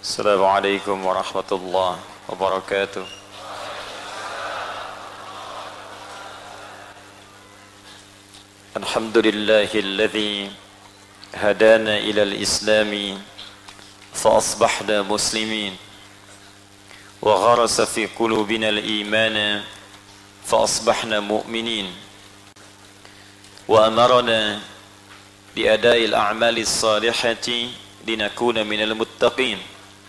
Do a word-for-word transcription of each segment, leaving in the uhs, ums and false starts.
Assalamualaikum warahmatullahi wabarakatuh. Alhamdulillahilladzi hadana ilal islami fa asbahna muslimin wa gharasa fi qulubina al-imana fa asbahna mu'minin wa amarna bi ada'il a'mali as-salihati linakuna minal muttaqin.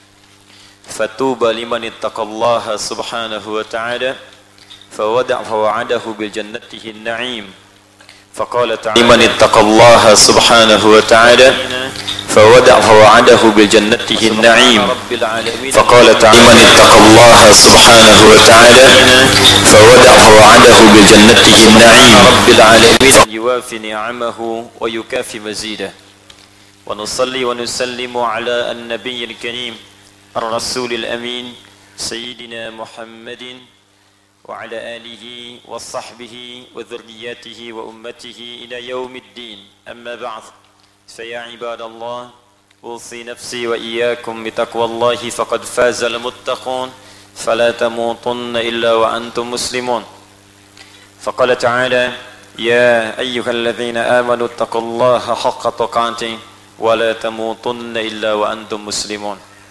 Fatuba liman ittaqallaha subhanahu wa ta'ala fawada' fawa'adahu bil jannatihi an-na'im. Faqala ta'ala liman ittaqallaha subhanahu wa ta'ala fawada' fawa'adahu bil jannatihi an-na'im. Faqala ta'ala liman ittaqallaha subhanahu wa ta'ala fawada' fawa'adahu bil jannatihi an-na'im. Rabbil alamin yuwafi ni'amahu wa yukafi mazidah. Wa nusalli wa nusallimu ala an-nabiyil karim ar-rasulil amin sayyidina Muhammadin wa ala alihi wa sahbihi wa dhurriyyatihi wa ummatihi ila yaumiddin. Amma ba'd, fa ya ibadallah usi nafsi wa iyyakum bi taqwallahi faqad faza al-muttaqun fala tamutunna illa wa antum muslimun. Faqala ta'ala ya ayyuhalladzina amanu taqullaha haqqa tuqatih wa la tamutunna illa wa antum muslimun.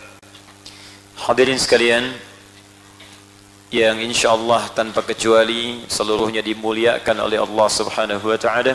Hadirin sekalian yang insyaallah tanpa kecuali seluruhnya dimuliakan oleh Allah Subhanahu wa taala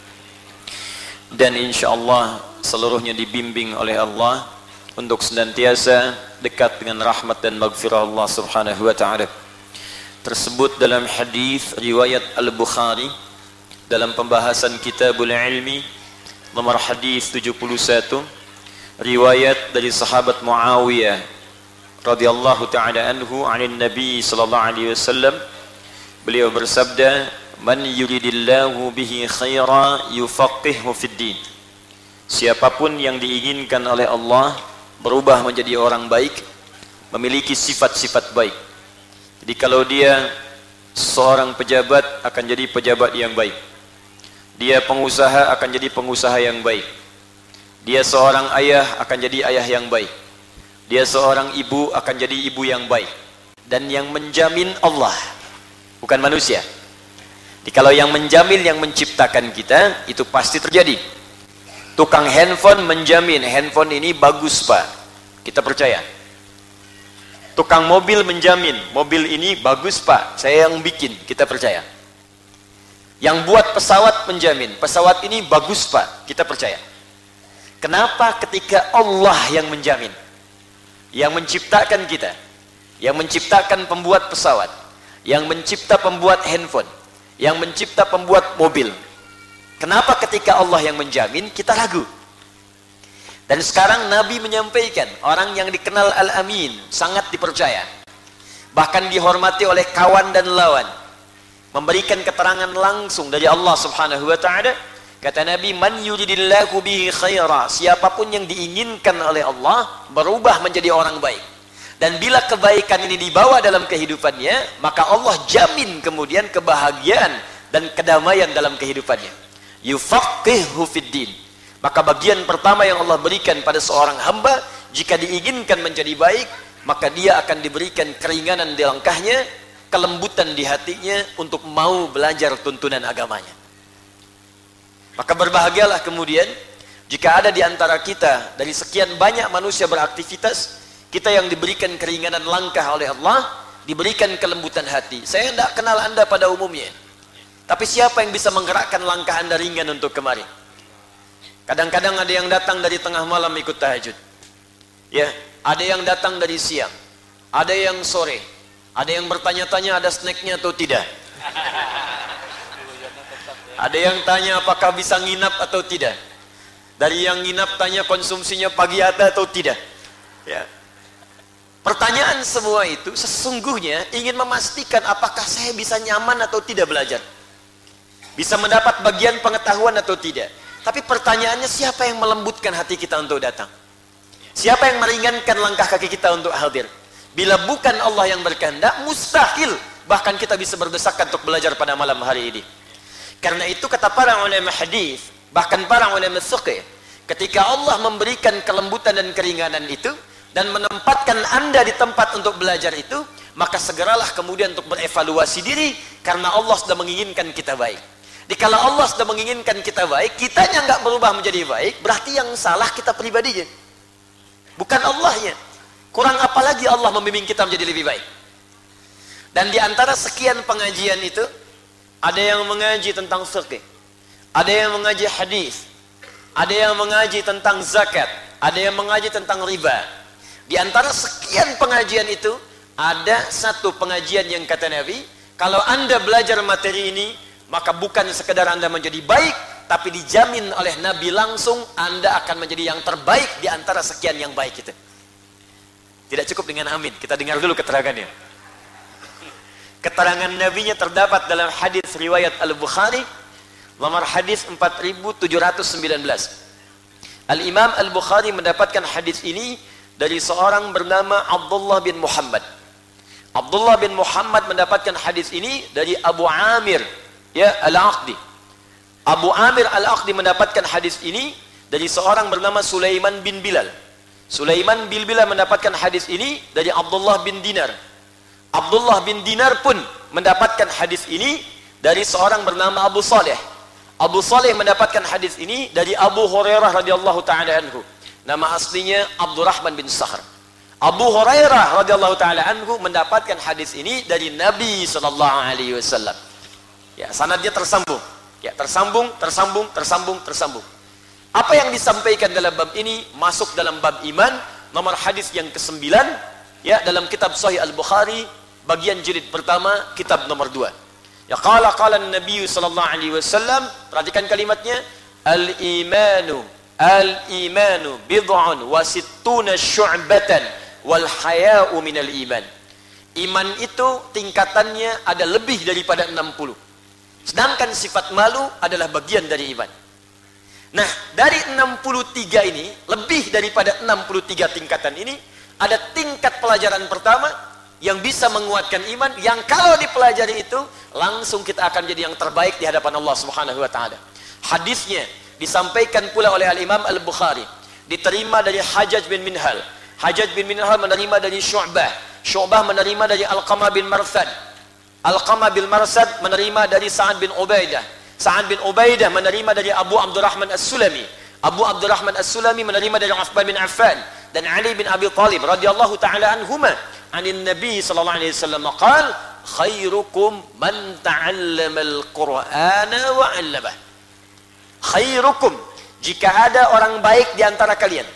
dan insyaallah seluruhnya dibimbing oleh Allah untuk senantiasa dekat dengan rahmat dan maghfirah Allah Subhanahu wa taala. Tersebut dalam hadis riwayat Al-Bukhari dalam pembahasan Kitabul Ilmi nomor hadis tujuh puluh satu, riwayat dari sahabat Muawiyah radhiyallahu taala anhu anin Nabi sallallahu alaihi wasallam. Beliau bersabda, "Man yuridillahu bihi khaira yufaqihu fid din." Siapapun yang diinginkan oleh Allah berubah menjadi orang baik, memiliki sifat-sifat baik. Jadi kalau dia seorang pejabat akan jadi pejabat yang baik. Dia pengusaha akan jadi pengusaha yang baik. Dia seorang ayah akan jadi ayah yang baik. Dia seorang ibu akan jadi ibu yang baik. Dan yang menjamin Allah, bukan manusia. Jadi kalau yang menjamin, yang menciptakan kita, itu pasti terjadi. Tukang handphone menjamin handphone ini bagus pak, kita percaya. Tukang mobil menjamin mobil ini bagus pak, saya yang bikin, kita percaya. Yang buat pesawat menjamin pesawat ini bagus pak, kita percaya. Kenapa ketika Allah yang menjamin, yang menciptakan kita, yang menciptakan pembuat pesawat, yang mencipta pembuat handphone, yang mencipta pembuat mobil, kenapa ketika Allah yang menjamin kita ragu? Dan sekarang Nabi menyampaikan orang yang dikenal Al-Amin, sangat dipercaya, bahkan dihormati oleh kawan dan lawan, memberikan keterangan langsung dari Allah Subhanahu wa taala. Kata Nabi, man yuridillahu bihi khaira, siapapun yang diinginkan oleh Allah berubah menjadi orang baik. Dan bila kebaikan ini dibawa dalam kehidupannya, maka Allah jamin kemudian kebahagiaan dan kedamaian dalam kehidupannya. Yufaqihu fid din. Maka bagian pertama yang Allah berikan pada seorang hamba, jika diinginkan menjadi baik, maka dia akan diberikan keringanan di langkahnya, kelembutan di hatinya untuk mau belajar tuntunan agamanya. Maka berbahagialah kemudian jika ada di antara kita dari sekian banyak manusia beraktivitas, kita yang diberikan keringanan langkah oleh Allah, diberikan kelembutan hati. Saya tidak kenal anda pada umumnya, tapi siapa yang bisa menggerakkan langkah anda ringan untuk kemari? Kadang-kadang ada yang datang dari tengah malam ikut tahajud, ya, ada yang datang dari siang, ada yang sore, ada yang bertanya-tanya ada snacknya atau tidak. Ada yang tanya apakah bisa nginap atau tidak. Dari yang nginap tanya konsumsinya pagi ada atau tidak. Ya. Pertanyaan semua itu sesungguhnya ingin memastikan apakah saya bisa nyaman atau tidak belajar, bisa mendapat bagian pengetahuan atau tidak. Tapi pertanyaannya, siapa yang melembutkan hati kita untuk datang? Siapa yang meringankan langkah kaki kita untuk hadir? Bila bukan Allah yang berkehendak, mustahil bahkan kita bisa berdesakan untuk belajar pada malam hari ini. Karena itu kata para ulama hadis, bahkan para ulama fiqh, ketika Allah memberikan kelembutan dan keringanan itu, dan menempatkan Anda di tempat untuk belajar itu, maka segeralah kemudian untuk berevaluasi diri, karena Allah sudah menginginkan kita baik. Jadi kalau Allah sudah menginginkan kita baik, kitanya nggak berubah menjadi baik, berarti yang salah kita pribadinya, bukan Allahnya. Kurang apa lagi Allah membimbing kita menjadi lebih baik. Dan di antara sekian pengajian itu, ada yang mengaji tentang fikih, ada yang mengaji hadis, ada yang mengaji tentang zakat, ada yang mengaji tentang riba. Di antara sekian pengajian itu, ada satu pengajian yang kata Nabi, kalau Anda belajar materi ini, maka bukan sekedar Anda menjadi baik, tapi dijamin oleh Nabi langsung Anda akan menjadi yang terbaik di antara sekian yang baik itu. Tidak cukup dengan amin, kita dengar dulu keterangannya. Keterangan Nabinya terdapat dalam hadis riwayat Al-Bukhari, nomor hadis empat ribu tujuh ratus sembilan belas. Al-Imam Al-Bukhari mendapatkan hadis ini dari seorang bernama Abdullah bin Muhammad. Abdullah bin Muhammad mendapatkan hadis ini dari Abu Amir ya Al-Aqdi. Abu Amir Al-Aqdi mendapatkan hadis ini dari seorang bernama Sulaiman bin Bilal. Sulaiman bin Bilal mendapatkan hadis ini dari Abdullah bin Dinar. Abdullah bin Dinar pun mendapatkan hadis ini dari seorang bernama Abu Saleh. Abu Saleh mendapatkan hadis ini dari Abu Hurairah radhiyallahu taala anhu. Nama aslinya Abdurrahman bin Sahr. Abu Hurairah radhiyallahu taala anhu mendapatkan hadis ini dari Nabi sallallahu alaihi wasallam. Ya, sanadnya tersambung. Ya, tersambung, tersambung, tersambung, tersambung. Apa yang disampaikan dalam bab ini masuk dalam bab iman, nomor hadis yang kesembilan, ya, dalam kitab Sahih Al-Bukhari, bagian jilid pertama, kitab nomor dua. Ya, qala qala Nabi sallallahu alaihi wasallam, perhatikan kalimatnya, al-imanu al-imanu bid'un wa sittuna syu'batan wal haya'u minal iman. Iman itu tingkatannya ada lebih daripada enam puluh. Sedangkan sifat malu adalah bagian dari iman. Nah, dari enam puluh tiga ini, lebih daripada enam puluh tiga tingkatan ini, ada tingkat pelajaran pertama yang bisa menguatkan iman, yang kalau dipelajari itu langsung kita akan jadi yang terbaik di hadapan Allah Subhanahu wa taala. Hadisnya disampaikan pula oleh Al-Imam Al-Bukhari, diterima dari Hajjaj bin Minhal. Hajjaj bin Minhal menerima dari Syu'bah. Syu'bah menerima dari Alqamah bin Marsad. Alqamah bin Marsad menerima dari Sa'ad bin Ubaidah. Sa'ad bin Ubaidah menerima dari Abu Abdurrahman As-Sulami. Abu Abdurrahman As-Sulami menerima dari Uthman bin Affan dan Ali bin Abi Thalib radhiyallahu taala anhuma, anin Nabi sallallahu alaihi wasallam qala, khairukum man ta'allama al-Qur'ana wa 'allamahu. Khairukum, jika ada orang baik di antara kalian,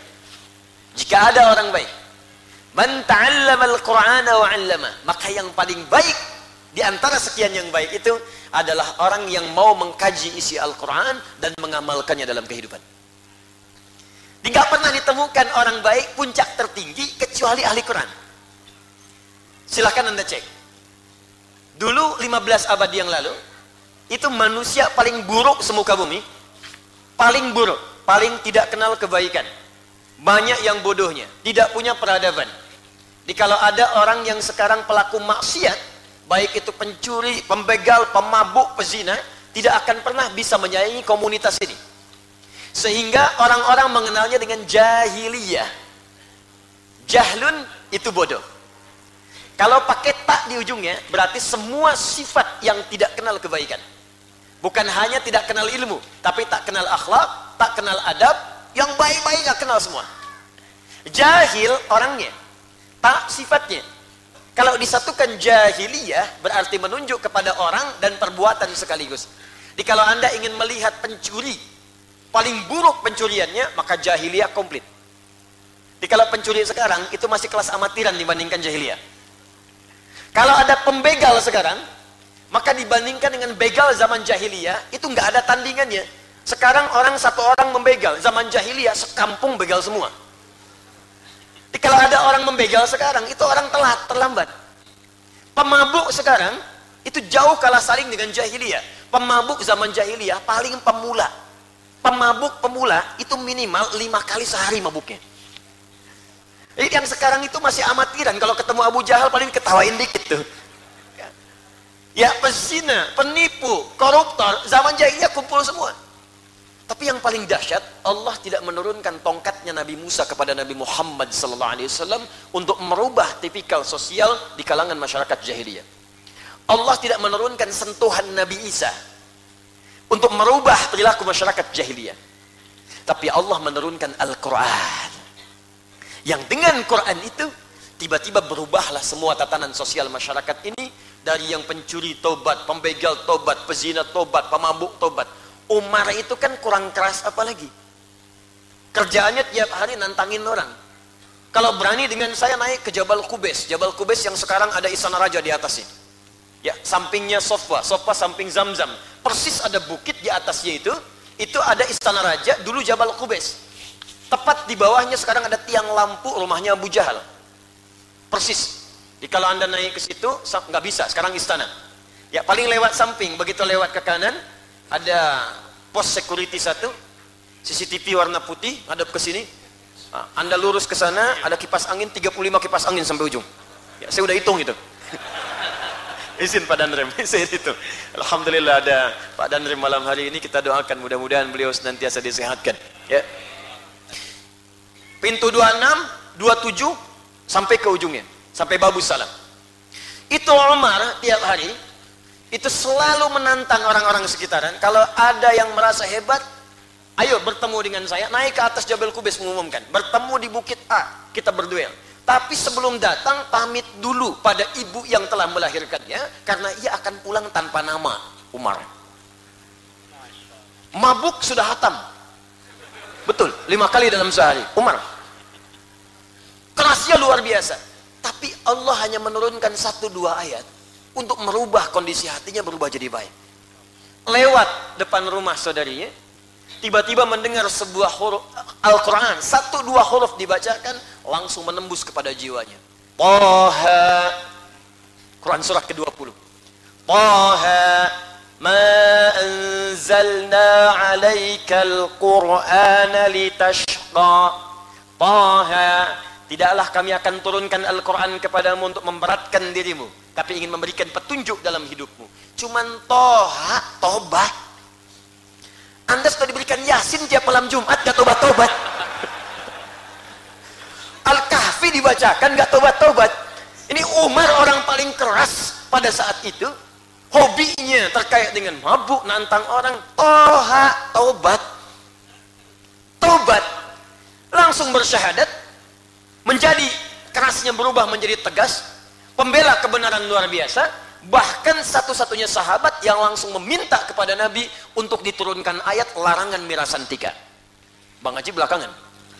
jika ada orang baik, man ta'allama al-Qur'ana wa 'allama, maka yang paling baik di antara sekian yang baik itu adalah orang yang mau mengkaji isi Al-Quran dan mengamalkannya dalam kehidupan. Tidak pernah ditemukan orang baik puncak tertinggi kecuali ahli Quran. Silahkan Anda cek. Dulu lima belas abad yang lalu, itu manusia paling buruk semuka bumi, paling buruk, paling tidak kenal kebaikan, banyak yang bodohnya, tidak punya peradaban. Jadi kalau ada orang yang sekarang pelaku maksiat, baik itu pencuri, pembegal, pemabuk, pezina, tidak akan pernah bisa menyaingi komunitas ini. Sehingga orang-orang mengenalnya dengan jahiliyah. Jahlun itu bodoh. Kalau pakai tak di ujungnya, berarti semua sifat yang tidak kenal kebaikan. Bukan hanya tidak kenal ilmu, tapi tak kenal akhlak, tak kenal adab, yang baik-baik gak kenal semua. Jahil orangnya, tak sifatnya. Kalau disatukan jahiliyah, berarti menunjuk kepada orang dan perbuatan sekaligus. Jadi kalau Anda ingin melihat pencuri, paling buruk pencuriannya, maka jahiliyah komplit. Jadi kalau pencuri sekarang, itu masih kelas amatiran dibandingkan jahiliyah. Kalau ada pembegal sekarang, maka dibandingkan dengan begal zaman jahiliyah, itu nggak ada tandingannya. Sekarang orang satu orang membegal, zaman jahiliyah sekampung begal semua. Jadi kalau ada orang membegal sekarang, itu orang telat, terlambat. Pemabuk sekarang, itu jauh kalah saling dengan jahiliyah. Pemabuk zaman jahiliyah paling pemula. Pemabuk pemula itu minimal lima kali sehari mabuknya. Jadi yang sekarang itu masih amatiran. Kalau ketemu Abu Jahal paling ketawain dikit tuh. Ya pezina, penipu, koruptor, zaman jahiliyah kumpul semua. Tapi yang paling dahsyat, Allah tidak menurunkan tongkatnya Nabi Musa kepada Nabi Muhammad sallallahu alaihi wasallam untuk merubah tipikal sosial di kalangan masyarakat jahiliyah. Allah tidak menurunkan sentuhan Nabi Isa untuk merubah perilaku masyarakat jahiliyah. Tapi Allah menurunkan Al-Quran. Yang dengan Quran itu, tiba-tiba berubahlah semua tatanan sosial masyarakat ini. Dari yang pencuri tobat, pembegal tobat, pezina tobat, pemabuk tobat. Umar itu kan kurang keras apalagi. Kerjaannya tiap hari nantangin orang. Kalau berani dengan saya naik ke Jabal Qubais. Jabal Qubais yang sekarang ada Istana Raja di atasnya. Ya, sampingnya Sofa, Sofa samping Zamzam. Persis ada bukit di atasnya itu. Itu ada Istana Raja, dulu Jabal Qubais. Tepat di bawahnya sekarang ada tiang lampu rumahnya Abu Jahal. Persis. Jadi kalau Anda naik ke situ, nggak bisa, sekarang istana. Ya, paling lewat samping, begitu lewat ke kanan, ada pos security satu, C C T V warna putih, hadap ke sini. Anda lurus ke sana, ada kipas angin, tiga puluh lima kipas angin sampai ujung. Ya, saya udah hitung itu. Izin Pak Danrem, saya itu. Alhamdulillah ada Pak Danrem malam hari ini, kita doakan mudah-mudahan beliau senantiasa disehatkan. Ya. Pintu dua puluh enam, dua puluh tujuh sampai ke ujungnya, sampai Babus Salam. Itu Umar tiap hari itu selalu menantang orang-orang sekitaran. Kalau ada yang merasa hebat, ayo bertemu dengan saya, naik ke atas Jabal Qubais mengumumkan, bertemu di bukit A, kita berduel. Tapi sebelum datang, pamit dulu pada ibu yang telah melahirkannya, karena ia akan pulang tanpa nama, Umar. Mabuk sudah hatam. Betul, lima kali dalam sehari, Umar. Kerasnya luar biasa. Tapi Allah hanya menurunkan satu dua ayat untuk merubah kondisi hatinya, berubah jadi baik. Lewat depan rumah saudarinya, tiba-tiba mendengar sebuah huruf Al-Quran, satu dua huruf dibacakan, langsung menembus kepada jiwanya. Taha, Quran surah ke dua puluh. Taha, ma anzalna alaikal Qur'ana litashqa. Taha, tidaklah kami akan turunkan Al-Quran kepadamu untuk memberatkan dirimu, tapi ingin memberikan petunjuk dalam hidupmu. Cuman toha, tobat. Anda sudah diberikan Yasin tiap malam Jumat, gak tobat-tobat. Al-Kahfi dibacakan, gak tobat-tobat. Ini Umar orang paling keras pada saat itu. Hobinya terkait dengan mabuk, nantang orang. Toha, tobat. Tobat. Langsung bersyahadat. Menjadi kerasnya berubah menjadi tegas. Pembela kebenaran luar biasa. Bahkan satu-satunya sahabat yang langsung meminta kepada Nabi untuk diturunkan ayat larangan mirasantika. Bang Haji belakangan.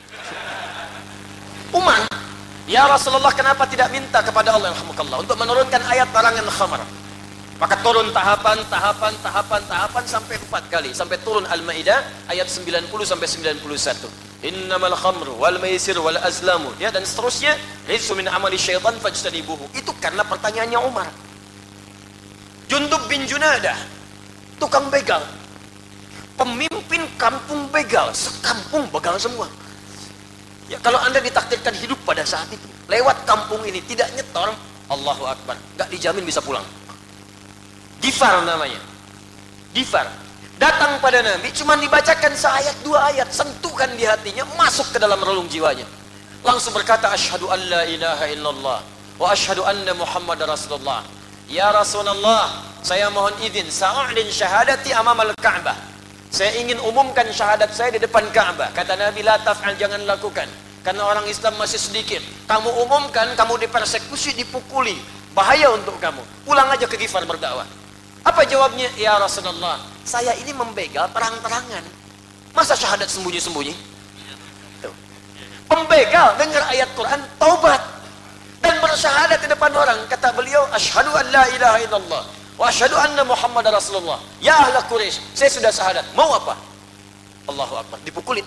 Umar, ya Rasulullah, kenapa tidak minta kepada Allah alhamdulillah untuk menurunkan ayat larangan khamar? Maka turun tahapan, tahapan, tahapan, tahapan sampai empat kali, sampai turun Al-Maidah ayat sembilan puluh sampai sembilan puluh satu. Innamal khamru wal maisir wal azlamu, ya, dan seterusnya, rizqu min amali syaitan fajtanibuhu. Itu karena pertanyaannya Umar. Jundub bin Junadah, tukang begal, pemimpin kampung begal, sekampung begal semua. Ya, kalau Anda ditakdirkan hidup pada saat itu, lewat kampung ini tidak nyetor, Allahu Akbar, nggak dijamin bisa pulang. Gifar namanya, Gifar. Datang pada Nabi, cuma dibacakan seayat dua ayat, sentuhkan di hatinya, masuk ke dalam relung jiwanya. Langsung berkata, asyhadu an la ilaha illallah wa asyhadu anna Muhammad Rasulullah. Ya Rasulullah, saya mohon izin, sa'u'lin syahadati amamal Ka'bah. Saya ingin umumkan syahadat saya di depan Ka'bah. Kata Nabi, la taf'al, jangan lakukan, karena orang Islam masih sedikit. Kamu umumkan, kamu dipersekusi, dipukuli, bahaya untuk kamu. Pulang aja ke Gifar berdakwah. Apa jawabnya? Ya Rasulullah, saya ini membegal terang-terangan, masa syahadat sembunyi-sembunyi? Pembegal dengar ayat Quran, taubat dan bersyahadat di depan orang. Kata beliau, asyhadu an la ilaha illallah wa asyhadu anna Muhammad Rasulullah. Ya ahla Quraisy, saya sudah syahadat, mau apa? Allahu Akbar, dipukulin.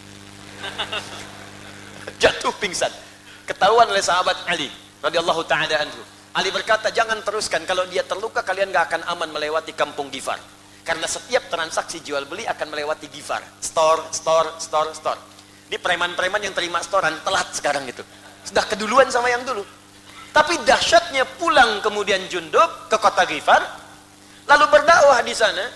Jatuh pingsan. Ketahuan oleh sahabat Ali radhiyallahu taala anhu. Ali berkata, jangan teruskan, kalau dia terluka kalian gak akan aman melewati kampung Gifar. Karena setiap transaksi jual beli akan melewati Gifar. Store, store, store, store. Di preman-preman yang terima storan telat sekarang itu. Sudah keduluan sama yang dulu. Tapi dahsyatnya pulang kemudian Jundub ke kota Gifar, lalu berdakwah di sana.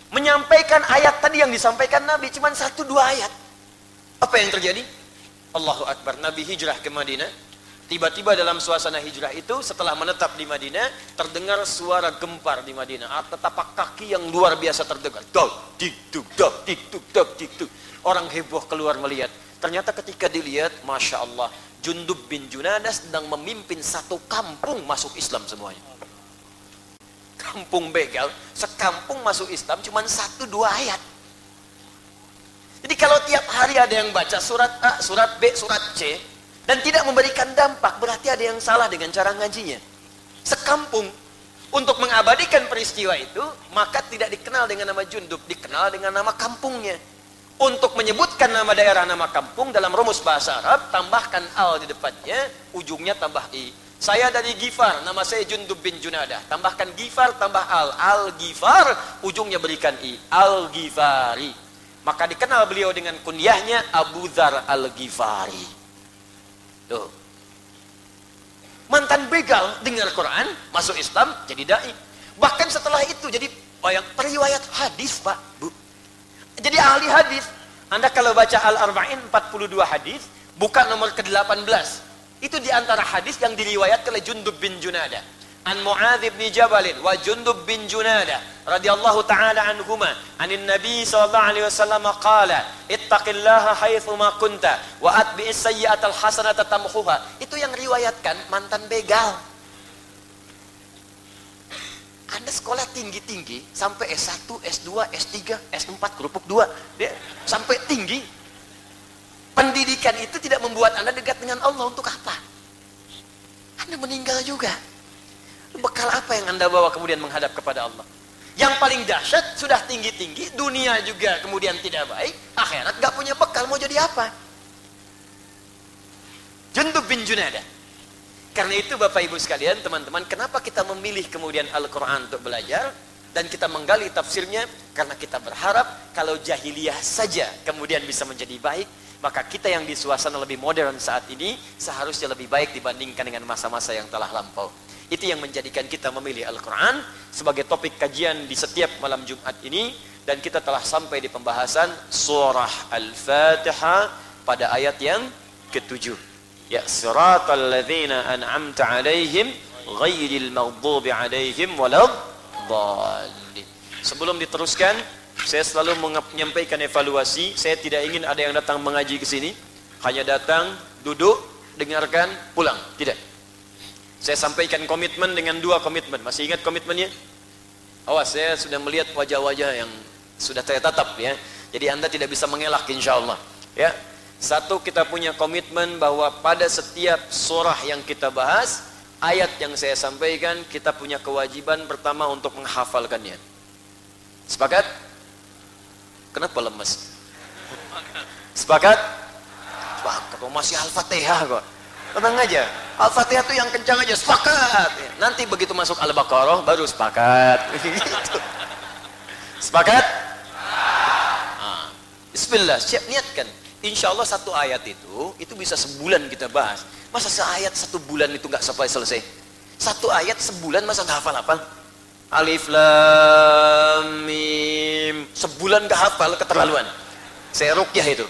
menyampaikan ayat tadi yang disampaikan Nabi, cuma satu dua ayat. Apa yang terjadi? Allahu Akbar, Nabi hijrah ke Madinah. Tiba-tiba dalam suasana hijrah itu, setelah menetap di Madinah, terdengar suara gempar di Madinah. Tapak kaki yang luar biasa terdengar. Dok, dik, duk, dok, dik, duk, dok, dik, duk. Orang heboh keluar melihat. Ternyata ketika dilihat, Masya Allah, Jundub bin Junadah sedang memimpin satu kampung masuk Islam semuanya. Kampung begal, sekampung masuk Islam cuma satu dua ayat. Jadi kalau tiap hari ada yang baca surat A, surat B, surat C, dan tidak memberikan dampak, berarti ada yang salah dengan cara ngajinya. Sekampung, untuk mengabadikan peristiwa itu, maka tidak dikenal dengan nama Jundub, dikenal dengan nama kampungnya. Untuk menyebutkan nama daerah, nama kampung dalam rumus bahasa Arab, tambahkan al di depannya, ujungnya tambah i. Saya dari Gifar, nama saya Jundub bin Junadah. Tambahkan Gifar, tambah al. Al-Gifar, ujungnya berikan i. Al-Gifari. Maka dikenal beliau dengan kunyahnya Abu Dzar Al-Ghifari. Tuh. Mantan begal dengar Quran, masuk Islam, jadi dai. Bahkan setelah itu jadi bayang periwayat hadis, Pak, Bu. Jadi ahli hadis. Anda kalau baca Al-Arba'in empat puluh dua hadis, buka nomor ke delapan belas. Itu di antara hadis yang diriwayatkan oleh Jundub bin Junadah. An Mu'adz bin Jabal wa Jundub bin Junadah radhiyallahu taala anhuma, anin Nabi sallallahu alaihi wasallam qala, ittaqillaha haitsu ma kunta wa atbi'is sayyi'atal hasanata tamhuha. Itu yang riwayatkan mantan begal. Anda sekolah tinggi-tinggi sampai S satu, S dua, S tiga, S empat, kerupuk dua, dia sampai tinggi. Pendidikan itu tidak membuat Anda dekat dengan Allah. Untuk apa? Anda meninggal juga. Bekal apa yang Anda bawa kemudian menghadap kepada Allah? Yang paling dahsyat, sudah tinggi-tinggi, dunia juga kemudian tidak baik, akhirat gak punya bekal, mau jadi apa? Jundub bin Junadah. Karena itu Bapak Ibu sekalian, teman-teman, kenapa kita memilih kemudian Al-Quran untuk belajar dan kita menggali tafsirnya? Karena kita berharap kalau jahiliyah saja kemudian bisa menjadi baik, maka kita yang di suasana lebih modern saat ini seharusnya lebih baik dibandingkan dengan masa-masa yang telah lampau. Itu yang menjadikan kita memilih Al-Quran sebagai topik kajian di setiap malam Jumat ini, dan kita telah sampai di pembahasan surah Al-Fatihah pada ayat yang ketujuh. Ya siratal ladzina an'amta 'alaihim ghairil maghdubi 'alaihim waladdallin. Sebelum diteruskan, saya selalu menyampaikan evaluasi. Saya tidak ingin ada yang datang mengaji ke sini hanya datang, duduk, dengarkan, pulang. Tidak. Saya sampaikan komitmen dengan dua komitmen. Masih ingat komitmennya? Awas, saya sudah melihat wajah-wajah yang sudah saya tatap ya. Jadi Anda tidak bisa mengelak insyaallah. Ya. Satu, kita punya komitmen bahwa pada setiap surah yang kita bahas, ayat yang saya sampaikan, kita punya kewajiban pertama untuk menghafalkannya. Sepakat? Kenapa lemes? Sepakat? Sepakat, masih Al-Fatihah kok. Tenang aja, Al-Fatihah itu yang kencang aja, sepakat. Nanti begitu masuk Al-Baqarah, baru sepakat. Sepakat? Nah, bismillah, siap niatkan. Insya Allah satu ayat itu, itu bisa sebulan kita bahas. Masa seayat satu bulan itu nggak sampai selesai? Satu ayat sebulan masa nggak hafal-hafal? Alif Lam Mim, sebulan nggak hafal, keterlaluan. Saya rukyah itu.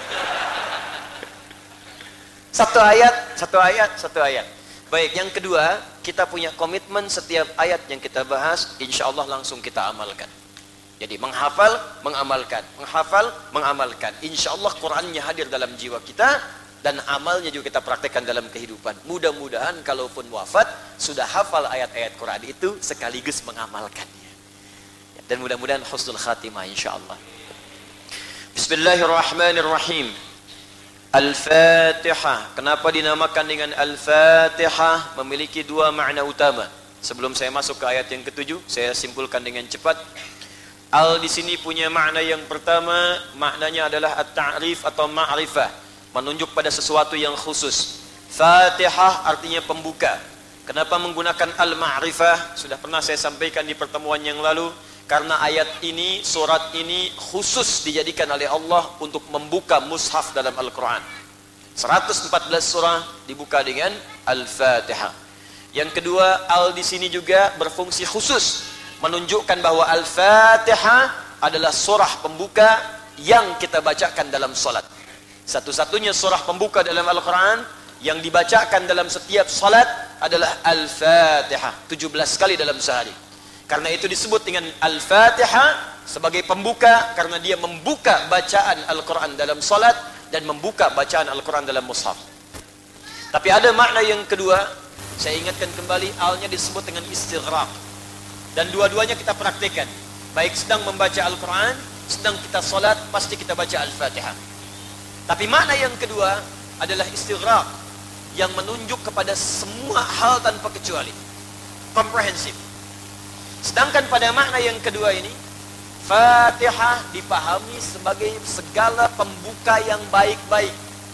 Satu ayat, satu ayat, satu ayat. Baik, yang kedua, kita punya komitmen setiap ayat yang kita bahas, insya Allah langsung kita amalkan. Jadi menghafal, mengamalkan, menghafal, mengamalkan. Insya Allah Qurannya hadir dalam jiwa kita dan amalnya juga kita praktekkan dalam kehidupan. Mudah-mudahan kalaupun wafat sudah hafal ayat-ayat Quran itu sekaligus mengamalkannya. Dan mudah-mudahan husnul khatimah insya Allah. Bismillahirrahmanirrahim. Al-Fatihah. Kenapa dinamakan dengan Al-Fatihah? Memiliki dua makna utama. Sebelum saya masuk ke ayat yang ketujuh, saya simpulkan dengan cepat. Al di sini punya makna yang pertama, maknanya adalah at-ta'rif atau ma'rifah, menunjuk pada sesuatu yang khusus. Fatihah artinya pembuka. Kenapa menggunakan al-ma'rifah? Sudah pernah saya sampaikan di pertemuan yang lalu, karena ayat ini, surat ini khusus dijadikan oleh Allah untuk membuka mushaf dalam Al-Quran. seratus empat belas surah dibuka dengan Al-Fatihah. Yang kedua, al di sini juga berfungsi khusus. menunjukkan bahwa Al-Fatihah adalah surah pembuka yang kita bacakan dalam salat. Satu-satunya surah pembuka dalam Al-Quran yang dibacakan dalam setiap salat adalah Al-Fatihah, tujuh belas kali dalam sehari. Karena itu disebut dengan Al-Fatihah sebagai pembuka, karena dia membuka bacaan Al-Quran dalam salat dan membuka bacaan Al-Quran dalam mushaf. Tapi ada makna yang kedua, saya ingatkan kembali, alnya disebut dengan istighraq. Dan dua-duanya kita praktikkan. Baik sedang membaca Al-Quran, sedang kita salat, pasti kita baca Al-Fatihah. Tapi makna yang kedua adalah istighraq, yang menunjuk kepada semua hal tanpa kecuali, komprehensif. Sedangkan pada makna yang kedua ini, Fatihah dipahami sebagai segala pembuka yang baik-baik.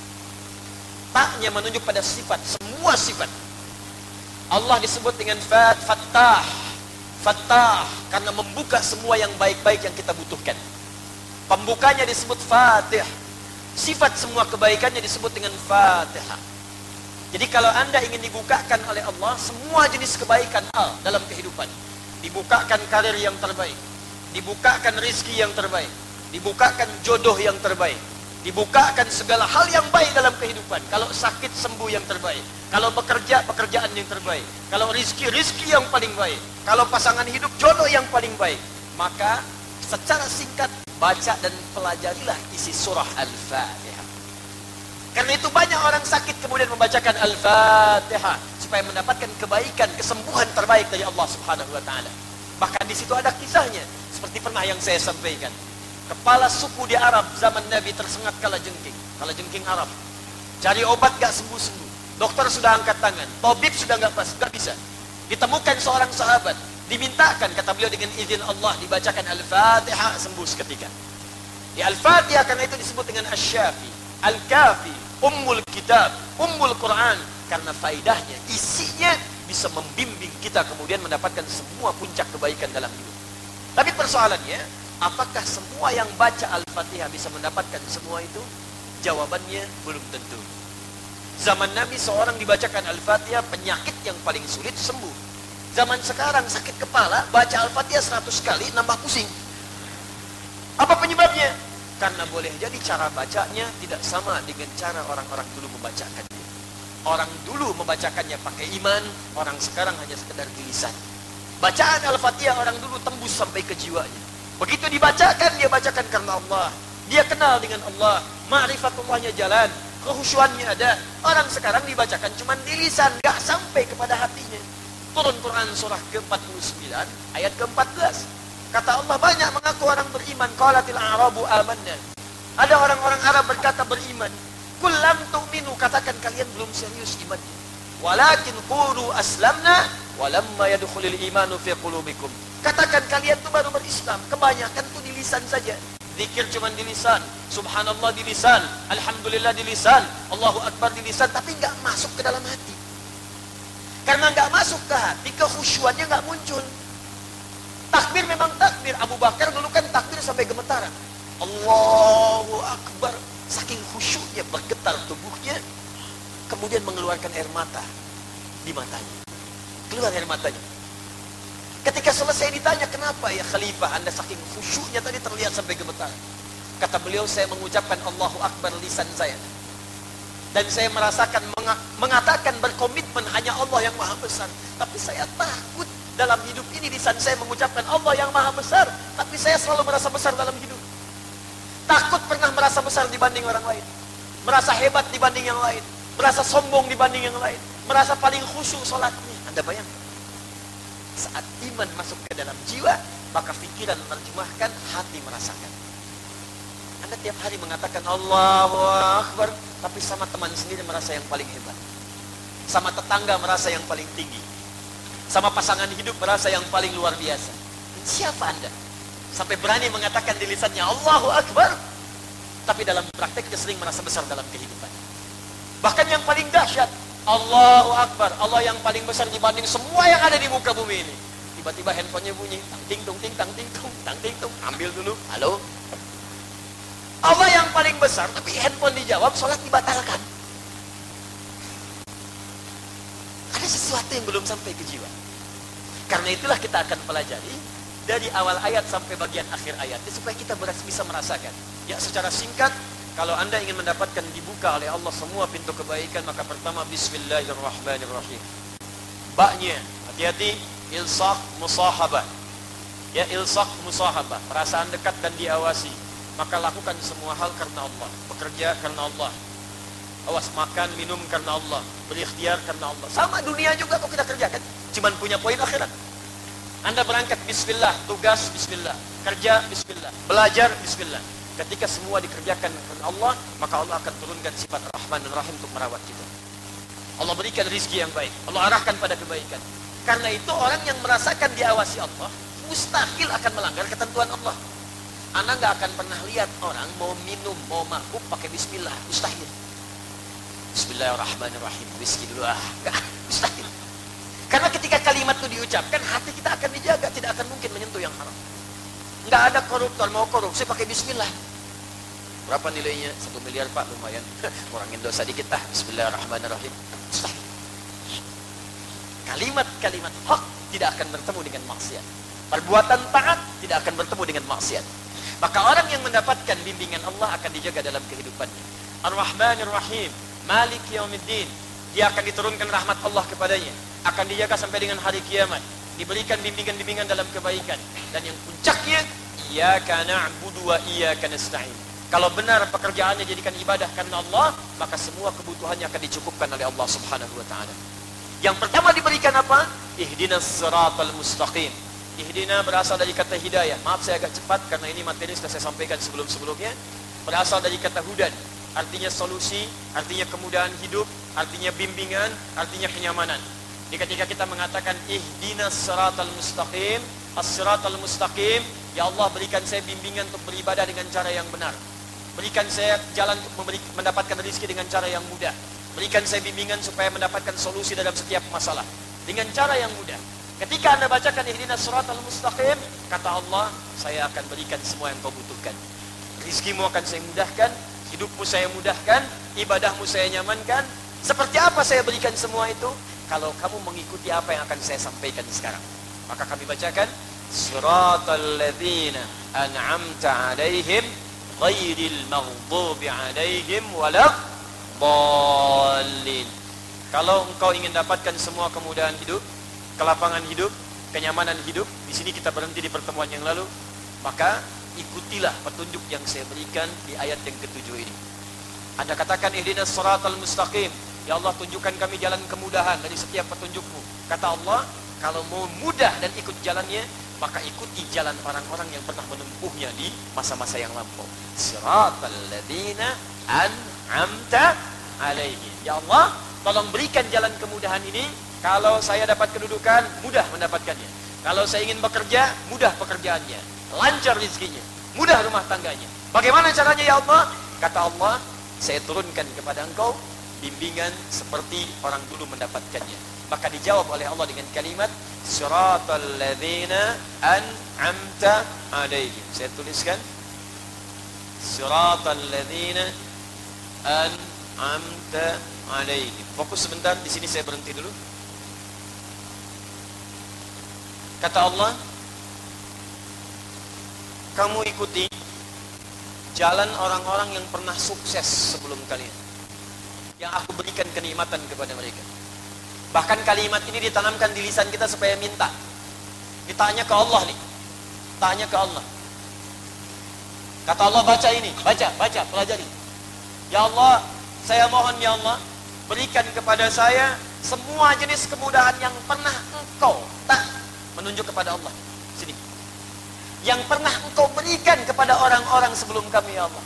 Taknya menunjuk pada sifat, semua sifat. Allah disebut dengan Fat, Fattah, Fattah, karena membuka semua yang baik-baik yang kita butuhkan. Pembukanya disebut Fatih. Sifat semua kebaikannya disebut dengan Fatihah. Jadi kalau anda ingin dibukakan oleh Allah semua jenis kebaikan al dalam kehidupan, dibukakan karir yang terbaik, dibukakan rizki yang terbaik, dibukakan jodoh yang terbaik, dibukakan segala hal yang baik dalam kehidupan. Kalau sakit sembuh yang terbaik, kalau bekerja pekerjaan yang terbaik, kalau rizki rizki yang paling baik, kalau pasangan hidup jodoh yang paling baik. Maka secara singkat baca dan pelajarilah isi surah Al-Fatihah. Karena itu banyak orang sakit kemudian membacakan Al-Fatihah supaya mendapatkan kebaikan, kesembuhan terbaik dari Allah Subhanahu wa taala. Bahkan di situ ada kisahnya, seperti pernah yang saya sampaikan. Kepala suku di Arab zaman Nabi tersengat kalajengking, kalajengking Arab. Cari obat gak sembuh-sembuh. Dokter sudah angkat tangan, tabib sudah gak pas, gak bisa. Ditemukan seorang sahabat, dimintakan, kata beliau, dengan izin Allah dibacakan Al-Fatihah, sembuh seketika. Di Al-Fatihah karena itu disebut dengan Asy-Syafi, Al-Kafi, Ummul Kitab, Ummul Quran, karena faidahnya, isinya bisa membimbing kita kemudian mendapatkan semua puncak kebaikan dalam hidup. Tapi persoalannya, apakah semua yang baca Al-Fatihah bisa mendapatkan semua itu? Jawabannya belum tentu. Zaman Nabi seorang dibacakan Al-Fatihah, penyakit yang paling sulit sembuh. Zaman sekarang sakit kepala, baca Al-Fatihah seratus kali, nambah pusing. Apa penyebabnya? Karena boleh jadi cara bacanya tidak sama dengan cara orang-orang dulu membacakannya. Orang dulu membacakannya pakai iman, orang sekarang hanya sekedar di lisan. Bacaan Al-Fatihah orang dulu tembus sampai ke jiwanya. Begitu dibacakan, dia bacakan karena Allah. Dia kenal dengan Allah, ma'rifatullahnya jalan, kehusyuannya ada. Orang sekarang dibacakan cuma di lisan, gak sampai kepada hatinya. Turun Quran surah ke empat puluh sembilan ayat ke empat belas. Kata Allah, banyak mengaku orang beriman. Qalatil a'rabu amanna. Ada orang-orang Arab berkata beriman. Qul lam tu'minu, katakan kalian belum serius imannya. Walakin qulu aslamna walamma yadkhulul imanu fi qulubikum. Katakan kalian tuh baru berislam, kebanyakan tuh di lisan saja. Zikir cuma di lisan, subhanallah di lisan, alhamdulillah di lisan, Allahu akbar di lisan, tapi enggak masuk ke dalam hati. Karena nggak masuk ke hati, kekhusyuannya nggak muncul. Takbir memang takbir. Abu Bakar dulu kan takbir sampai gemetaran. Allahu Akbar. Saking khusyuknya bergetar tubuhnya. Kemudian mengeluarkan air mata di matanya. Keluar air matanya. Ketika selesai ditanya, kenapa ya Khalifah anda saking khusyuknya tadi terlihat sampai gemetaran? Kata beliau, saya mengucapkan Allahu Akbar lisan saya. Dan saya merasakan mengatakan berkomitmen hanya Allah yang maha besar. Tapi saya takut dalam hidup ini lisan saya mengucapkan Allah yang maha besar. Tapi saya selalu merasa besar dalam hidup. Takut pernah merasa besar dibanding orang lain. Merasa hebat dibanding yang lain. Merasa sombong dibanding yang lain. Merasa paling khusyuk sholatnya. Anda bayangkan. Saat iman masuk ke dalam jiwa, maka pikiran menerjemahkan, hati merasakan. Anda tiap hari mengatakan Allahu Akbar, tapi sama teman sendiri merasa yang paling hebat. Sama tetangga merasa yang paling tinggi. Sama pasangan hidup merasa yang paling luar biasa. Siapa Anda? Sampai berani mengatakan di lisannya Allahu Akbar, tapi dalam prakteknya sering merasa besar dalam kehidupan. Bahkan yang paling dahsyat, Allahu Akbar, Allah yang paling besar dibanding semua yang ada di muka bumi ini. Tiba-tiba handphonenya bunyi, tang ting tung ting tang ting tung tang ting tung, ambil dulu, halo. Allah yang paling besar, tapi handphone dijawab, sholat dibatalkan. Ada sesuatu yang belum sampai ke jiwa. Karena itulah kita akan pelajari dari awal ayat sampai bagian akhir ayat supaya kita bisa merasakan. Ya, secara singkat, kalau Anda ingin mendapatkan dibuka oleh Allah semua pintu kebaikan, maka pertama bismillahirrahmanirrahim. Baknya, hati-hati, ilsaq musahabah. Ya, ilsaq musahabah, perasaan dekat dan diawasi. Maka lakukan semua hal karena Allah, bekerja karena Allah. Awas, makan, minum karena Allah, berikhtiar karena Allah. Sama dunia juga kok kita kerjakan, cuman punya poin akhirat. Anda berangkat bismillah, tugas bismillah, kerja bismillah, belajar bismillah. Ketika semua dikerjakan karena Allah, maka Allah akan turunkan sifat Rahman dan Rahim untuk merawat kita. Allah berikan rizki yang baik, Allah arahkan pada kebaikan. Karena itu orang yang merasakan diawasi Allah, mustahil akan melanggar ketentuan Allah. Anda nggak akan pernah lihat orang mau minum, mau mabuk pakai bismillah, mustahil. Bismillahirrahmanirrahim, whisky dulu ah, nggak, mustahil. Karena ketika kalimat itu diucapkan, hati kita akan dijaga, tidak akan mungkin menyentuh yang haram. Nggak ada koruptor mau korupsi pakai bismillah. Berapa nilainya? Satu miliar pak, lumayan. Kurangin dosa dikit ah. Bismillahirrahmanirrahim. Mustahil. Kalimat-kalimat hak tidak akan bertemu dengan maksiat. Perbuatan taat tidak akan bertemu dengan maksiat. Maka orang yang mendapatkan bimbingan Allah akan dijaga dalam kehidupannya. Ar-Rahmanir-Rahim, Malik Yaumiddin. Dia akan diturunkan rahmat Allah kepadanya. Akan dijaga sampai dengan hari kiamat. Diberikan bimbingan-bimbingan dalam kebaikan. Dan yang puncaknya, Iyyaka na'budu wa iyyaka nasta'in. Kalau benar pekerjaannya jadikan ibadah karena Allah, maka semua kebutuhannya akan dicukupkan oleh Allah Subhanahu wa taala. Yang pertama diberikan apa? Ihdinas siratal mustaqim. Ihdina berasal dari kata hidayah. Maaf saya agak cepat karena ini materi sudah saya sampaikan sebelum-sebelumnya. Berasal dari kata hudan. Artinya solusi, artinya kemudahan hidup, artinya bimbingan, artinya kenyamanan. Jadi ketika kita mengatakan ihdinas siratal mustaqim, as-siratal mustaqim, ya Allah berikan saya bimbingan untuk beribadah dengan cara yang benar. Berikan saya jalan untuk memberi, mendapatkan rezeki dengan cara yang mudah. Berikan saya bimbingan supaya mendapatkan solusi dalam setiap masalah dengan cara yang mudah. Ketika Anda bacakan ihdinas siratal mustaqim, kata Allah, saya akan berikan semua yang kau butuhkan. Rizkimu akan saya mudahkan, hidupmu saya mudahkan, ibadahmu saya nyamankan. Seperti apa saya berikan semua itu? Kalau kamu mengikuti apa yang akan saya sampaikan sekarang. Maka kami bacakan siratal ladzina an'amta 'alaihim ghairil maghdubi 'alaihim waladdallin. Kalau engkau ingin dapatkan semua kemudahan hidup, kelapangan hidup, kenyamanan hidup, di sini kita berhenti di pertemuan yang lalu, maka ikutilah petunjuk yang saya berikan di ayat yang ketujuh ini. Anda katakan ihdinas siratal mustaqim, ya Allah tunjukkan kami jalan kemudahan dari setiap petunjukmu. Kata Allah, kalau mau mudah dan ikut jalannya, maka ikuti jalan orang-orang yang pernah menempuhnya di masa-masa yang lampau. Siratal ladzina an'amta 'alaihim. Ya Allah, tolong berikan jalan kemudahan ini. Kalau saya dapat kedudukan, mudah mendapatkannya. Kalau saya ingin bekerja, mudah pekerjaannya, lancar rezekinya, mudah rumah tangganya. Bagaimana caranya ya Allah? Kata Allah, saya turunkan kepada engkau bimbingan seperti orang dulu mendapatkannya. Maka dijawab oleh Allah dengan kalimat siratal ladzina an'amta 'alaihim. Saya tuliskan siratal ladzina an'amta 'alaihim. Fokus sebentar, di sini saya berhenti dulu. Kata Allah, kamu ikuti jalan orang-orang yang pernah sukses sebelum kalian, yang aku berikan kenikmatan kepada mereka. Bahkan kalimat ini ditanamkan di lisan kita supaya minta. Ditanya ke Allah nih. Tanya ke Allah. Kata Allah, baca ini, baca, baca, pelajari. Ya Allah, saya mohon ya Allah, berikan kepada saya semua jenis kemudahan yang pernah engkau tak menunjuk kepada Allah. Sini. Yang pernah engkau berikan kepada orang-orang sebelum kami ya Allah.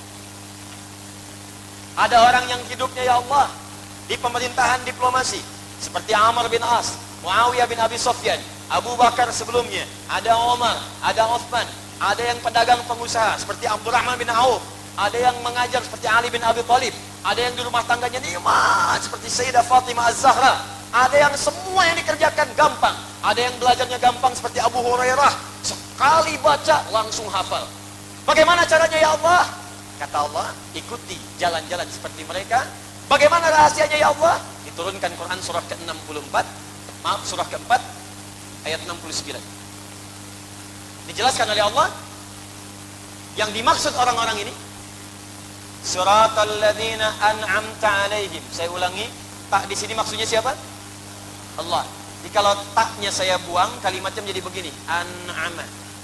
Ada orang yang hidupnya ya Allah di pemerintahan diplomasi seperti Amr bin As, Muawiyah bin Abi Sufyan, Abu Bakar sebelumnya, ada Omar, ada Uthman, ada yang pedagang pengusaha seperti Abdurrahman bin Auf, ada yang mengajar seperti Ali bin Abi Thalib, ada yang di rumah tangganya nikmat seperti Sayyidah Fatimah Az-Zahra, ada yang semua yang dikerjakan gampang, ada yang belajarnya gampang seperti Abu Hurairah, sekali baca langsung hafal. Bagaimana caranya ya Allah? Kata Allah, ikuti jalan-jalan seperti mereka. Bagaimana rahasianya ya Allah? Diturunkan Quran surah ke enam puluh empat, maaf surah keempat, ayat enam puluh sembilan. Dijelaskan oleh Allah yang dimaksud orang-orang ini siratal ladzina an'amta 'alaihim. Saya ulangi, tak di sini maksudnya siapa? Allah. Jadi kalau taknya saya buang, kalimatnya menjadi begini, an'ama.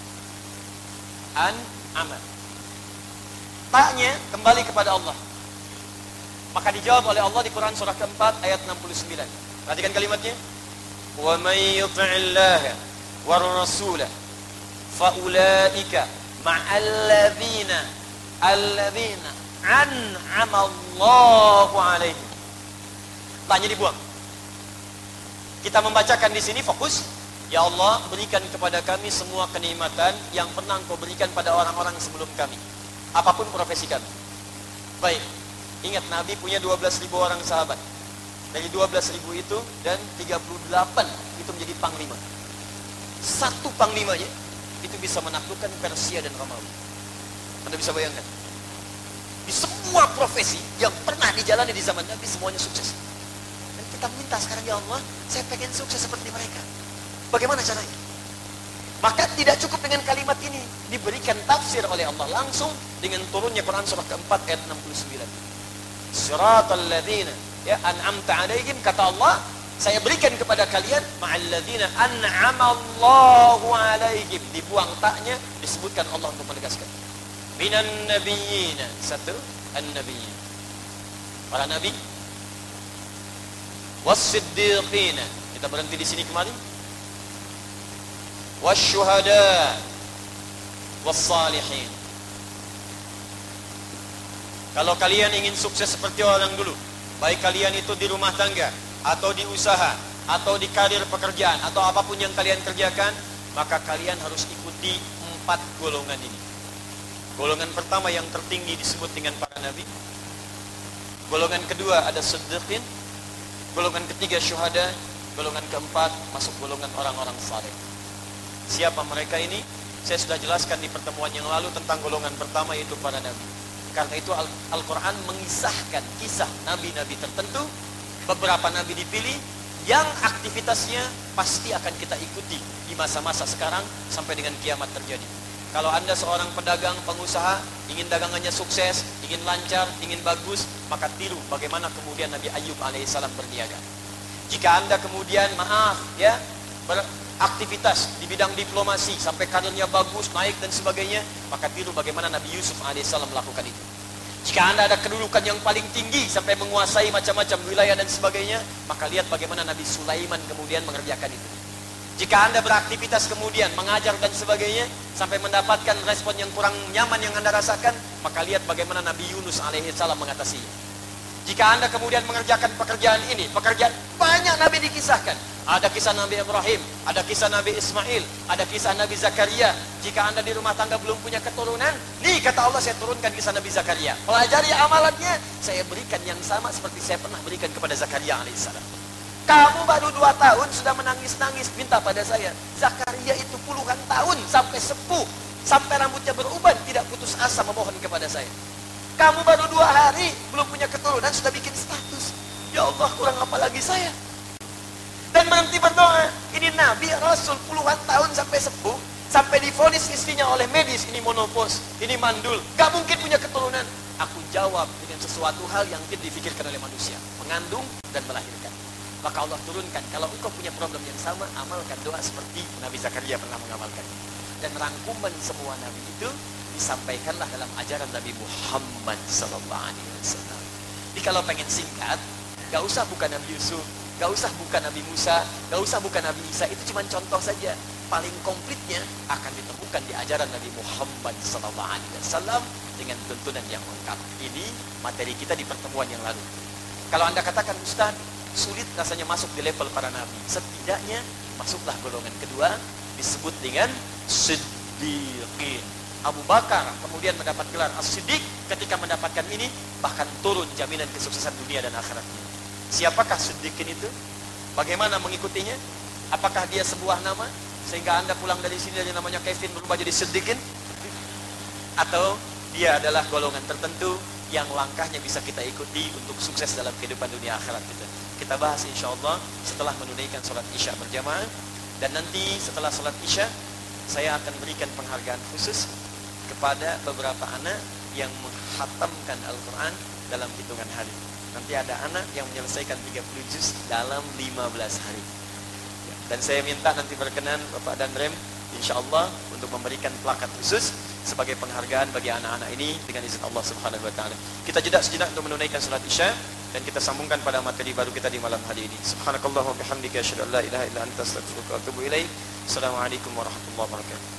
An'ama. Taknya kembali kepada Allah. Maka dijawab oleh Allah di Quran surah keempat ayat enam puluh sembilan. Perhatikan kalimatnya. Wa may yuti'illaha war rasulah fa ulaika ma'al ladzina alladzina an'ama Allahu 'alaihim. Taknya dibuang. Kita membacakan di sini fokus, ya Allah, berikan kepada kami semua kenikmatan yang pernah Engkau berikan pada orang-orang sebelum kami, apapun profesi kami. Baik, ingat Nabi punya dua belas ribu orang sahabat. Dari dua belas ribu itu dan tiga puluh delapan itu menjadi panglima. Satu panglimanya itu bisa menaklukkan Persia dan Romawi. Anda bisa bayangkan? Di semua profesi yang pernah dijalani di zaman Nabi semuanya sukses. Dan kita minta sekarang, ya Allah, saya pengen sukses seperti mereka. Bagaimana caranya? Maka tidak cukup dengan kalimat ini, diberikan tafsir oleh Allah langsung dengan turunnya Quran surah keempat ayat enam puluh sembilan. Siratal ladzina ya an'amta 'alaihim, kata Allah, saya berikan kepada kalian ma'al ladzina an'ama Allahu 'alaihim. Dibuang taknya, disebutkan Allah untuk menegaskan. Minan nabiyyin, satu, an-nabiyyin, para nabi, was-siddiqin, kita berhenti di sini kemarin, was-syuhada, was-salihin. Kalau kalian ingin sukses seperti orang dulu, baik kalian itu di rumah tangga, atau di usaha, atau di karir pekerjaan, atau apapun yang kalian kerjakan, maka kalian harus ikuti empat golongan ini. Golongan pertama yang tertinggi disebut dengan para nabi. Golongan kedua ada siddiqin. Golongan ketiga syuhada. Golongan keempat masuk golongan orang-orang saleh. Siapa mereka ini? Saya sudah jelaskan di pertemuan yang lalu tentang golongan pertama, yaitu para nabi. Karena itu Al-Quran mengisahkan kisah nabi-nabi tertentu. Beberapa nabi dipilih yang aktivitasnya pasti akan kita ikuti di masa-masa sekarang sampai dengan kiamat terjadi. Kalau Anda seorang pedagang, pengusaha, ingin dagangannya sukses, ingin lancar, ingin bagus, maka tiru bagaimana kemudian Nabi Ayub alaihissalam berniaga. Jika Anda kemudian, maaf ya, beraktivitas di bidang diplomasi sampai karirnya bagus, naik dan sebagainya, maka tiru bagaimana Nabi Yusuf alaihissalam melakukan itu. Jika Anda ada kedudukan yang paling tinggi sampai menguasai macam-macam wilayah dan sebagainya, maka lihat bagaimana Nabi Sulaiman kemudian mengerjakan itu. Jika Anda beraktivitas kemudian mengajar dan sebagainya sampai mendapatkan respon yang kurang nyaman yang Anda rasakan, maka lihat bagaimana Nabi Yunus alaihissalam mengatasinya. Jika Anda kemudian mengerjakan pekerjaan ini, pekerjaan banyak Nabi dikisahkan. Ada kisah Nabi Ibrahim, ada kisah Nabi Ismail, ada kisah Nabi Zakaria. Jika Anda di rumah tangga belum punya keturunan, nih kata Allah, saya turunkan kisah Nabi Zakaria. Pelajari amalannya, saya berikan yang sama seperti saya pernah berikan kepada Zakaria alaihissalam. Kamu baru dua tahun sudah menangis-nangis minta pada saya. Zakaria itu puluhan tahun sampai sepuh, sampai rambutnya beruban, tidak putus asa memohon kepada saya. Kamu baru dua hari belum punya keturunan sudah bikin status. Ya Allah, kurang apa lagi saya? Dan berhenti berdoa. Ini Nabi Rasul puluhan tahun sampai sepuh, sampai divonis istrinya oleh medis, ini monopos, ini mandul, gak mungkin punya keturunan. Aku jawab dengan sesuatu hal yang tidak difikirkan oleh manusia, mengandung dan melahirkan. Maka Allah turunkan, kalau engkau punya problem yang sama, amalkan doa seperti Nabi Zakaria pernah mengamalkan. Dan rangkuman semua Nabi itu disampaikanlah dalam ajaran Nabi Muhammad sallallahu alaihi wasallam. Jadi kalau pengen singkat, gak usah buka Nabi Yusuf, gak usah buka Nabi Musa, gak usah buka Nabi Isa, itu cuma contoh saja. Paling komplitnya akan ditemukan di ajaran Nabi Muhammad sallallahu alaihi wasallam dengan tuntunan yang lengkap. Ini materi kita di pertemuan yang lalu. Kalau Anda katakan, Ustaz, sulit rasanya masuk di level para nabi, setidaknya masuklah golongan kedua, disebut dengan siddiqin. Abu Bakar kemudian mendapat gelar as-siddiq. Ketika mendapatkan ini, bahkan turun jaminan kesuksesan dunia dan akhiratnya. Siapakah siddiqin itu? Bagaimana mengikutinya? Apakah dia sebuah nama sehingga Anda pulang dari sini dari namanya Kevin berubah jadi siddiqin? Atau dia adalah golongan tertentu yang langkahnya bisa kita ikuti untuk sukses dalam kehidupan dunia akhirat kita? Kita bahas insya Allah setelah menunaikan sholat isya berjamaah. Dan nanti setelah salat Isya, saya akan berikan penghargaan khusus kepada beberapa anak yang menghatamkan Al-Quran dalam hitungan hari. Nanti ada anak yang menyelesaikan tiga puluh juz dalam lima belas hari. Dan saya minta nanti berkenan Bapak dan Rem, insya Allah untuk memberikan plakat khusus sebagai penghargaan bagi anak-anak ini dengan izin Allah Subhanahu Wa Taala. Kita jeda sejenak untuk menunaikan salat Isya dan kita sambungkan pada materi baru kita di malam hari ini. Subhanakallah wa bihamdika asyhadu an la ilaha illa anta astaghfiruka wa atubu ilaik. Assalamualaikum warahmatullahi wabarakatuh.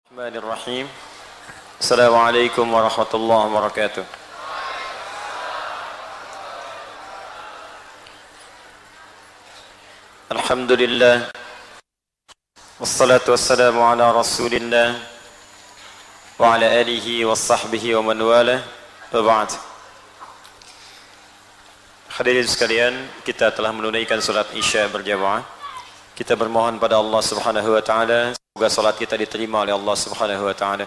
Bismillahirrahmanirrahim. Assalamualaikum warahmatullahi wabarakatuh. Alhamdulillah. Wassalatu wassalamu ala Rasulillah wa ala alihi wa sahbihi wa man wala. Wa ba'd. Hadirin sekalian, kita telah menunaikan salat Isya berjamaah. Kita bermohon pada Allah Subhanahu wa taala semoga salat kita diterima oleh Allah Subhanahu wa taala.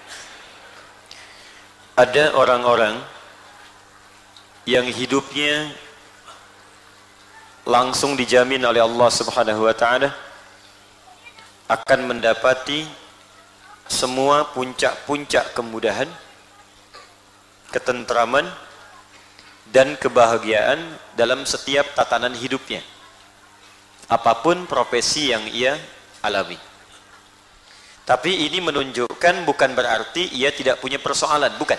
Ada orang-orang yang hidupnya langsung dijamin oleh Allah Subhanahu wa taala akan mendapati semua puncak-puncak kemudahan, ketentraman dan kebahagiaan dalam setiap tatanan hidupnya, apapun profesi yang ia alami. Tapi ini menunjukkan bukan berarti ia tidak punya persoalan, bukan.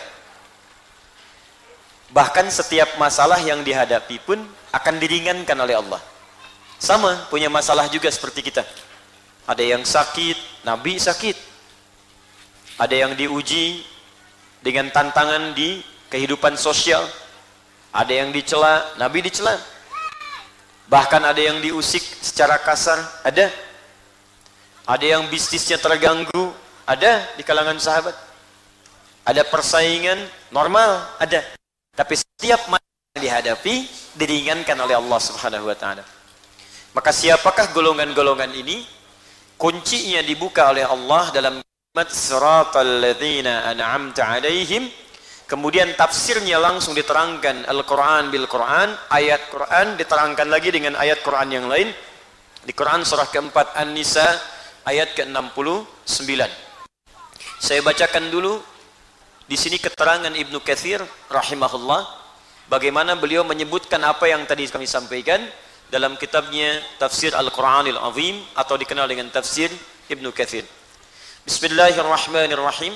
Bahkan setiap masalah yang dihadapi pun akan diringankan oleh Allah. Sama, punya masalah juga seperti kita. Ada yang sakit, Nabi sakit. Ada yang diuji dengan tantangan di kehidupan sosial. Ada yang dicela, Nabi dicela. Bahkan ada yang diusik secara kasar, ada. Ada yang bisnisnya terganggu, ada di kalangan sahabat. Ada persaingan normal, ada. Tapi setiap masalah yang dihadapi diringankan oleh Allah Subhanahu wa taala. Maka siapakah golongan-golongan ini? Kuncinya dibuka oleh Allah dalam kalimat siratal ladzina an'amta 'alaihim. Kemudian tafsirnya langsung diterangkan Al-Qur'an bil Qur'an, ayat Qur'an diterangkan lagi dengan ayat Qur'an yang lain. Di Quran surah keempat An-Nisa ayat ke enam puluh sembilan. Saya bacakan dulu di sini keterangan Ibnu Katsir rahimahullah bagaimana beliau menyebutkan apa yang tadi kami sampaikan dalam kitabnya Tafsir Al-Qur'anil Azim atau dikenal dengan Tafsir Ibnu Katsir. Bismillahirrahmanirrahim.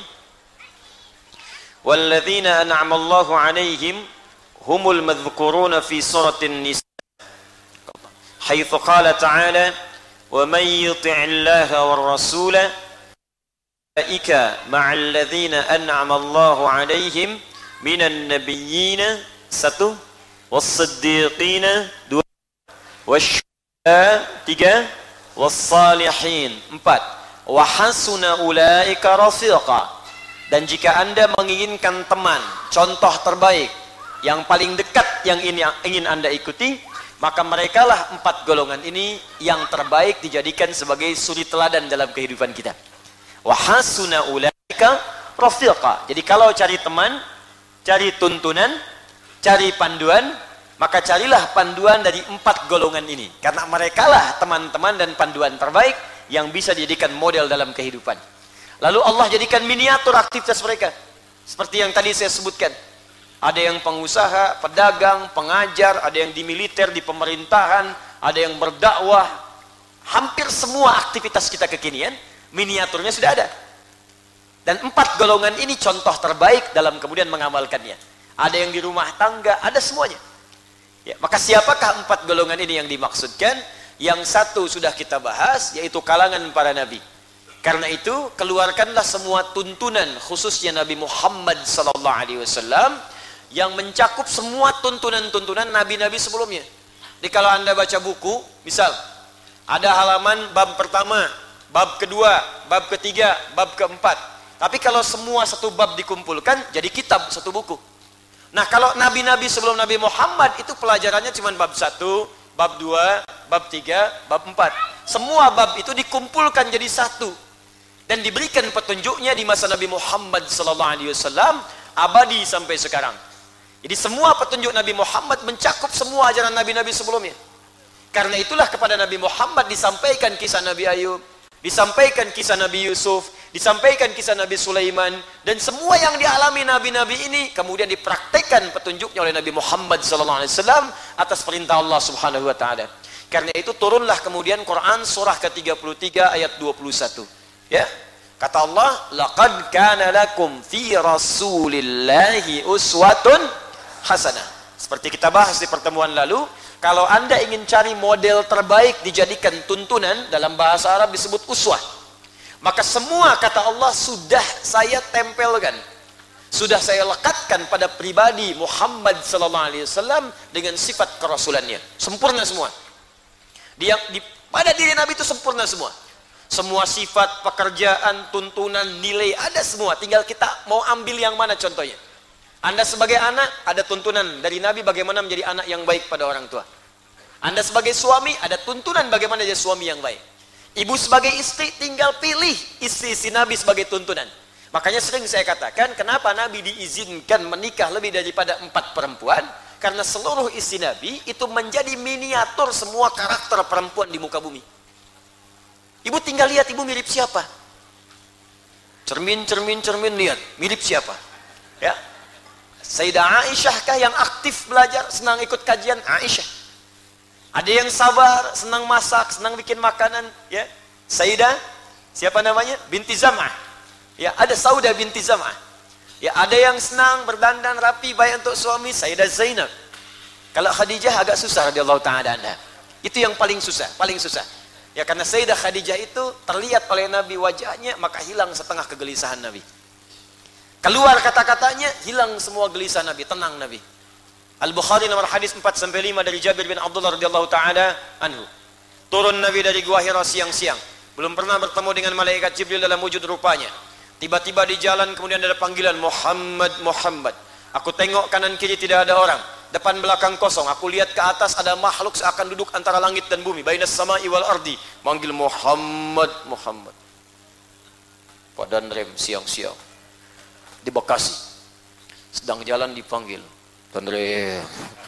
Walladzina an'ama Allahu 'alaihim humul madhkuruna fi suratin Nisa. Haitsu qala ta'ala wa may yuti'illaha war rasula ulaika ma'al ladzina an'ama Allahu 'alaihim minan nabiyyina satu was-siddiqina dua wasyuhada tiga was-salihin empat wa hasuna ulaika rafiqa. Dan jika Anda menginginkan teman, contoh terbaik, yang paling dekat yang ini ingin Anda ikuti, maka merekalah empat golongan ini yang terbaik dijadikan sebagai suri teladan dalam kehidupan kita. Wa hasuna ulaika rafiqa. Jadi kalau cari teman, cari tuntunan, cari panduan, maka carilah panduan dari empat golongan ini. Karena merekalah teman-teman dan panduan terbaik yang bisa dijadikan model dalam kehidupan. Lalu Allah jadikan miniatur aktivitas mereka. Seperti yang tadi saya sebutkan. Ada yang pengusaha, pedagang, pengajar, ada yang di militer, di pemerintahan, ada yang berdakwah. Hampir semua aktivitas kita kekinian, miniaturnya sudah ada. Dan empat golongan ini contoh terbaik dalam kemudian mengamalkannya. Ada yang di rumah tangga, ada semuanya. Ya, maka siapakah empat golongan ini yang dimaksudkan? Yang satu sudah kita bahas, yaitu kalangan para nabi. Karena itu keluarkanlah semua tuntunan khususnya Nabi Muhammad sallallahu alaihi wasallam yang mencakup semua tuntunan-tuntunan nabi-nabi sebelumnya. Jadi kalau Anda baca buku, misal ada halaman bab pertama, bab kedua, bab ketiga, bab keempat. Tapi kalau semua satu bab dikumpulkan jadi kitab satu buku. Nah, kalau nabi-nabi sebelum Nabi Muhammad itu pelajarannya cuma bab satu, bab dua, bab tiga, bab empat. Semua bab itu dikumpulkan jadi satu. Dan diberikan petunjuknya di masa Nabi Muhammad sallallahu alaihi wasallam abadi sampai sekarang. Jadi semua petunjuk Nabi Muhammad mencakup semua ajaran nabi-nabi sebelumnya. Karena itulah kepada Nabi Muhammad disampaikan kisah Nabi Ayub, disampaikan kisah Nabi Yusuf, disampaikan kisah Nabi Sulaiman, dan semua yang dialami nabi-nabi ini kemudian dipraktekkan petunjuknya oleh Nabi Muhammad sallallahu alaihi wasallam atas perintah Allah Subhanahu wa taala. Karena itu turunlah kemudian Quran surah ke tiga puluh tiga ayat dua puluh satu. Ya, kata Allah, laqad kana lakum fi rasulillahi uswatun hasanah. Seperti kita bahas di pertemuan lalu, kalau Anda ingin cari model terbaik dijadikan tuntunan, dalam bahasa Arab disebut uswah. Maka semua kata Allah sudah saya tempelkan, sudah saya lekatkan pada pribadi Muhammad sallallahu alaihi wasallam dengan sifat kerasulannya. Sempurna semua. Dia di, pada diri Nabi itu sempurna semua. Semua sifat, pekerjaan, tuntunan, nilai ada semua. Tinggal kita mau ambil yang mana contohnya. Anda sebagai anak ada tuntunan dari Nabi bagaimana menjadi anak yang baik pada orang tua. Anda sebagai suami ada tuntunan bagaimana jadi suami yang baik. Ibu sebagai istri tinggal pilih istri-istri Nabi sebagai tuntunan. Makanya sering saya katakan, kenapa Nabi diizinkan menikah lebih daripada empat perempuan? Karena seluruh istri Nabi itu menjadi miniatur semua karakter perempuan di muka bumi. Ibu tinggal lihat, ibu mirip siapa? Cermin, cermin, cermin, lihat, mirip siapa? Ya, Sayyidah Aisyah kah yang aktif belajar, senang ikut kajian? Aisyah. Ada yang sabar, senang masak, senang bikin makanan, ya. Sayyidah, siapa namanya? Binti Zam'ah. Ya, ada Saudah binti Zam'ah. Ya, ada yang senang berdandan rapi baik untuk suami, Sayyidah Zainab. Kalau Khadijah agak susah radhiyallahu taala anha. Itu yang paling susah, paling susah. Ya, karena Sayyidah Khadijah itu terlihat oleh Nabi wajahnya, maka hilang setengah kegelisahan Nabi. Keluar kata-katanya, hilang semua gelisah Nabi, tenang Nabi. Al-Bukhari nomor hadis empat sampai lima dari Jabir bin Abdullah radhiyallahu taala anhu. Turun Nabi dari Gua Hira siang-siang. Belum pernah bertemu dengan malaikat Jibril dalam wujud rupanya. Tiba-tiba di jalan kemudian ada panggilan Muhammad, Muhammad. Aku tengok kanan kiri tidak ada orang, depan belakang kosong. Aku lihat ke atas ada makhluk seakan duduk antara langit dan bumi, bainas sama'i wal ardi, manggil Muhammad, Muhammad. Padan rem siang-siang di Bekasi, sedang jalan dipanggil, dan rem,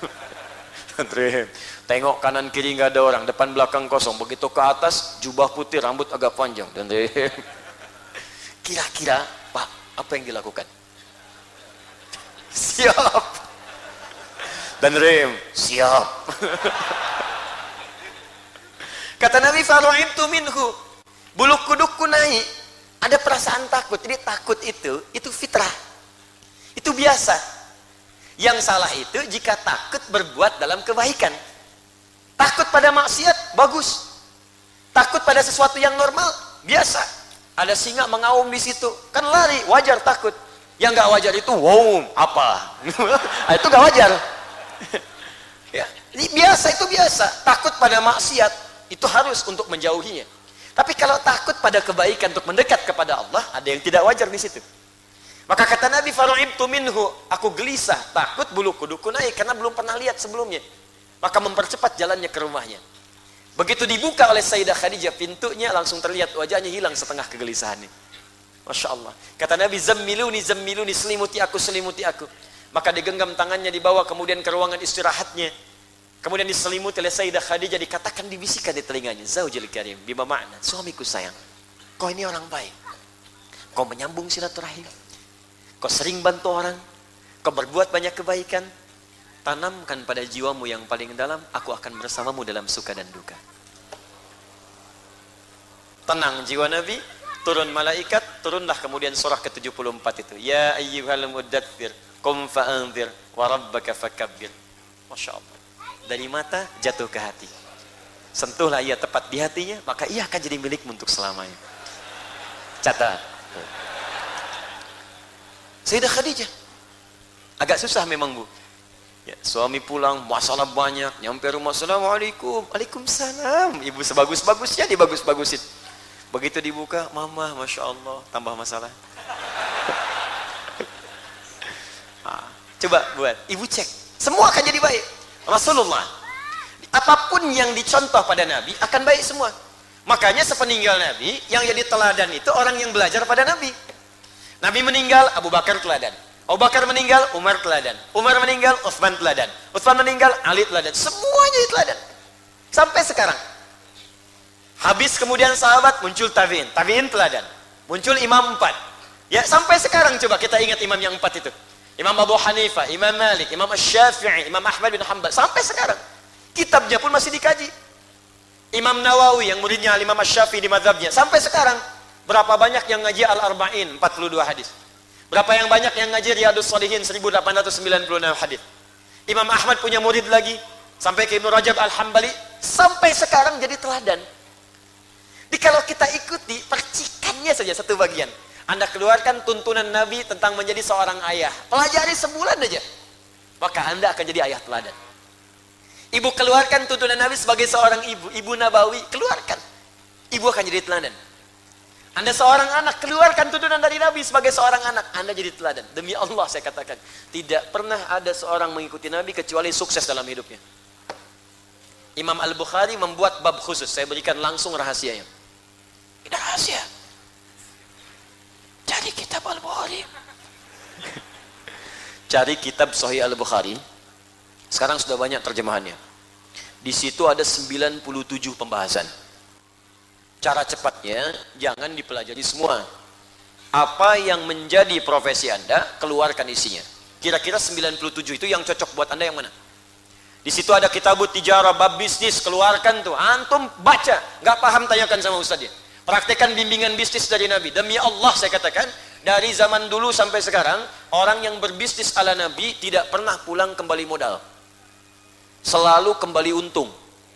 dan rem. Tengok kanan kiri nggak ada orang, depan belakang kosong. Begitu ke atas, jubah putih, rambut agak panjang, dan rem. Kira-kira, Pak, apa yang dilakukan? Siap. Dan rem, siap. Kata Nabi, faru'ibtu minhu. Bulu kudukku naik. Ada perasaan takut. Jadi takut itu, itu fitrah. Itu biasa. Yang salah itu jika takut berbuat dalam kebaikan. Takut pada maksiat, bagus. Takut pada sesuatu yang normal, biasa. Ada singa mengaum di situ, kan lari, wajar takut. Yang nggak wajar itu, wow, apa? Itu nggak wajar. Ya, ini biasa, itu biasa. Takut pada maksiat itu harus untuk menjauhinya. Tapi kalau takut pada kebaikan untuk mendekat kepada Allah, ada yang tidak wajar di situ. Maka kata Nabi, faru'ibtu minhu, aku gelisah, takut bulu kuduku naik karena belum pernah lihat sebelumnya. Maka mempercepat jalannya ke rumahnya. Begitu dibuka oleh Sayyidah Khadijah pintunya, langsung terlihat wajahnya hilang setengah kegelisahannya. Masya Allah. Kata Nabi, zammiluni, zammiluni, selimuti aku, selimuti aku. Maka digenggam tangannya, dibawa kemudian ke ruangan istirahatnya. Kemudian diselimuti oleh Sayyidah Khadijah, dikatakan, dibisikkan di telinganya, Zaujil Karim, bima ma'na, suamiku sayang, kau ini orang baik. Kau menyambung silaturahim. Kau sering bantu orang. Kau berbuat banyak kebaikan. Tanamkan pada jiwamu yang paling dalam, aku akan bersamamu dalam suka dan duka. Tenang jiwa Nabi, turun malaikat, turunlah kemudian surah ke tujuh puluh empat itu. Ya ayyuhal muddaththir, qum fa'anzir, wa rabbaka fakabbir. Masya Allah. Dari mata jatuh ke hati. Sentuhlah ia tepat di hatinya, maka ia akan jadi milikmu untuk selamanya. Catat. Sayyidah Khadijah. Agak susah memang, Bu. Ya, suami pulang, masalah banyak, nyampe rumah, assalamualaikum, waalaikumsalam. Ibu sebagus-bagusnya dibagus-bagusin. Begitu dibuka, mama, masya Allah, tambah masalah. Nah, coba buat, ibu cek, semua akan jadi baik. Rasulullah, apapun yang dicontoh pada Nabi akan baik semua. Makanya sepeninggal Nabi, yang jadi teladan itu orang yang belajar pada Nabi. Nabi meninggal, Abu Bakar teladan. Abu Bakar meninggal, Umar teladan. Umar meninggal, Utsman teladan. Utsman meninggal, Ali teladan. Semuanya teladan. Sampai sekarang. Habis kemudian sahabat, muncul tabi'in. Tabi'in teladan. Muncul imam empat. Ya, sampai sekarang coba kita ingat imam yang empat itu. Imam Abu Hanifah, Imam Malik, Imam Syafi'i, Imam Ahmad bin Hanbal. Sampai sekarang. Kitabnya pun masih dikaji. Imam Nawawi yang muridnya Imam Syafi'i di mazhabnya. Sampai sekarang. Berapa banyak yang ngaji Al-Arba'in, empat puluh dua hadis. Berapa yang banyak yang ngaji Riyadhus Shalihin, seribu delapan ratus sembilan puluh enam hadis. Imam Ahmad punya murid lagi sampai ke Ibnu Rajab Al-Hambali, sampai sekarang jadi teladan. Jadi kalau kita ikuti percikannya saja satu bagian. Anda keluarkan tuntunan Nabi tentang menjadi seorang ayah. Pelajari sebulan aja. Maka Anda akan jadi ayah teladan. Ibu keluarkan tuntunan Nabi sebagai seorang ibu. Ibu Nabawi, keluarkan. Ibu akan jadi teladan. Anda seorang anak, keluarkan tuntunan dari Nabi sebagai seorang anak. Anda jadi teladan. Demi Allah saya katakan. Tidak pernah ada seorang mengikuti Nabi kecuali sukses dalam hidupnya. Imam Al-Bukhari membuat bab khusus. Saya berikan langsung rahasianya. Ini rahasia. Cari kitab Al-Bukhari. Cari kitab Sahih Al-Bukhari. Sekarang sudah banyak terjemahannya. Di situ ada sembilan puluh tujuh pembahasan. Cara cepatnya, jangan dipelajari semua. Apa yang menjadi profesi Anda, keluarkan isinya. Kira-kira sembilan puluh tujuh itu yang cocok buat Anda yang mana? Di situ ada kitabut tijarah, bab bisnis, keluarkan tuh. Antum baca, nggak paham tanyakan sama ustadznya. Praktekan bimbingan bisnis dari Nabi. Demi Allah saya katakan, dari zaman dulu sampai sekarang, orang yang berbisnis ala Nabi tidak pernah pulang kembali modal. Selalu kembali untung.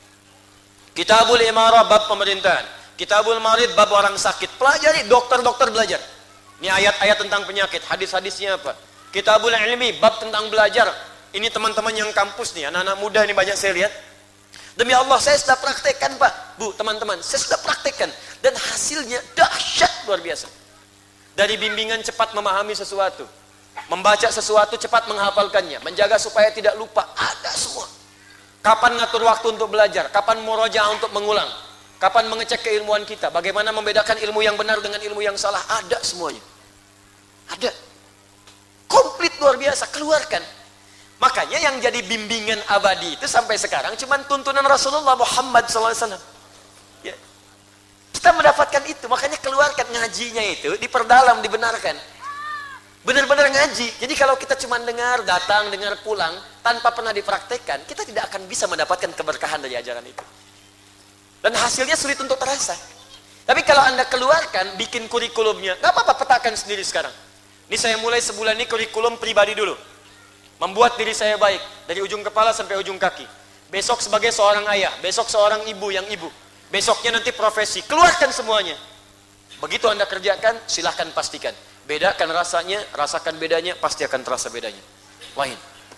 Kitabul Imarah bab pemerintahan. Kitabul Marid bab orang sakit. Pelajari, dokter-dokter belajar. Ini ayat-ayat tentang penyakit, hadis-hadisnya apa. Kitabul Ilmi bab tentang belajar. Ini teman-teman yang kampus nih, anak-anak muda ini banyak saya lihat. Demi Allah saya sudah praktekkan Pak, Bu, teman-teman, saya sudah praktekkan dan hasilnya dahsyat luar biasa. Dari bimbingan cepat memahami sesuatu, membaca sesuatu cepat menghafalkannya, menjaga supaya tidak lupa, ada semua. Kapan ngatur waktu untuk belajar, kapan murojaah untuk mengulang, kapan mengecek keilmuan kita, bagaimana membedakan ilmu yang benar dengan ilmu yang salah, ada semuanya. Ada. Komplit luar biasa, keluarkan. Makanya yang jadi bimbingan abadi itu sampai sekarang cuma tuntunan Rasulullah Muhammad shallallahu alaihi wasallam. Ya. Kita mendapatkan itu, makanya keluarkan ngajinya itu, diperdalam, dibenarkan. Benar-benar ngaji. Jadi kalau kita cuma dengar, datang, dengar, pulang, tanpa pernah dipraktekkan, kita tidak akan bisa mendapatkan keberkahan dari ajaran itu. Dan hasilnya sulit untuk terasa. Tapi kalau Anda keluarkan, bikin kurikulumnya, nggak apa-apa, petakan sendiri sekarang. Ini saya mulai sebulan ini kurikulum pribadi dulu. Membuat diri saya baik dari ujung kepala sampai ujung kaki. Besok sebagai seorang ayah, besok seorang ibu yang ibu. Besoknya nanti profesi, keluarkan semuanya. Begitu Anda kerjakan, silahkan pastikan. Bedakan rasanya, rasakan bedanya, pasti akan terasa bedanya. Lain.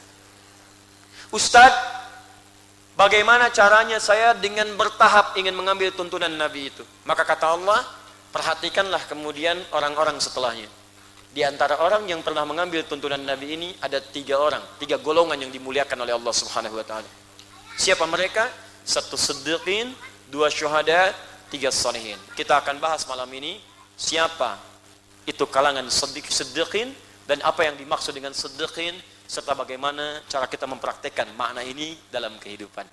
Ustadz, bagaimana caranya saya dengan bertahap ingin mengambil tuntunan Nabi itu? Maka kata Allah, perhatikanlah kemudian orang-orang setelahnya. Di antara orang yang pernah mengambil tuntunan Nabi ini ada tiga orang, tiga golongan yang dimuliakan oleh Allah Subhanahu Wa Taala. Siapa mereka? Satu siddiqin, dua syuhada, tiga salihin. Kita akan bahas malam ini siapa itu kalangan siddiqin dan apa yang dimaksud dengan siddiqin serta bagaimana cara kita mempraktekkan makna ini dalam kehidupan.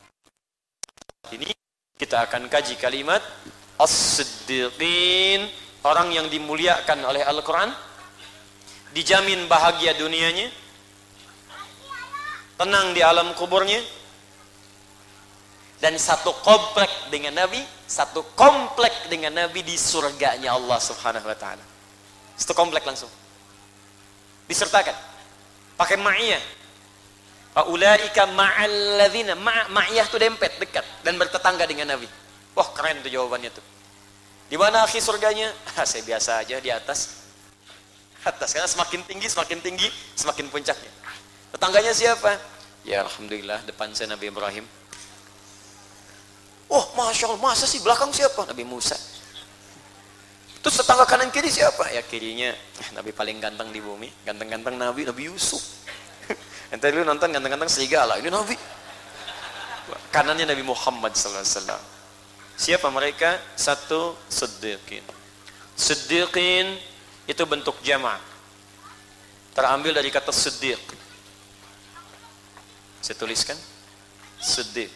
Ini kita akan kaji kalimat as-siddiqin, orang yang dimuliakan oleh Al-Quran. Dijamin bahagia dunianya, tenang di alam kuburnya, dan satu komplek dengan Nabi, satu komplek dengan Nabi di surganya Allah Subhanahu Wa Taala. Satu komplek langsung disertakan, pakai ma'iyah. Ulaika ma'al ladzina, ma'iyah itu dempet, dekat dan bertetangga dengan Nabi. Wah keren tuh jawabannya tuh. Di mana akhir surganya? Saya biasa aja di atas. Atas, karena semakin tinggi, semakin tinggi, semakin puncaknya. Tetangganya siapa? Ya Alhamdulillah, depan saya Nabi Ibrahim. Oh Masya Allah, masa sih belakang siapa? Nabi Musa. Terus tetangga kanan kiri siapa? Ya kirinya Nabi paling ganteng di bumi, ganteng-ganteng Nabi, Nabi Yusuf. Ente dulu nonton ganteng-ganteng serigala, ini Nabi. Kanannya Nabi Muhammad sallallahu alaihi wasallam. Siapa mereka? Satu, siddiqin. Siddiqin itu bentuk jama', terambil dari kata siddiq. Saya tuliskan siddiq.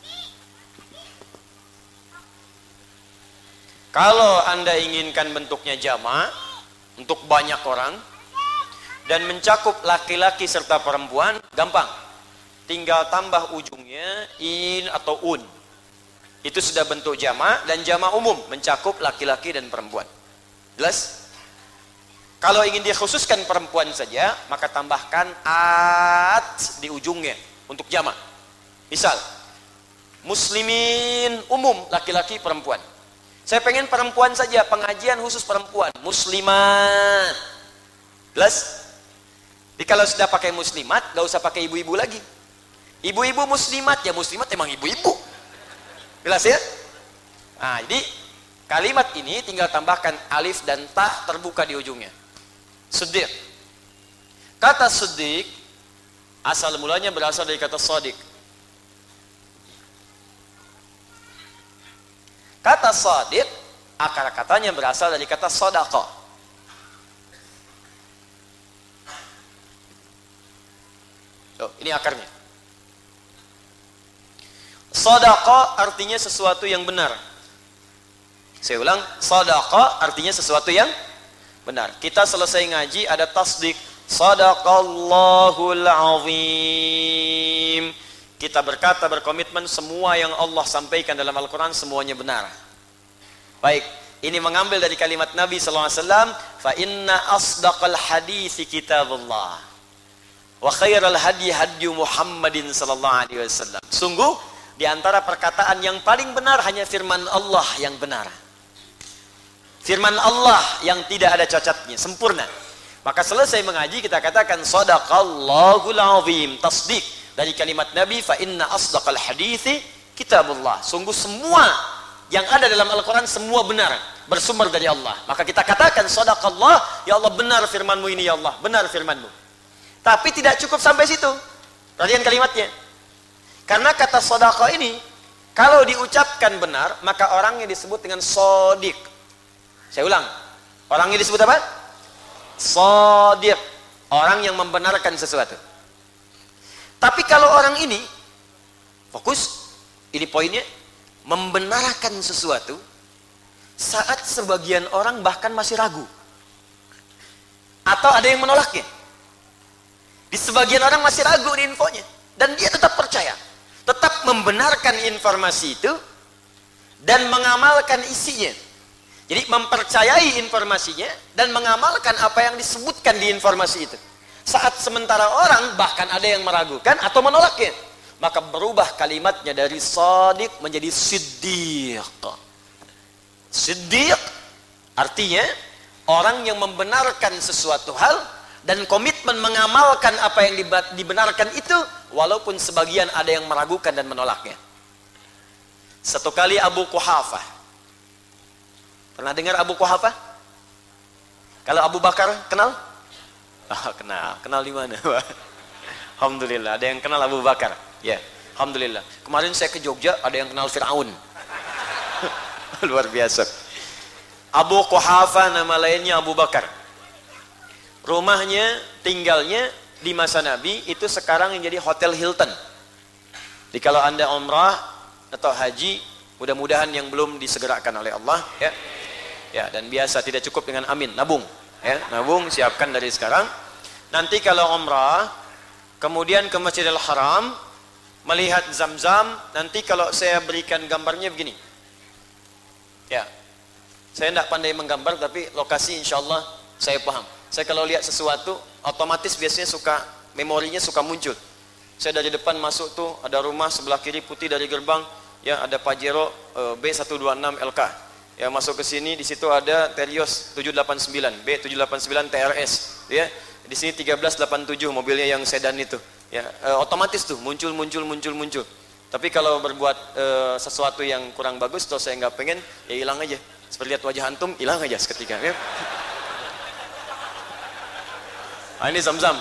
Kalau Anda inginkan bentuknya jama' untuk banyak orang dan mencakup laki-laki serta perempuan, gampang. Tinggal tambah ujungnya in atau un. Itu sudah bentuk jama' dan jama' umum, mencakup laki-laki dan perempuan. Jelas? Kalau ingin dikhususkan perempuan saja, maka tambahkan at di ujungnya untuk jama'. Misal, muslimin umum, laki-laki perempuan. Saya pengen perempuan saja, pengajian khusus perempuan, muslimat. Jelas? Jadi kalau sudah pakai muslimat, gak usah pakai ibu-ibu lagi. Ibu-ibu muslimat, ya muslimat emang ibu-ibu. Jelas ya? Nah, jadi kalimat ini tinggal tambahkan alif dan ta terbuka di ujungnya. Siddiq. Kata siddiq, asal mulanya berasal dari kata shadiq. Kata shadiq, akar katanya berasal dari kata sodaqah. Oh, ini akarnya. Sodaqah artinya sesuatu yang benar. Saya ulang, sodaqah artinya sesuatu yang benar. Kita selesai ngaji ada tasdik. Sadaqallahul azim. Kita berkata, berkomitmen semua yang Allah sampaikan dalam Al-Quran semuanya benar. Baik, ini mengambil dari kalimat Nabi sallallahu alaihi wasallam, fa inna asdaqal hadithi kitabullah wa khairal hadi hadi Muhammadin sallallahu alaihi wasallam. Sungguh di antara perkataan yang paling benar hanya firman Allah yang benar. Firman Allah yang tidak ada cacatnya, sempurna. Maka selesai mengaji kita katakan sadaqallahul azim, tasdik dari kalimat Nabi, fa inna asdaqal hadithi kitabullah. Sungguh semua yang ada dalam Al-Quran semua benar, bersumber dari Allah. Maka kita katakan sadaqallah, ya Allah benar firmanmu ini ya Allah, benar firmanmu. Tapi tidak cukup sampai situ. Perhatikan kalimatnya. Karena kata sadaqah ini kalau diucapkan benar, maka orangnya disebut dengan shadiq. Saya ulang. Orangnya disebut apa? Shadiq. Orang yang membenarkan sesuatu. Tapi kalau orang ini fokus, ini poinnya, membenarkan sesuatu saat sebagian orang bahkan masih ragu atau ada yang menolaknya. Di sebagian orang masih ragu di infonya dan dia tetap percaya, tetap membenarkan informasi itu dan mengamalkan isinya. Jadi mempercayai informasinya dan mengamalkan apa yang disebutkan di informasi itu. Saat sementara orang bahkan ada yang meragukan atau menolaknya, maka berubah kalimatnya dari shadiq menjadi siddiq. Siddiq artinya orang yang membenarkan sesuatu hal dan komitmen mengamalkan apa yang dibenarkan itu walaupun sebagian ada yang meragukan dan menolaknya. Satu kali Abu Quhafah, pernah dengar Abu Quhafah? Kalau Abu Bakar kenal? Ah, kenal. Kenal di mana? Alhamdulillah, ada yang kenal Abu Bakar. Ya, alhamdulillah. Kemarin saya ke Jogja, ada yang kenal Firaun. Luar biasa. Abu Quhafah nama lainnya Abu Bakar. Rumahnya, tinggalnya di masa Nabi itu sekarang yang jadi Hotel Hilton. Jadi kalau Anda umrah atau haji, mudah-mudahan yang belum disegerakan oleh Allah, ya. Ya, dan biasa tidak cukup dengan amin, nabung. Ya, nabung, siapkan dari sekarang. Nanti kalau umrah, kemudian ke Masjidil Haram, melihat Zam-Zam, nanti kalau saya berikan gambarnya begini. Ya, saya tidak pandai menggambar, tapi lokasi insya Allah saya paham. Saya kalau lihat sesuatu, otomatis biasanya suka, memorinya suka muncul. Saya dari depan masuk tuh, ada rumah sebelah kiri putih dari gerbang, ya ada Pajero B seratus dua puluh enam L K. Ya masuk ke sini, di situ ada Terios tujuh delapan sembilan B tujuh delapan sembilan T R S, ya. Di sini tiga belas delapan tujuh mobilnya yang sedan itu, ya. E, otomatis tuh muncul muncul muncul muncul. Tapi kalau berbuat e, sesuatu yang kurang bagus, atau saya nggak pengen, ya hilang aja. Seperti lihat wajah antum, hilang aja seketika. Ya. Nah, ini Zam-Zam.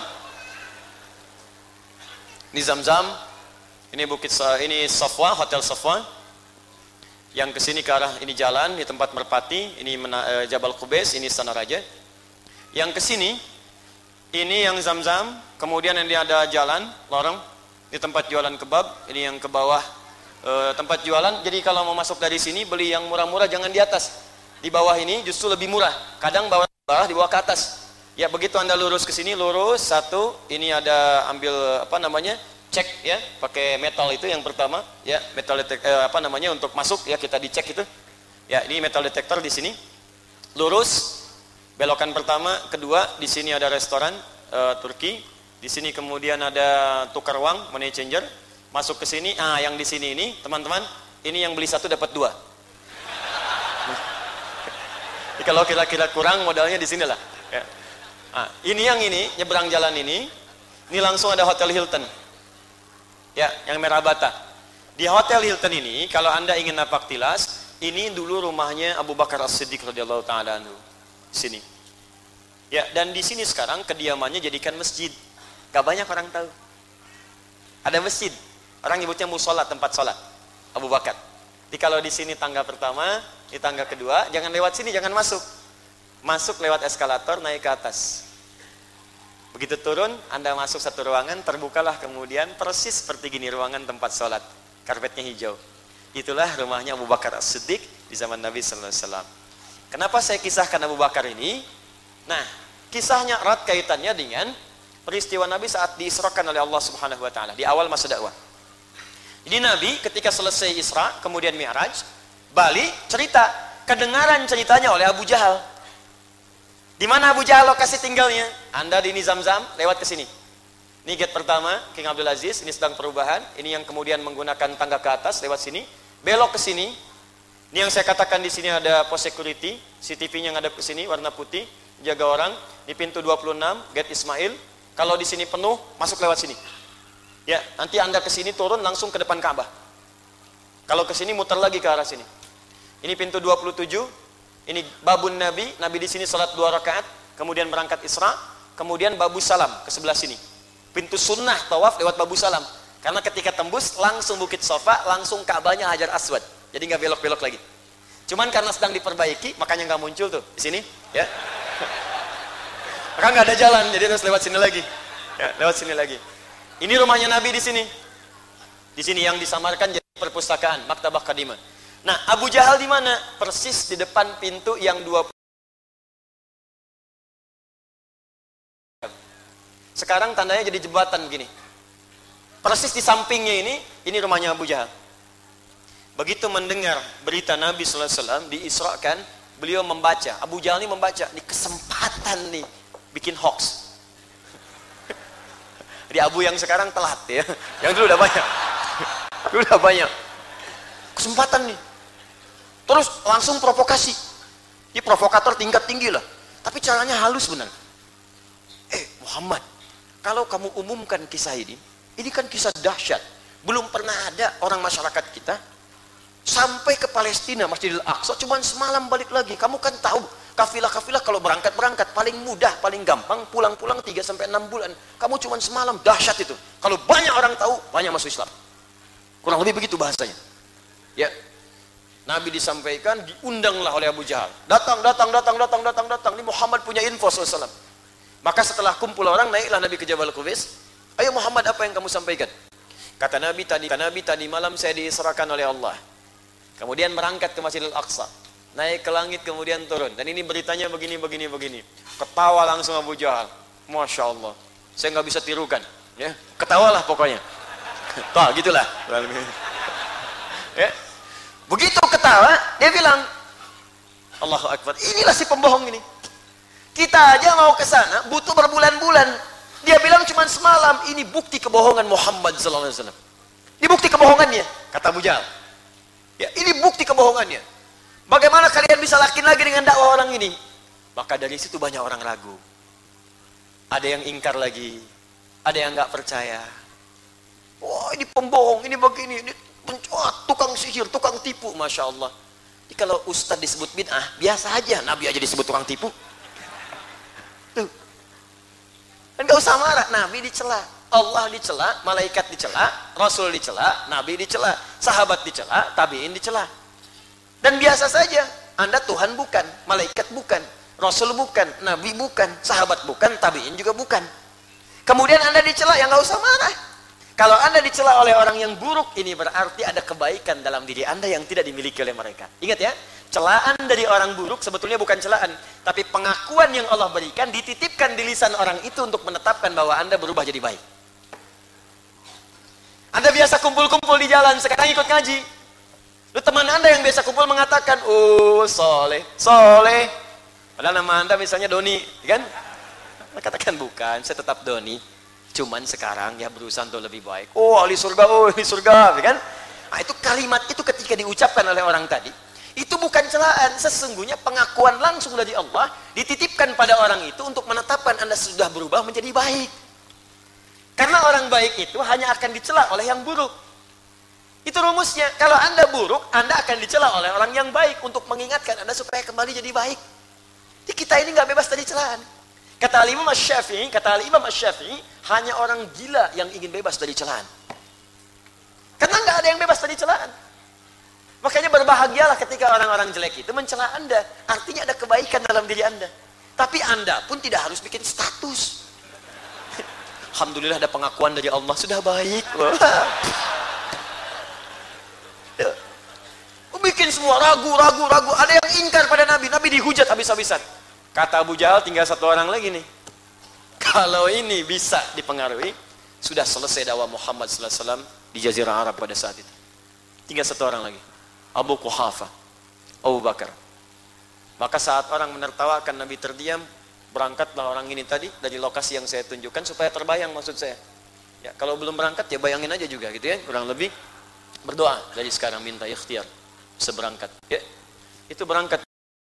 Ini Zam-Zam. Ini bukit, ini Safwa, Hotel Safwa. Yang kesini ke arah ini jalan, di tempat Merpati, ini mena, e, Jabal Qubais, ini Istana Raja. Yang kesini, ini yang Zam-Zam, kemudian ini ada jalan, lorong, di tempat jualan kebab, ini yang ke bawah e, tempat jualan. Jadi kalau mau masuk dari sini, beli yang murah-murah jangan di atas. Di bawah ini justru lebih murah. Kadang bawah bawah di bawah ke atas. Ya begitu Anda lurus ke sini, lurus satu, ini ada ambil apa namanya? Cek ya, pakai metal itu yang pertama, ya metal detektor eh, apa namanya untuk masuk ya kita dicek itu, ya ini metal detektor di sini, lurus, belokan pertama, kedua di sini ada restoran eh, Turki, di sini kemudian ada tukar uang, money changer, masuk ke sini, ah yang di sini ini teman-teman, ini yang beli satu dapat dua, Kalau kira-kira kurang modalnya di sini lah. Ya. Nah, ini yang ini nyebrang jalan ini, ini langsung ada Hotel Hilton. Ya, yang merah bata. Di Hotel Hilton ini, kalau Anda ingin napak tilas, ini dulu rumahnya Abu Bakar As-Siddiq radhiyallahu taala anhu. Sini. Ya, dan di sini sekarang kediamannya jadikan masjid. Gak banyak orang tahu. Ada masjid. Orang nyebutnya musola, tempat sholat. Abu Bakar. Jadi kalau di sini tangga pertama, di tangga kedua, jangan lewat sini, jangan masuk. Masuk lewat eskalator, naik ke atas. Begitu turun, Anda masuk satu ruangan, terbukalah kemudian persis seperti gini ruangan tempat sholat. Karpetnya hijau. Itulah rumahnya Abu Bakar As-Siddiq di zaman Nabi sallallahu alaihi wasallam. Kenapa saya kisahkan Abu Bakar ini? Nah, kisahnya erat kaitannya dengan peristiwa Nabi saat diisrakan oleh Allah Subhanahu wa taala di awal masa dakwah. Jadi Nabi ketika selesai Isra, kemudian Mi'raj, balik cerita, kedengaran ceritanya oleh Abu Jahal. Di mana Abu Jahal lokasi tinggalnya? Anda di ini Zam-Zam, lewat ke sini. Ini gate pertama, King Abdul Aziz, ini sedang perubahan. Ini yang kemudian menggunakan tangga ke atas, lewat sini. Belok ke sini. Ini yang saya katakan di sini ada pos security, C C T V-nya yang ada ke sini warna putih, jaga orang. Di pintu dua puluh enam, gate Ismail. Kalau di sini penuh, masuk lewat sini. Ya, nanti Anda ke sini turun langsung ke depan Ka'bah. Kalau ke sini muter lagi ke arah sini. Ini pintu dua puluh tujuh. Ini babun Nabi, Nabi di sini salat dua rakaat, kemudian berangkat Isra, kemudian babu salam ke sebelah sini. Pintu sunnah tawaf lewat babu salam. Karena ketika tembus langsung Bukit Sofa, langsung Ka'bahnya Hajar Aswad. Jadi nggak belok-belok lagi. Cuman karena sedang diperbaiki, makanya nggak muncul tuh di sini, ya. Maka nggak ada jalan, jadi harus lewat sini lagi. Ya, lewat sini lagi. Ini rumahnya Nabi di sini. Di sini yang disamarkan jadi perpustakaan, Maktabah Qadimah. Nah, Abu Jahal di mana? Persis di depan pintu yang dua puluh. Sekarang tandanya jadi jembatan gini. Persis di sampingnya ini, ini rumahnya Abu Jahal. Begitu mendengar berita Nabi sallallahu alaihi wasallam diisrakan, beliau membaca. Abu Jahal ini membaca, di kesempatan nih bikin hoax. Di Abu yang sekarang telat ya, yang dulu udah banyak, dulu udah banyak. Kesempatan nih, terus langsung provokasi. Ini provokator tingkat tinggi lah, tapi caranya halus benar. Eh Muhammad, kalau kamu umumkan kisah ini, ini kan kisah dahsyat. Belum pernah ada orang masyarakat kita sampai ke Palestina, Masjidil Aqsa, cuman semalam balik lagi. Kamu kan tahu, kafilah-kafilah kalau berangkat-berangkat paling mudah, paling gampang, pulang-pulang tiga sampai enam bulan. Kamu cuman semalam, dahsyat itu. Kalau banyak orang tahu, banyak masuk Islam. Kurang lebih begitu bahasanya. Ya. Nabi disampaikan, diundanglah oleh Abu Jahal. Datang, datang, datang, datang, datang, datang. Ini Muhammad punya info sallallahu alaihi wasallam. Maka setelah kumpul orang, naiklah Nabi ke Jabal Qubais. Ayo Muhammad, apa yang kamu sampaikan? Kata Nabi tadi, kata Nabi tadi malam saya diisrakan oleh Allah. Kemudian berangkat ke Masjidil Aqsa, naik ke langit kemudian turun. Dan ini beritanya begini, begini, begini. Ketawa langsung Abu Jahal. Masya Allah, saya nggak bisa tirukan. Ya, ketawalah pokoknya. Tuh, gitulah. Ya. Begitu ketawa, dia bilang, Allahu Akbar. Inilah si pembohong ini. Kita aja mau ke sana, butuh berbulan-bulan. Dia bilang cuma semalam. Ini bukti kebohongan Muhammad sallallahu alaihi wasallam. Ini bukti kebohongannya, kata Abu Jahal. Ya, ini bukti kebohongannya. Bagaimana kalian bisa yakin lagi dengan dakwah orang ini? Maka dari situ banyak orang ragu. Ada yang ingkar lagi, ada yang nggak percaya. Wah, ini pembohong, ini begini, ini pencuat, tukang sihir, tukang tipu, masya Allah. Jadi kalau ustadz disebut bid'ah, biasa aja. Nabi aja disebut tukang tipu. Tuh. Dan nggak usah marah, Nabi dicela. Allah dicela, malaikat dicela, Rasul dicela, Nabi dicela, sahabat dicela, tabi'in dicela. Dan biasa saja, Anda Tuhan bukan, malaikat bukan, Rasul bukan, Nabi bukan, sahabat bukan, tabi'in juga bukan. Kemudian Anda dicela, ya nggak usah marah. Kalau Anda dicela oleh orang yang buruk, ini berarti ada kebaikan dalam diri Anda yang tidak dimiliki oleh mereka. Ingat ya, celaan dari orang buruk sebetulnya bukan celaan, tapi pengakuan yang Allah berikan dititipkan di lisan orang itu untuk menetapkan bahwa Anda berubah jadi baik. Anda biasa kumpul-kumpul di jalan, sekarang ikut ngaji. Lu teman Anda yang biasa kumpul mengatakan, oh soleh, soleh. Padahal nama Anda misalnya Doni, kan? Katakan bukan, saya tetap Doni. Cuman sekarang ya berusaha untuk lebih baik. Oh ahli surga, oh ahli surga, kan? Nah itu kalimat itu ketika diucapkan oleh orang tadi, Itu bukan celaan, sesungguhnya pengakuan langsung dari Allah dititipkan pada orang itu untuk menetapkan Anda sudah berubah menjadi baik. Karena orang baik itu hanya akan dicela oleh yang buruk. Itu rumusnya. Kalau Anda buruk, Anda akan dicela oleh orang yang baik untuk mengingatkan Anda supaya kembali jadi baik. Jadi kita ini nggak bebas dari celaan. Kata Imam Asy-Syafi'i, kata Imam Asy-Syafi'i, hanya orang gila yang ingin bebas dari celaan. Karena nggak ada yang bebas dari celaan. Makanya berbahagialah ketika orang-orang jelek itu mencela Anda. Artinya ada kebaikan dalam diri Anda. Tapi Anda pun tidak harus bikin status. Alhamdulillah ada pengakuan dari Allah, sudah baik loh. Bikin semua ragu, ragu, ragu. Ada yang ingkar pada Nabi. Nabi dihujat habis-habisan. Kata Abu Jahal, tinggal satu orang lagi nih. Kalau ini bisa dipengaruhi, sudah selesai dakwah Muhammad sallallahu alaihi wasallam di Jazirah Arab pada saat itu. Tinggal satu orang lagi. Abu Quhafah, Abu Bakar. Maka saat orang menertawakan Nabi terdiam, berangkatlah orang ini tadi dari lokasi yang saya tunjukkan supaya terbayang maksud saya. Ya, kalau belum berangkat ya bayangin aja juga gitu ya, kurang lebih berdoa dari sekarang minta ikhtiar bisa berangkat. Ya, itu berangkat.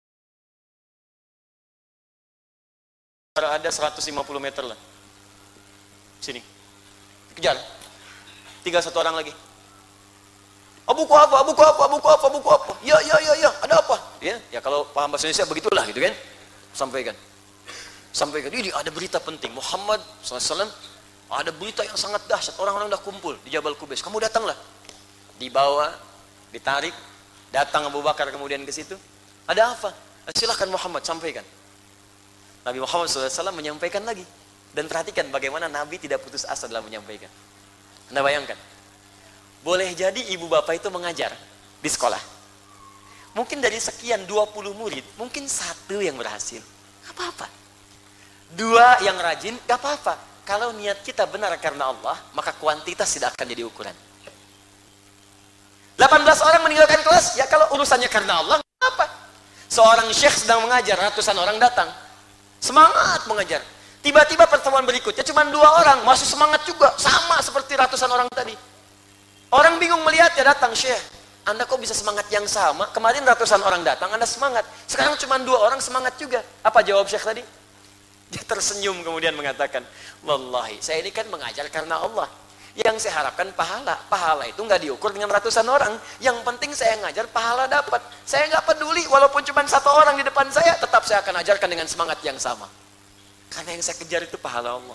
Ada seratus lima puluh meter lah. Sini. Kejar. Tinggal satu orang lagi. Abu Quhafah, Abu Quhafah, Abu Quhafah, Abu Quhafah. Ya, ya, ya, ya. Ada apa? Ya, ya kalau paham bahasa Indonesia begitulah gitu kan. Sampaikan. Sampaikan. Ini ada berita penting. Muhammad sallallahu alaihi wasallam ada berita yang sangat dahsyat. Orang-orang dah kumpul di Jabal Qubais. Kamu datanglah. Dibawa, ditarik, datang Abu Bakar kemudian ke situ. Ada apa? Silakan Muhammad sampaikan. Nabi Muhammad sallallahu alaihi wasallam menyampaikan lagi. Dan perhatikan bagaimana Nabi tidak putus asa dalam menyampaikan. Anda bayangkan. Boleh jadi ibu bapak itu mengajar di sekolah. Mungkin dari sekian dua puluh murid, mungkin satu yang berhasil. Gak apa-apa. Dua yang rajin, gak apa-apa. Kalau niat kita benar karena Allah, maka kuantitas tidak akan jadi ukuran. delapan belas orang meninggalkan kelas, ya kalau urusannya karena Allah, gak apa. Seorang syekh sedang mengajar, ratusan orang datang. Semangat mengajar. Tiba-tiba pertemuan berikutnya cuma dua orang, masih semangat juga, sama seperti ratusan orang tadi. Orang bingung melihat ya datang, Syekh, Anda kok bisa semangat yang sama? Kemarin ratusan orang datang, Anda semangat. Sekarang cuma dua orang semangat juga. Apa jawab Syekh tadi? Dia tersenyum kemudian mengatakan, wallahi, saya ini kan mengajar karena Allah. Yang saya harapkan pahala. Pahala itu nggak diukur dengan ratusan orang. Yang penting saya ngajar, pahala dapat. Saya nggak peduli, walaupun cuma satu orang di depan saya, tetap saya akan ajarkan dengan semangat yang sama. Karena yang saya kejar itu pahala Allah.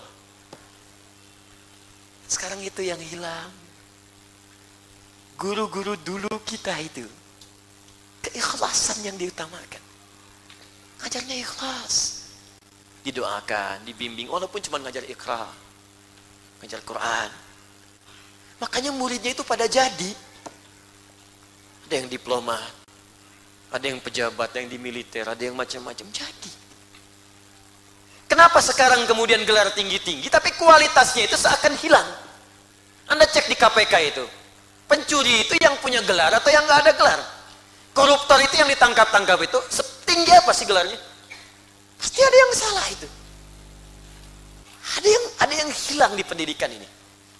Sekarang itu yang hilang. Guru-guru dulu kita itu, keikhlasan yang diutamakan. Ngajarnya ikhlas. Didoakan, dibimbing, walaupun cuma ngajar Iqra. Ngajar Quran. Makanya muridnya itu pada jadi. Ada yang diplomat, ada yang pejabat, ada yang di militer, ada yang macam-macam. Jadi. Kenapa sekarang kemudian gelar tinggi-tinggi, tapi kualitasnya itu seakan hilang? Anda cek di K P K itu. Pencuri itu yang punya gelar atau yang nggak ada gelar? Koruptor itu yang ditangkap-tangkap itu, setinggi apa sih gelarnya? Pasti ada yang salah itu. Ada yang ada yang hilang di pendidikan ini.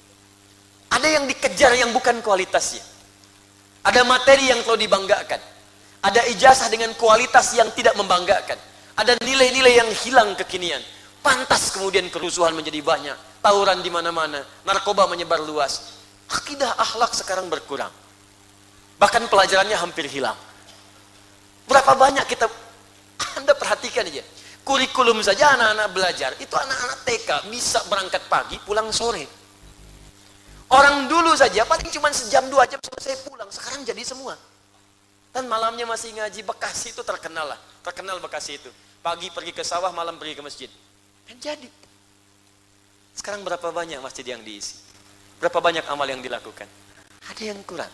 Ada yang dikejar yang bukan kualitasnya. Ada materi yang terlalu dibanggakan. Ada ijazah dengan kualitas yang tidak membanggakan. Ada nilai-nilai yang hilang kekinian. Pantas kemudian kerusuhan menjadi banyak. Tawuran di mana-mana. Narkoba menyebar luas. Akidah akhlak sekarang berkurang. Bahkan pelajarannya hampir hilang. Berapa banyak kita, Anda perhatikan aja. Kurikulum saja anak-anak belajar. Itu anak-anak T K bisa berangkat pagi, pulang sore. Orang dulu saja paling cuma sejam dua jam selesai pulang. Sekarang jadi semua. Dan malamnya masih ngaji. Bekasi itu terkenal lah. Terkenal Bekasi itu. Pagi pergi ke sawah, malam pergi ke masjid. Dan jadi. Sekarang berapa banyak masjid yang diisi? Berapa banyak amal yang dilakukan? Ada yang kurang.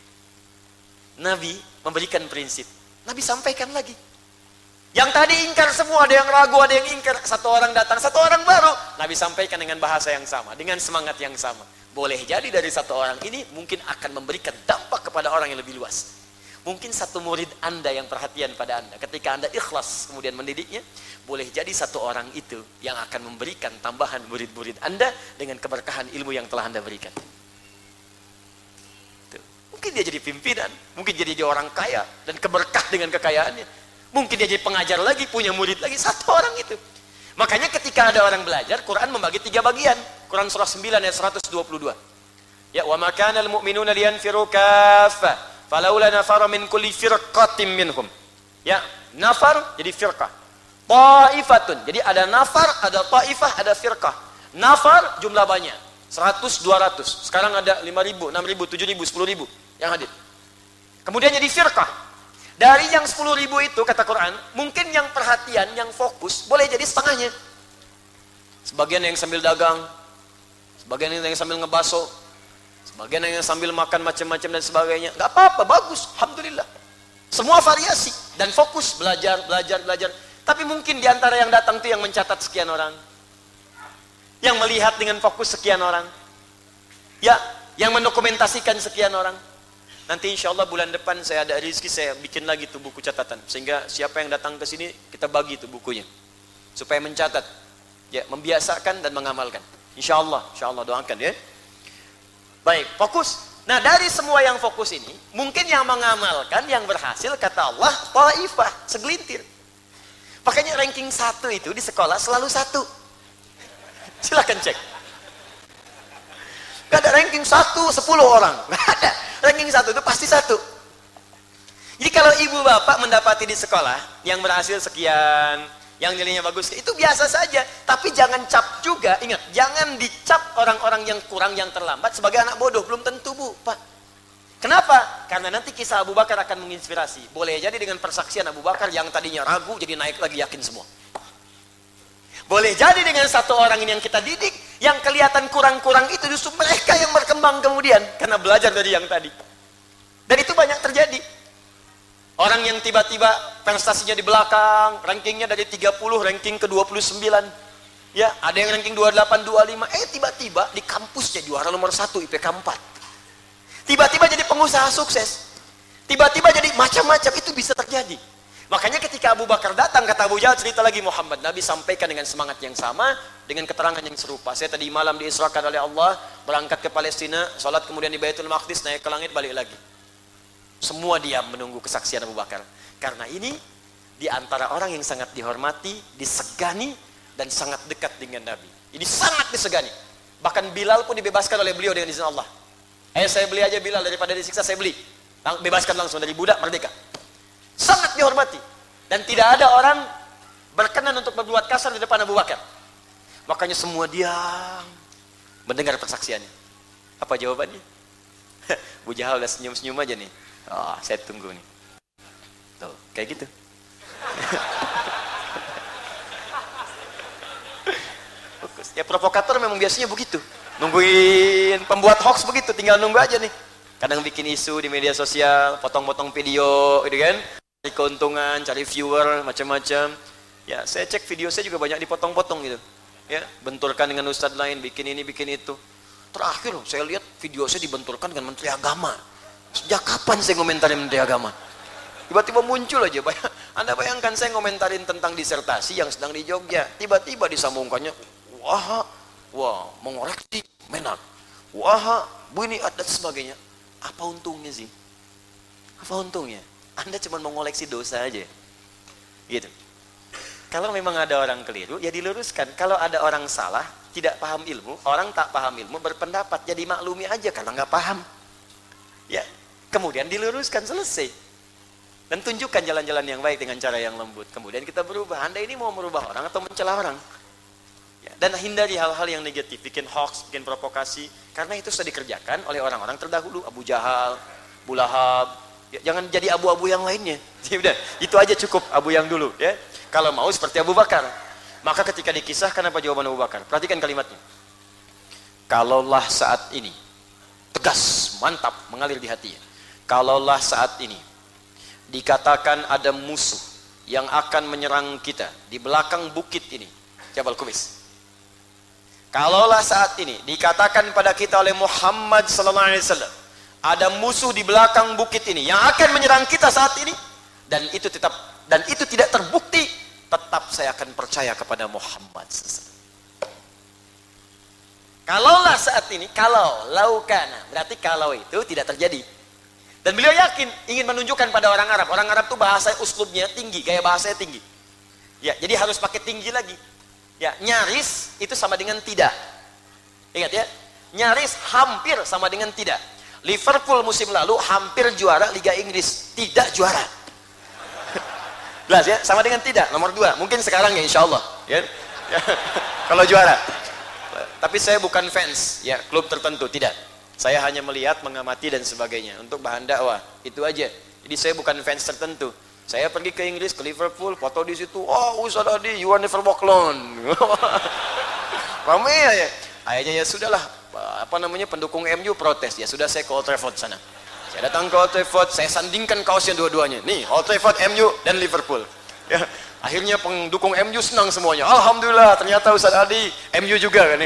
Nabi memberikan prinsip. Nabi sampaikan lagi. Yang tadi ingkar semua, ada yang ragu, ada yang ingkar. Satu orang datang, satu orang baru. Nabi sampaikan dengan bahasa yang sama, dengan semangat yang sama. Boleh jadi dari satu orang ini mungkin akan memberikan dampak kepada orang yang lebih luas. Mungkin satu murid Anda yang perhatian pada Anda, ketika Anda ikhlas kemudian mendidiknya, boleh jadi satu orang itu yang akan memberikan tambahan murid-murid Anda dengan keberkahan ilmu yang telah Anda berikan. Tuh. Mungkin dia jadi pimpinan, mungkin jadi dia orang kaya dan keberkah dengan kekayaannya. Mungkin dia jadi pengajar lagi, punya murid lagi, satu orang itu. Makanya ketika ada orang belajar, Quran membagi tiga bagian. Quran surah sembilan ayat seratus dua puluh dua. Ya, wa ma kana al-mu'minuna liyanfiru kaffah, falaula nafara min kulli firqatin minhum. Ya, nafar jadi firqah. Ta'ifatun, jadi ada nafar, ada ta'ifah, ada firqah. Nafar jumlah banyak, seratus, dua ratus. Sekarang ada lima ribu, enam ribu, tujuh ribu, sepuluh ribu yang hadir. Kemudian jadi firqah. Dari yang sepuluh ribu itu, kata Quran, mungkin yang perhatian, yang fokus, boleh jadi setengahnya. Sebagian yang sambil dagang, sebagian yang sambil ngebaso, sebagian yang sambil makan macam-macam dan sebagainya. Gak apa-apa, bagus, alhamdulillah. Semua variasi dan fokus, belajar, belajar, belajar. Tapi mungkin di antara yang datang itu yang mencatat sekian orang, yang melihat dengan fokus sekian orang, ya, yang mendokumentasikan sekian orang. Nanti insya Allah bulan depan saya ada rezeki, saya bikin lagi tuh buku catatan. Sehingga siapa yang datang ke sini, kita bagi tuh bukunya. Supaya mencatat, ya, membiasakan dan mengamalkan. Insya Allah, insya Allah doakan ya. Baik, fokus. Nah dari semua yang fokus ini, mungkin yang mengamalkan, yang berhasil, kata Allah, ta'ifah, segelintir. Makanya ranking satu itu di sekolah selalu satu. Silahkan cek. Gak ada ranking satu, sepuluh orang. Gak ada. Ranking satu itu pasti satu. Jadi kalau ibu bapak mendapati di sekolah yang berhasil sekian, yang nilainya bagus, itu biasa saja. Tapi jangan cap juga, ingat, jangan dicap orang-orang yang kurang, yang terlambat sebagai anak bodoh. Belum tentu bu, pak. Kenapa? Karena nanti kisah Abu Bakar akan menginspirasi. Boleh jadi dengan persaksian Abu Bakar yang tadinya ragu jadi naik lagi, yakin semua. Boleh jadi dengan satu orang ini yang kita didik, yang kelihatan kurang-kurang itu justru mereka yang berkembang kemudian karena belajar dari yang tadi. Dan itu banyak terjadi. Orang yang tiba-tiba prestasinya di belakang, rankingnya dari tiga puluh ranking ke dua puluh sembilan. Ya, ada yang ranking dua puluh delapan, dua puluh lima, eh tiba-tiba di kampusnya juara nomor satu, I P K empat. Tiba-tiba jadi pengusaha sukses. Tiba-tiba jadi macam-macam, itu bisa terjadi. Makanya ketika Abu Bakar datang, kata Abu Jahal, cerita lagi Muhammad, Nabi sampaikan dengan semangat yang sama, dengan keterangan yang serupa. Saya tadi malam diisrakan oleh Allah, berangkat ke Palestina, sholat kemudian di Baitul Maqdis, naik ke langit, balik lagi. Semua diam menunggu kesaksian Abu Bakar. Karena ini, di antara orang yang sangat dihormati, disegani, dan sangat dekat dengan Nabi. Ini sangat disegani. Bahkan Bilal pun dibebaskan oleh beliau dengan izin Allah. Eh saya beli aja Bilal, daripada disiksa saya beli. Bebaskan langsung dari budak, merdeka. Sangat dihormati. Dan tidak ada orang berkenan untuk berbuat kasar di depan Abu Bakar. Makanya semua diam mendengar persaksiannya. Apa jawabannya? Abu Jahal udah senyum-senyum aja nih. Oh, saya tunggu nih. Tuh, kayak gitu. Ya provokator memang biasanya begitu. Nungguin pembuat hoax begitu, tinggal nunggu aja nih. Kadang bikin isu di media sosial, potong-potong video, gitu kan? Cari keuntungan, cari viewer, macam-macam. Ya, saya cek video saya juga banyak dipotong-potong gitu. Ya, benturkan dengan ustadz lain, bikin ini, bikin itu. Terakhir saya lihat video saya dibenturkan dengan Menteri Agama. Sejak kapan saya ngomentarin Menteri Agama? Tiba-tiba muncul aja. Anda bayangkan saya ngomentarin tentang disertasi yang sedang di Jogja. Tiba-tiba disambungkannya, wah, wah, mengoreksi Menak. Wah, bu ini dan sebagainya. Apa untungnya sih? Apa untungnya? Anda cuma mengoleksi dosa aja. Gitu. Kalau memang ada orang keliru, ya diluruskan. Kalau ada orang salah, tidak paham ilmu, orang tak paham ilmu, berpendapat, jadi maklumi aja karena nggak paham. Ya, kemudian diluruskan, selesai. Dan tunjukkan jalan-jalan yang baik dengan cara yang lembut. Kemudian kita berubah. Anda ini mau merubah orang atau mencela orang? Ya, dan hindari hal-hal yang negatif, bikin hoax, bikin provokasi, karena itu sudah dikerjakan oleh orang-orang terdahulu. Abu Jahal, Abu Lahab. Ya, jangan jadi abu-abu yang lainnya. Ya, udah, itu aja cukup abu yang dulu. Ya, kalau mau seperti Abu Bakar. Maka ketika dikisahkan apa jawaban Abu Bakar? Perhatikan kalimatnya. Kalaulah saat ini, tegas, mantap, mengalir di hatinya. Kalaulah saat ini dikatakan ada musuh yang akan menyerang kita di belakang bukit ini, Jabal Kubais. Kalaulah saat ini dikatakan pada kita oleh Muhammad sallallahu alaihi wasallam, ada musuh di belakang bukit ini yang akan menyerang kita saat ini, dan itu tetap dan itu tidak terbukti, tetap saya akan percaya kepada Muhammad sallallahu alaihi wasallam. Kalaulah saat ini, kalau laukana berarti kalau itu tidak terjadi. Dan beliau yakin ingin menunjukkan pada orang Arab. Orang Arab tuh bahasa uslubnya tinggi, gaya bahasanya tinggi. Ya, jadi harus pakai tinggi lagi. Ya, nyaris itu sama dengan tidak. Ingat ya, nyaris hampir sama dengan tidak. Liverpool musim lalu hampir juara Liga Inggris, tidak juara. Jelas ya, sama dengan tidak. Nomor dua, mungkin sekarang ya insya Allah. Ya, ya. Kalau juara. Tapi saya bukan fans, ya klub tertentu, tidak. Saya hanya melihat, mengamati dan sebagainya untuk bahan dakwah. Itu aja. Jadi saya bukan fans tertentu. Saya pergi ke Inggris, ke Liverpool, foto di situ. Oh, Ustaz Adi, you are never walk alone. Ramai ya. Akhirnya ya sudahlah. Apa namanya, pendukung M U protes. Ya sudah, saya ke Old Trafford sana. Saya datang ke Old Trafford, saya sandingkan kaosnya dua-duanya. Nih, Old Trafford, M U dan Liverpool. Ya, akhirnya pendukung M U senang semuanya. Alhamdulillah, ternyata Ustaz Adi M U juga kan.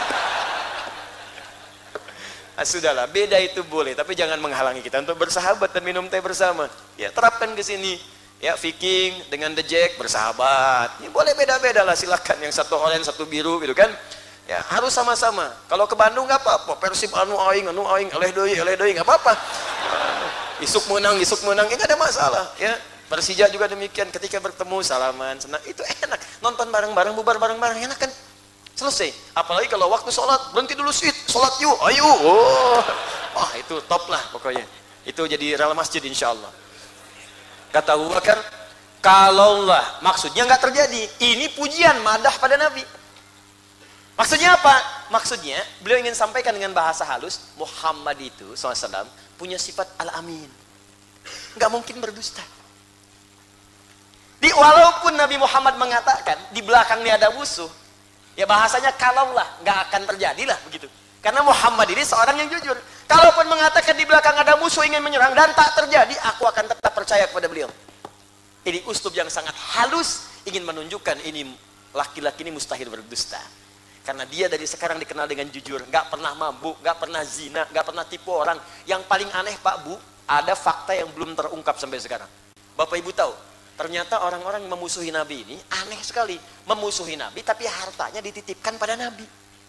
Nah, sudahlah, beda itu boleh, tapi jangan menghalangi kita untuk bersahabat dan minum teh bersama. Ya, terapkan ke sini. Ya, Viking dengan The Jack bersahabat. Ya, boleh beda-beda lah, silakan. Yang satu oranye, satu biru gitu kan. Ya, harus sama-sama. Kalau ke Bandung nggak apa-apa. Persib anu aing, anu aing, eleh deui, eleh deui, nggak apa-apa. Isuk menang, isuk menang, ya nggak ada masalah. Ya, Persija juga demikian. Ketika bertemu salaman, senang, itu enak. Nonton bareng-bareng, bubar bareng-bareng, enak kan? Selesai. Apalagi kalau waktu sholat, berhenti dulu sih, sholat yuk, ayo. Oh, wah itu top lah pokoknya. Itu jadi rel masjid insya Allah. Kata Abu Bakar, kalaulah maksudnya nggak terjadi, ini pujian madah pada Nabi. Maksudnya apa? Maksudnya beliau ingin sampaikan dengan bahasa halus, Muhammad itu shallallahu alaihi wasallam punya sifat al-amin, nggak mungkin berdusta. Di walaupun Nabi Muhammad mengatakan di belakangnya ada musuh, ya bahasanya kalaulah, nggak akan terjadilah begitu. Karena Muhammad ini seorang yang jujur. Kalaupun mengatakan di belakang ada musuh ingin menyerang dan tak terjadi, aku akan tetap percaya kepada beliau. Ini uslub yang sangat halus, ingin menunjukkan ini laki-laki ini mustahil berdusta. Karena dia dari sekarang dikenal dengan jujur, nggak pernah mabuk, nggak pernah zina, nggak pernah tipu orang. Yang paling aneh Pak Bu, ada fakta yang belum terungkap sampai sekarang. Bapak Ibu tahu? Ternyata orang-orang yang memusuhi Nabi ini aneh sekali. Memusuhi Nabi tapi hartanya dititipkan pada Nabi.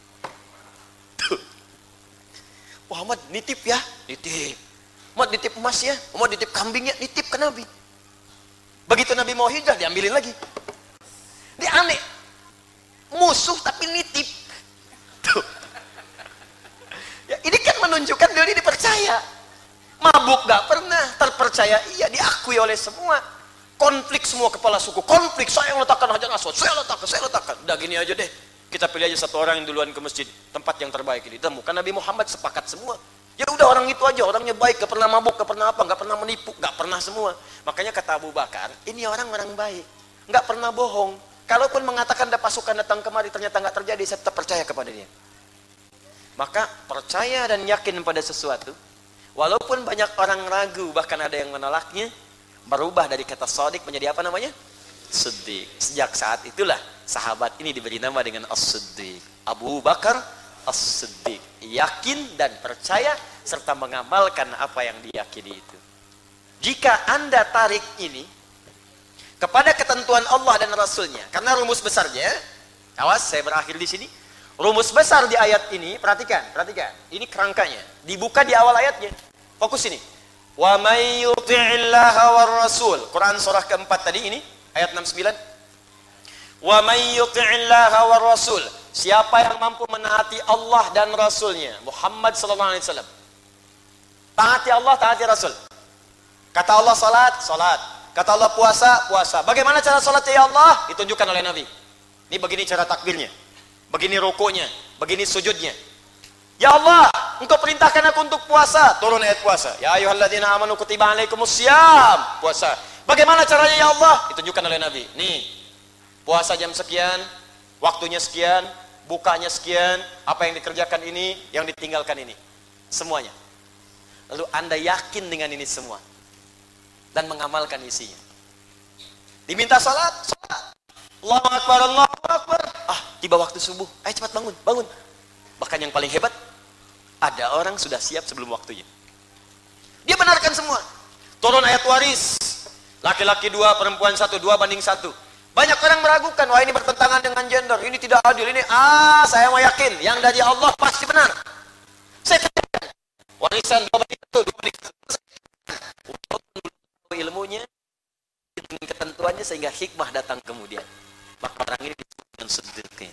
Tuh. Muhammad nitip ya, nitip. Muhammad nitip emas ya, Muhammad nitip kambingnya, nitip ke Nabi. Begitu Nabi mau hijrah, diambilin lagi. Dia aneh. Musuh tapi nitip. Tuh. Ya, ini kan menunjukkan dia ini dipercaya. Mabuk gak pernah, terpercaya iya, diakui oleh semua. Konflik semua kepala suku, konflik, saya yang letakkan Hajar Aswad, saya letakkan, saya letakkan. Udah gini aja deh, kita pilih aja satu orang yang duluan ke masjid, tempat yang terbaik ini. Temukan Nabi Muhammad sepakat semua. Ya udah orang itu aja, orangnya baik, gak pernah mabuk, gak pernah apa, gak pernah menipu, gak pernah semua. Makanya kata Abu Bakar, ini orang-orang baik, gak pernah bohong. Kalaupun mengatakan ada pasukan datang kemari, ternyata gak terjadi, saya tetap percaya kepada dia. Maka percaya dan yakin pada sesuatu, walaupun banyak orang ragu, bahkan ada yang menolaknya, berubah dari kata shadiq menjadi apa namanya? Siddiq. Sejak saat itulah sahabat ini diberi nama dengan As-Siddiq. Abu Bakar As-Siddiq. Yakin dan percaya serta mengamalkan apa yang diyakini itu. Jika Anda tarik ini kepada ketentuan Allah dan Rasulnya, karena rumus besarnya, awas saya berakhir di sini. Rumus besar di ayat ini, perhatikan, perhatikan. Ini kerangkanya. Dibuka di awal ayatnya. Fokus ini. Wa may yuti'illaha war rasul. Quran surah keempat tadi ini ayat enam puluh sembilan. Wa may yuti'illaha war rasul. Siapa yang mampu menaati Allah dan Rasulnya, Muhammad sallallahu alaihi wasallam. Taati Allah, taati Rasul. Kata Allah salat, salat. Kata Allah puasa, puasa. Bagaimana cara salat ya Allah? Ditunjukkan oleh Nabi. Ini begini cara takbirnya. Begini rukuknya, begini sujudnya. Ya Allah, Engkau perintahkan aku untuk puasa. Turun ayat puasa. Ya ayyuhalladzina amanu kutiba alaikumussyam. Puasa. Bagaimana caranya ya Allah? Ditunjukkan oleh Nabi. Nih, puasa jam sekian, waktunya sekian, bukanya sekian, apa yang dikerjakan ini, yang ditinggalkan ini. Semuanya. Lalu Anda yakin dengan ini semua. Dan mengamalkan isinya. Diminta salat, salat. Allahu Akbar, Allahu Akbar. Ah, tiba waktu subuh. Ayo cepat bangun, bangun. Bahkan yang paling hebat, ada orang sudah siap sebelum waktunya. Dia benarkan semua. Turun ayat waris. Laki-laki dua, perempuan satu, dua banding satu. Banyak orang meragukan, wah ini bertentangan dengan gender, ini tidak adil, ini, ah saya mau yakin, yang dari Allah pasti benar. Saya katakan, warisan dua banding satu, dua banding satu. kehidupannya sehingga hikmah datang kemudian. Maka orang ini disebut dengan siddiqin.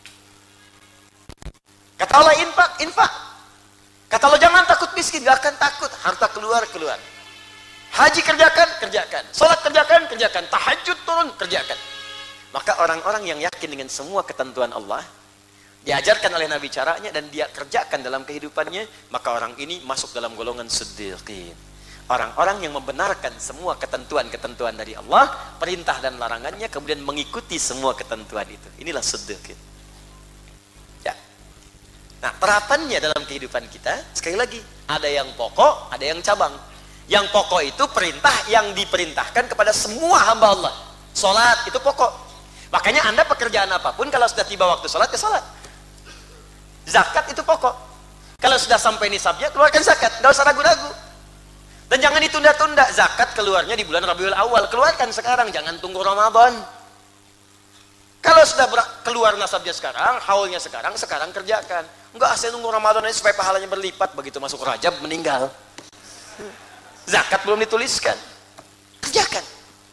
Kata Allah infak, infak. Kata Allah jangan takut miskin, gak akan takut. Harta keluar, keluar. Haji kerjakan, kerjakan. Salat kerjakan, kerjakan. Tahajud turun, kerjakan. Maka orang-orang yang yakin dengan semua ketentuan Allah, diajarkan oleh Nabi caranya dan dia kerjakan dalam kehidupannya, maka orang ini masuk dalam golongan siddiqin. Orang-orang yang membenarkan semua ketentuan-ketentuan dari Allah, perintah dan larangannya, kemudian mengikuti semua ketentuan itu. Inilah siddiqin. Ya. Nah, terapannya dalam kehidupan kita, sekali lagi, ada yang pokok, ada yang cabang. Yang pokok itu perintah yang diperintahkan kepada semua hamba Allah. Salat itu pokok. Makanya Anda pekerjaan apapun, kalau sudah tiba waktu salat, ya salat. Zakat itu pokok. Kalau sudah sampai nisabnya, keluarkan zakat. Nggak usah ragu-ragu. Dan jangan ditunda-tunda. Zakat keluarnya di bulan Rabiul Awal. Keluarkan sekarang, jangan tunggu Ramadan. Kalau sudah keluar nasabnya sekarang, haulnya sekarang, sekarang kerjakan. Enggak, saya tunggu Ramadan aja supaya pahalanya berlipat. Begitu masuk Rajab, meninggal. Zakat belum dituliskan. Kerjakan.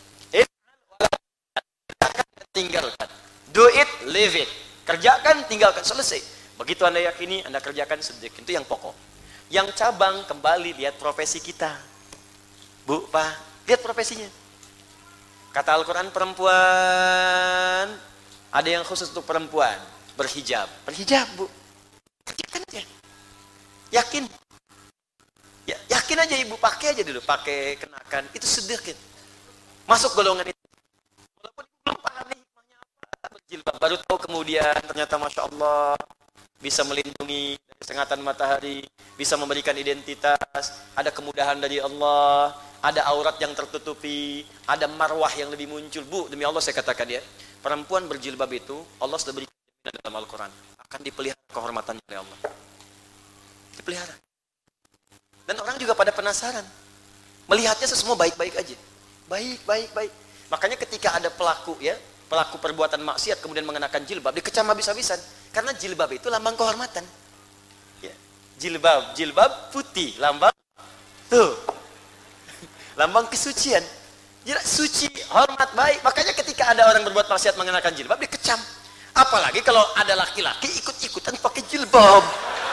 Tinggalkan. Do it, leave it. Kerjakan, tinggalkan, selesai. Begitu Anda yakini, Anda kerjakan sedikit. Itu yang pokok. Yang cabang, kembali lihat profesi kita. Bu, Pak, lihat profesinya. Kata Al-Quran, perempuan, ada yang khusus untuk perempuan, berhijab. Berhijab, Bu. Kerjakan aja. Yakin. Ya, yakin aja Ibu, pakai aja dulu. Pakai, kenakan. Itu sedikit. Masuk golongan itu. Walaupun belum paham nih hikmahnya apa, berjilbab. Baru tahu kemudian, ternyata Masya Allah, bisa melindungi dari sengatan matahari, bisa memberikan identitas, ada kemudahan dari Allah, ada aurat yang tertutupi, ada marwah yang lebih muncul. Bu, demi Allah saya katakan ya, perempuan berjilbab itu, Allah sudah berikan dalam Al-Quran, akan dipelihara kehormatannya oleh Allah. Dipelihara. Dan orang juga pada penasaran, melihatnya semua baik-baik aja. Baik, baik, baik. Makanya ketika ada pelaku ya, pelaku perbuatan maksiat kemudian mengenakan jilbab, dikecam habis-habisan. Karena jilbab itu lambang kehormatan. Ya. Jilbab, jilbab putih, lambang tuh, lambang kesucian. Jadi suci, hormat, baik. Makanya ketika ada orang berbuat maksiat mengenakan jilbab, dikecam. Apalagi kalau ada laki-laki ikut-ikutan pakai jilbab.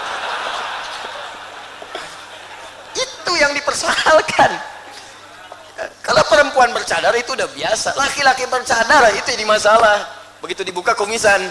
Itu yang dipersoalkan. Kalau perempuan bercadar itu udah biasa, laki-laki bercadar itu ini masalah. Begitu dibuka kumisan,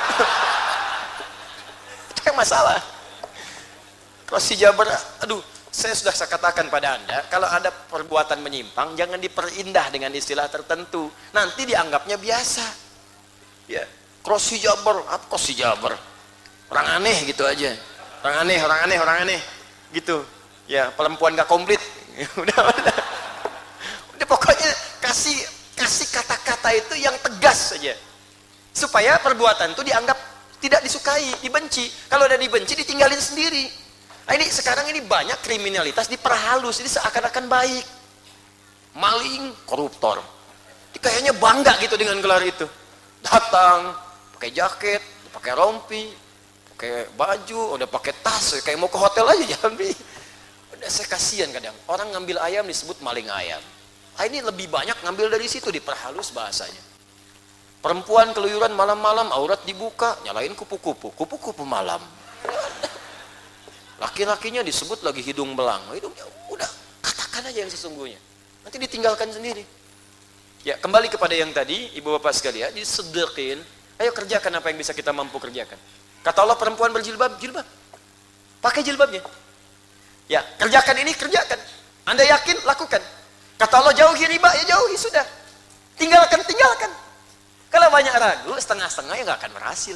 itu yang masalah. Kalau si Jabar, aduh, saya sudah saya katakan pada Anda, kalau ada perbuatan menyimpang, jangan diperindah dengan istilah tertentu. Nanti dianggapnya biasa. Ya, cross si Jabar, apa cross si Jabar? Orang aneh gitu aja. Orang aneh, orang aneh, orang aneh, gitu. Ya, perempuan gak komplit. udah, udah. Udah pokoknya kasih kasih kata-kata itu yang tegas saja. Supaya perbuatan itu dianggap tidak disukai, dibenci. Kalau udah dibenci, ditinggalin sendiri. Nah, ini sekarang ini banyak kriminalitas diperhalus, ini seakan-akan baik. Maling, koruptor. Dia kayaknya bangga gitu dengan gelar itu. Datang, pakai jaket, pakai rompi, pakai baju, udah pakai tas, kayak mau ke hotel aja Jambi. Udah saya kasihan kadang. Orang ngambil ayam disebut maling ayam. Nah, ini lebih banyak ngambil dari situ, diperhalus bahasanya. Perempuan keluyuran malam-malam, aurat dibuka, nyalain kupu-kupu, kupu-kupu malam. Laki-lakinya disebut lagi hidung belang. Hidungnya udah, katakan aja yang sesungguhnya. Nanti ditinggalkan sendiri. Ya, kembali kepada yang tadi, ibu bapak sekalian, disedekhin. Ayo kerjakan apa yang bisa kita mampu kerjakan. Kata Allah, perempuan berjilbab, jilbab. Pakai jilbabnya. Ya, kerjakan ini, kerjakan. Anda yakin, lakukan. Kata Allah, jauhi riba, ya jauhi, sudah. Tinggalkan, tinggalkan. Kalau banyak ragu, setengah-setengah ya nggak akan berhasil.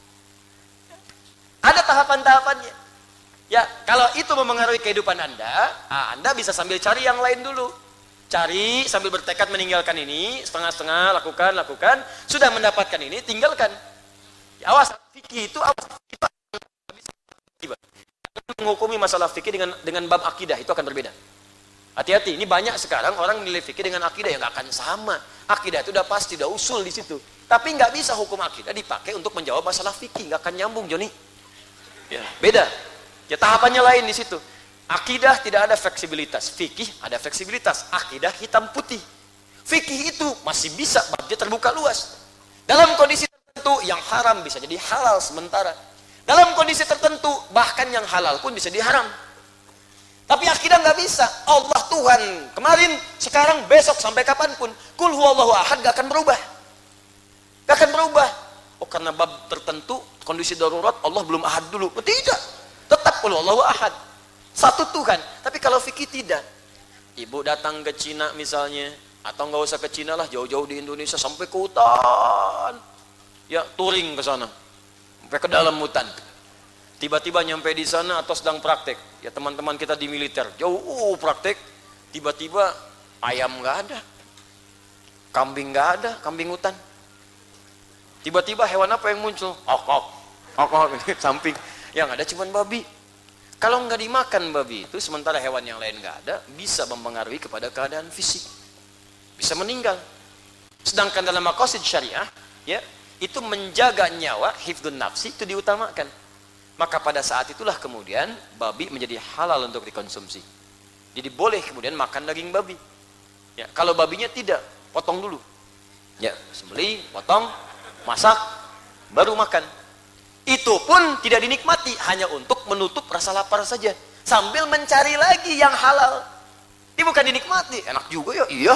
Ada tahapan-tahapannya. Ya, kalau itu memengaruhi kehidupan Anda, ah, Anda bisa sambil cari yang lain dulu. Cari sambil bertekad meninggalkan ini, setengah-setengah, lakukan, lakukan. Sudah mendapatkan ini, tinggalkan. Ya, awas, fikih itu awas. Menghukumi masalah fikih dengan dengan bab akidah itu akan berbeda. Hati-hati, ini banyak sekarang orang menilai fikih dengan akidah yang nggak akan sama. Akidah itu udah pasti, udah usul di situ. Tapi nggak bisa hukum akidah dipakai untuk menjawab masalah fikih, nggak akan nyambung, Joni. Ya, beda. Ya tahapannya lain di situ. Akidah tidak ada fleksibilitas, fikih ada fleksibilitas. Akidah hitam putih. Fikih itu masih bisa, babnya terbuka luas. Dalam kondisi tertentu yang haram bisa jadi halal sementara. Dalam kondisi tertentu bahkan yang halal pun bisa diharam. Tapi akidah nggak bisa. Allah Tuhan kemarin, sekarang, besok, sampai kapanpun. Kul huwallahu ahad gak akan berubah. Gak akan berubah. Oh karena bab tertentu, kondisi darurat, Allah belum ahad dulu. Oh, tidak. Tetap kul huwallahu ahad. Satu Tuhan. Tapi kalau fikih tidak. Ibu datang ke Cina misalnya, atau nggak usah ke Cina lah, jauh-jauh di Indonesia sampai ke hutan. Ya touring ke sana. Sampai ke dalam hutan. Tiba-tiba nyampe di sana atau sedang praktek. Ya teman-teman kita di militer, jauh uh, praktek. Tiba-tiba ayam nggak ada, kambing nggak ada, kambing hutan. Tiba-tiba hewan apa yang muncul? Ok-ok, ok-ok, samping. Yang ada cuman babi. Kalau nggak dimakan babi itu, sementara hewan yang lain nggak ada, bisa mempengaruhi kepada keadaan fisik, bisa meninggal. Sedangkan dalam maqasid syariah, ya itu menjaga nyawa, hifdzun nafsi itu diutamakan. Maka pada saat itulah kemudian babi menjadi halal untuk dikonsumsi. Jadi boleh kemudian makan daging babi. Ya, kalau babinya tidak, potong dulu. Ya, sembelih, potong, masak, baru makan. Itu pun tidak dinikmati, hanya untuk menutup rasa lapar saja, sambil mencari lagi yang halal. Ini bukan dinikmati, enak juga ya, iya.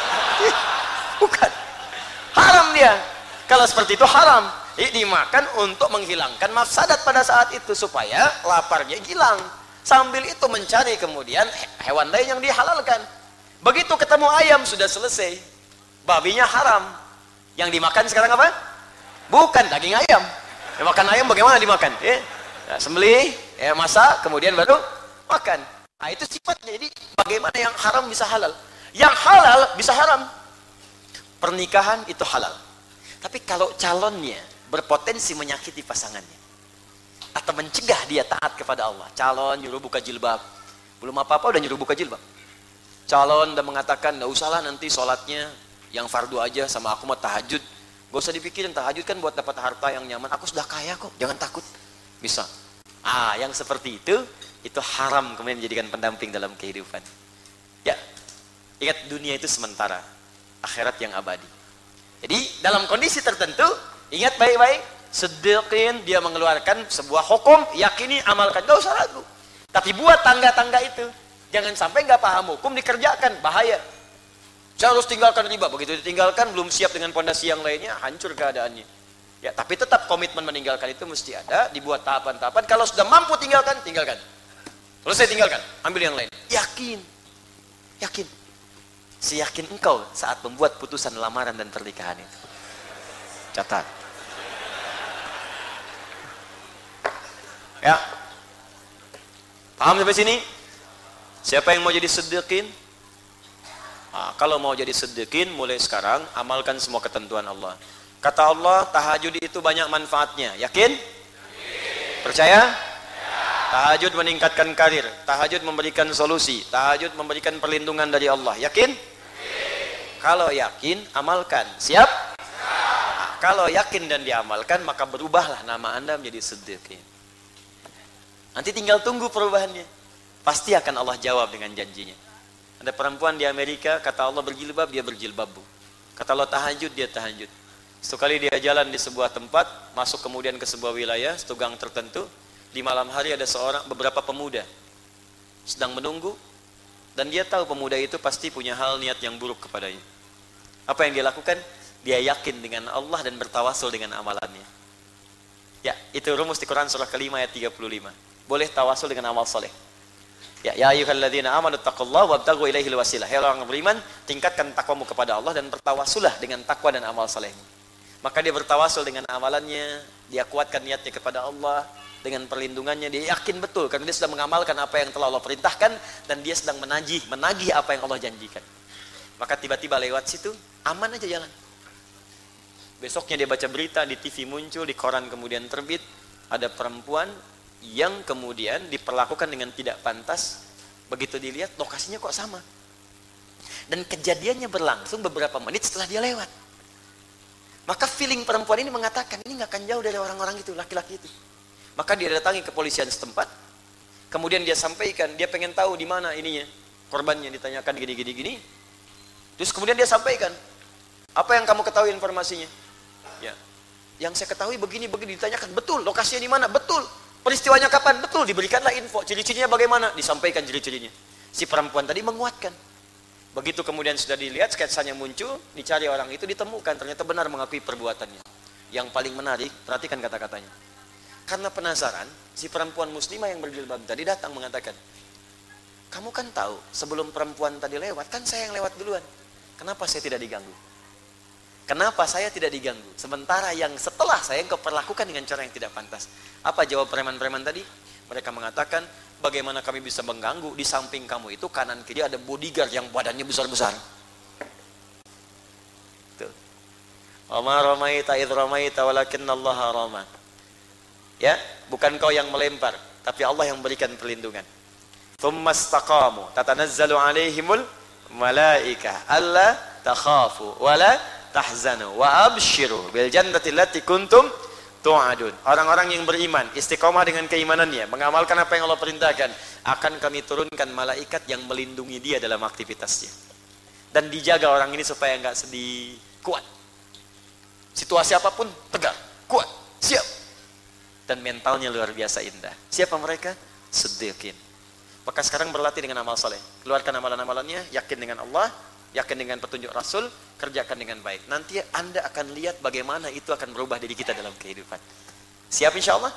Bukan. Haram dia. Kalau seperti itu haram. Ini dimakan untuk menghilangkan mafsadat pada saat itu, supaya laparnya hilang. Sambil itu mencari kemudian hewan lain yang dihalalkan. Begitu ketemu ayam sudah selesai. Babinya haram. Yang dimakan sekarang apa? Bukan daging ayam. Ya, makan ayam bagaimana dimakan? Ya, nah, sembelih, ya, masak, kemudian baru makan. Nah itu sifatnya. Jadi bagaimana yang haram bisa halal? Yang halal bisa haram. Pernikahan itu halal. Tapi kalau calonnya berpotensi menyakiti pasangannya atau mencegah dia taat kepada Allah, calon nyuruh buka jilbab, belum apa-apa udah nyuruh buka jilbab. Calon udah mengatakan, nggak usahlah nanti sholatnya yang fardu aja, sama aku mau tahajud, gak usah dipikirin, tahajud kan buat dapat harta yang nyaman, aku sudah kaya kok, jangan takut. Bisa. Ah, yang seperti itu, itu haram kemudian menjadikan pendamping dalam kehidupan. Ya, ingat dunia itu sementara, akhirat yang abadi. Jadi dalam kondisi tertentu, ingat baik-baik, sedekhin, dia mengeluarkan sebuah hukum, yakini, amalkan, gak usah ragu. Tapi buat tangga-tangga itu, jangan sampai gak paham hukum dikerjakan, bahaya. Saya harus tinggalkan riba, begitu ditinggalkan belum siap dengan pondasi yang lainnya, hancur keadaannya. Ya, tapi tetap komitmen meninggalkan itu mesti ada, dibuat tahapan-tahapan. Kalau sudah mampu tinggalkan, tinggalkan. Selesai tinggalkan, ambil yang lain. Yakin, yakin. Seyakin engkau saat membuat putusan lamaran dan pernikahan itu. Catat. Ya. Paham sampai sini? Siapa yang mau jadi sedekhin? Nah, kalau mau jadi sedekhin, mulai sekarang amalkan semua ketentuan Allah. Kata Allah, tahajud itu banyak manfaatnya. Yakin? Yakin. Percaya? Ya. Tahajud meningkatkan karir. Tahajud memberikan solusi. Tahajud memberikan perlindungan dari Allah. Yakin? Yakin. Kalau yakin, amalkan. Siap? Siap. Nah, kalau yakin dan diamalkan, maka berubahlah nama Anda menjadi sedekhin. Nanti tinggal tunggu perubahannya. Pasti akan Allah jawab dengan janjinya. Ada perempuan di Amerika, kata Allah berjilbab, dia berjilbab. Kata Allah tahajud, dia tahajud. Satu kali dia jalan di sebuah tempat, masuk kemudian ke sebuah wilayah, satu gang tertentu. Di malam hari ada seorang, beberapa pemuda sedang menunggu, dan dia tahu pemuda itu pasti punya hal niat yang buruk kepadanya. Apa yang dia lakukan? Dia yakin dengan Allah dan bertawasul dengan amalannya. Ya, itu rumus di Quran surah kelima ayat tiga puluh lima. Boleh tawasul dengan amal soleh. Ya, ya ayyuhalladzina amanu taqullaha wabtaghu ilaihil wasilah. Hai orang beriman, tingkatkan takwamu kepada Allah dan bertawasulah dengan takwa dan amal solehmu. Maka dia bertawasul dengan amalannya, dia kuatkan niatnya kepada Allah, dengan perlindungannya, dia yakin betul karena dia sudah mengamalkan apa yang telah Allah perintahkan, dan dia sedang menagih, menagih apa yang Allah janjikan. Maka tiba-tiba lewat situ, aman aja jalan. Besoknya dia baca berita, di T V muncul, di koran kemudian terbit, ada perempuan yang kemudian diperlakukan dengan tidak pantas. Begitu dilihat, lokasinya kok sama. Dan kejadiannya berlangsung beberapa menit setelah dia lewat. Maka feeling perempuan ini mengatakan, ini gak akan jauh dari orang-orang itu, laki-laki itu. Maka dia datangi kepolisian setempat, kemudian dia sampaikan, dia pengen tahu di mana ininya, korbannya, ditanyakan gini-gini-gini. Terus kemudian dia sampaikan, apa yang kamu ketahui informasinya? Ya, yang saya ketahui begini begini. Ditanyakan, betul. Lokasinya di mana? Betul. Peristiwanya kapan? Betul. Diberikanlah info. Ciri-cirinya bagaimana? Disampaikan ciri-cirinya. Si perempuan tadi menguatkan. Begitu kemudian sudah dilihat, sketsanya muncul, dicari orang itu, ditemukan. Ternyata benar mengakui perbuatannya. Yang paling menarik, perhatikan kata-katanya. Karena penasaran, si perempuan muslimah yang berjilbab tadi datang mengatakan, kamu kan tahu, sebelum perempuan tadi lewat, kan saya yang lewat duluan. Kenapa saya tidak diganggu? Kenapa saya tidak diganggu? Sementara yang setelah saya keperlakukan dengan cara yang tidak pantas. Apa jawab preman-preman tadi? Mereka mengatakan, bagaimana kami bisa mengganggu? Di samping kamu itu kanan kiri ada bodyguard yang badannya besar-besar. Tuh. Wa ramaita idh ramaita walakinnallaha rama. Ya, bukan kau yang melempar, tapi Allah yang berikan perlindungan. Tsumma istaqamu tatanazzalu alaihimul malaikah alla takhafu wala tahzanu wa abshiru bil jannati allati kuntum tu'adun. Orang-orang yang beriman, istiqomah dengan keimanannya, mengamalkan apa yang Allah perintahkan, akan kami turunkan malaikat yang melindungi dia dalam aktivitasnya. Dan dijaga orang ini supaya enggak sedih, kuat. Situasi apapun tegar, kuat, siap. Dan mentalnya luar biasa indah. Siapa mereka? Siddiqin. Maka sekarang berlatih dengan amal soleh. Keluarkan amalan-amalannya, yakin dengan Allah, yakin dengan petunjuk Rasul, kerjakan dengan baik. Nanti Anda akan lihat bagaimana itu akan berubah diri kita dalam kehidupan. Siap insya Allah?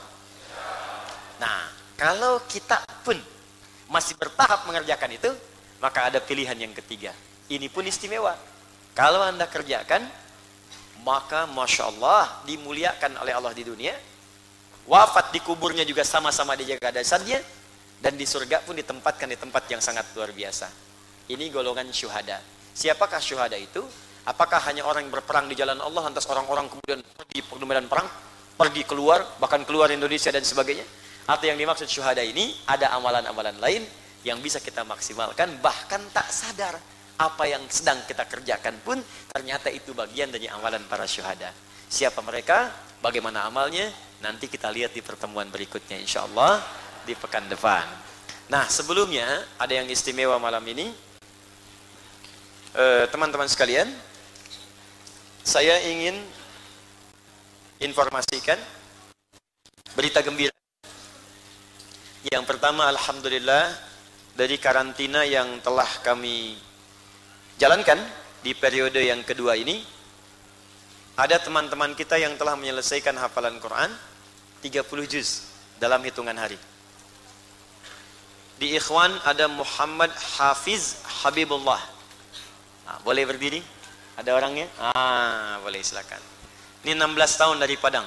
Nah, kalau kita pun masih bertahap mengerjakan itu, maka ada pilihan yang ketiga. Ini pun istimewa. Kalau Anda kerjakan, maka Masya Allah dimuliakan oleh Allah di dunia. Wafat di kuburnya juga sama-sama dijaga dasarnya, dan di surga pun ditempatkan di tempat yang sangat luar biasa. Ini golongan syuhada. Siapakah syuhada itu? Apakah hanya orang yang berperang di jalan Allah, lantas orang-orang kemudian pergi ke medan perang, pergi keluar, bahkan keluar Indonesia dan sebagainya? Atau yang dimaksud syuhada ini ada amalan-amalan lain yang bisa kita maksimalkan, bahkan tak sadar apa yang sedang kita kerjakan pun ternyata itu bagian dari amalan para syuhada. Siapa mereka? Bagaimana amalnya? Nanti kita lihat di pertemuan berikutnya insya Allah di pekan depan. Nah, sebelumnya ada yang istimewa malam ini, teman-teman eh, sekalian, saya ingin informasikan berita gembira. Yang pertama, alhamdulillah, dari karantina yang telah kami jalankan di periode yang kedua ini, ada teman-teman kita yang telah menyelesaikan hafalan Quran tiga puluh juz dalam hitungan hari. Di Ikhwan ada Muhammad Hafiz Habibullah. Nah, boleh berdiri? Ada orangnya? Ah, boleh, silakan. Ini enam belas tahun dari Padang.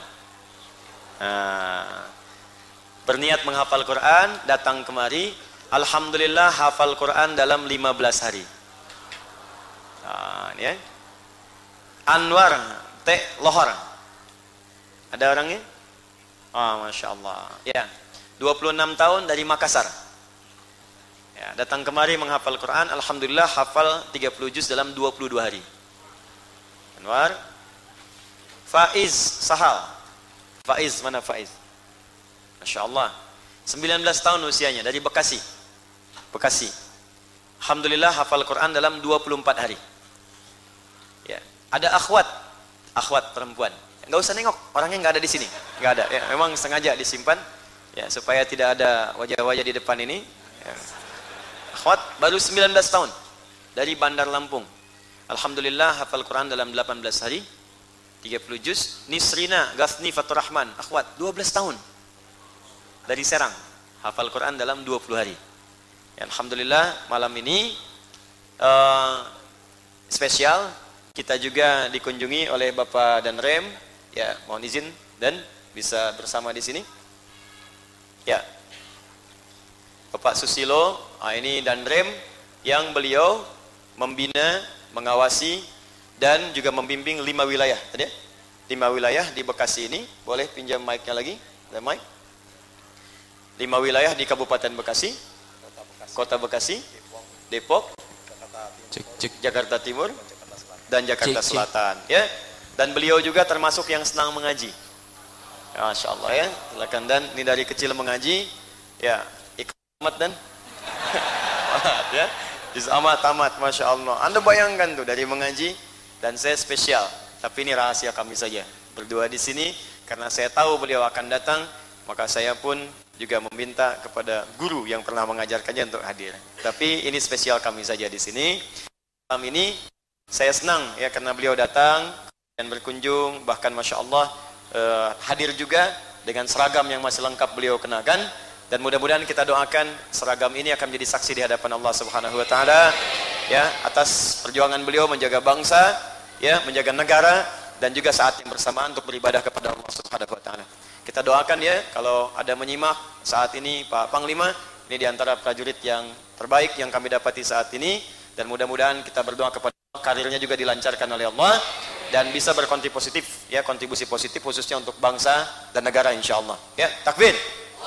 Ah, berniat menghafal Quran, datang kemari. Alhamdulillah hafal Quran dalam lima belas hari. Ah, ini ya. Anwar T. Lohor. Ada orangnya? Ah, Masya Allah. Ya, dua puluh enam tahun dari Makassar. Ya, datang kemari menghafal Quran, alhamdulillah hafal tiga puluh juz dalam dua puluh dua hari. Anwar. Faiz Sahal. Faiz, mana Faiz? Masya Allah. sembilan belas tahun usianya, dari Bekasi. Bekasi. Alhamdulillah hafal Quran dalam dua puluh empat hari. Ya, ada akhwat, akhwat perempuan. Nggak usah nengok, orangnya nggak ada di sini. Nggak ada. Ya, memang sengaja disimpan ya supaya tidak ada wajah-wajah di depan ini. Ya. Akhwat baru sembilan belas tahun dari Bandar Lampung. Alhamdulillah hafal Quran dalam delapan belas hari, tiga puluh juz. Nisrina Ghazni Fatur Rahman, akhwat dua belas tahun dari Serang, hafal Quran dalam dua puluh hari. Ya, alhamdulillah malam ini uh, spesial, kita juga dikunjungi oleh Bapak dan Rem. Ya, mohon izin dan bisa bersama di sini. Ya, Bapak Susilo, ah, ini dan Rem yang beliau membina, mengawasi dan juga membimbing lima wilayah tadi ya? Lima wilayah di Bekasi ini. Boleh pinjam mic-nya lagi? Ada mic? Lima wilayah di Kabupaten Bekasi, Kota Bekasi, Depok, cik, cik. Jakarta Timur, dan Jakarta cik, Selatan. Cik. Ya, dan beliau juga termasuk yang senang mengaji. Ya, Masya Allah ya. Silakan, dan ini dari kecil mengaji. Ya, ikut dan ya. Juz amma tamat, Masya Allah. Anda bayangkan tuh dari mengaji, dan saya spesial, tapi ini rahasia kami saja. Berdua di sini, karena saya tahu beliau akan datang, maka saya pun juga meminta kepada guru yang pernah mengajarkannya untuk hadir. Tapi ini spesial kami saja di sini. Malam ini saya senang ya karena beliau datang dan berkunjung, bahkan Masya Allah eh, hadir juga dengan seragam yang masih lengkap beliau kenakan. Dan mudah-mudahan kita doakan seragam ini akan menjadi saksi di hadapan Allah Subhanahu wa taala ya atas perjuangan beliau menjaga bangsa, ya, menjaga negara, dan juga saat yang bersamaan untuk beribadah kepada Allah Subhanahu wa taala. Kita doakan ya kalau ada menyimak saat ini Pak Panglima, ini diantara prajurit yang terbaik yang kami dapati saat ini, dan mudah-mudahan kita berdoa kepada Allah, karirnya juga dilancarkan oleh Allah dan bisa berkontribusi positif ya, kontribusi positif khususnya untuk bangsa dan negara insyaallah. Ya, takbir.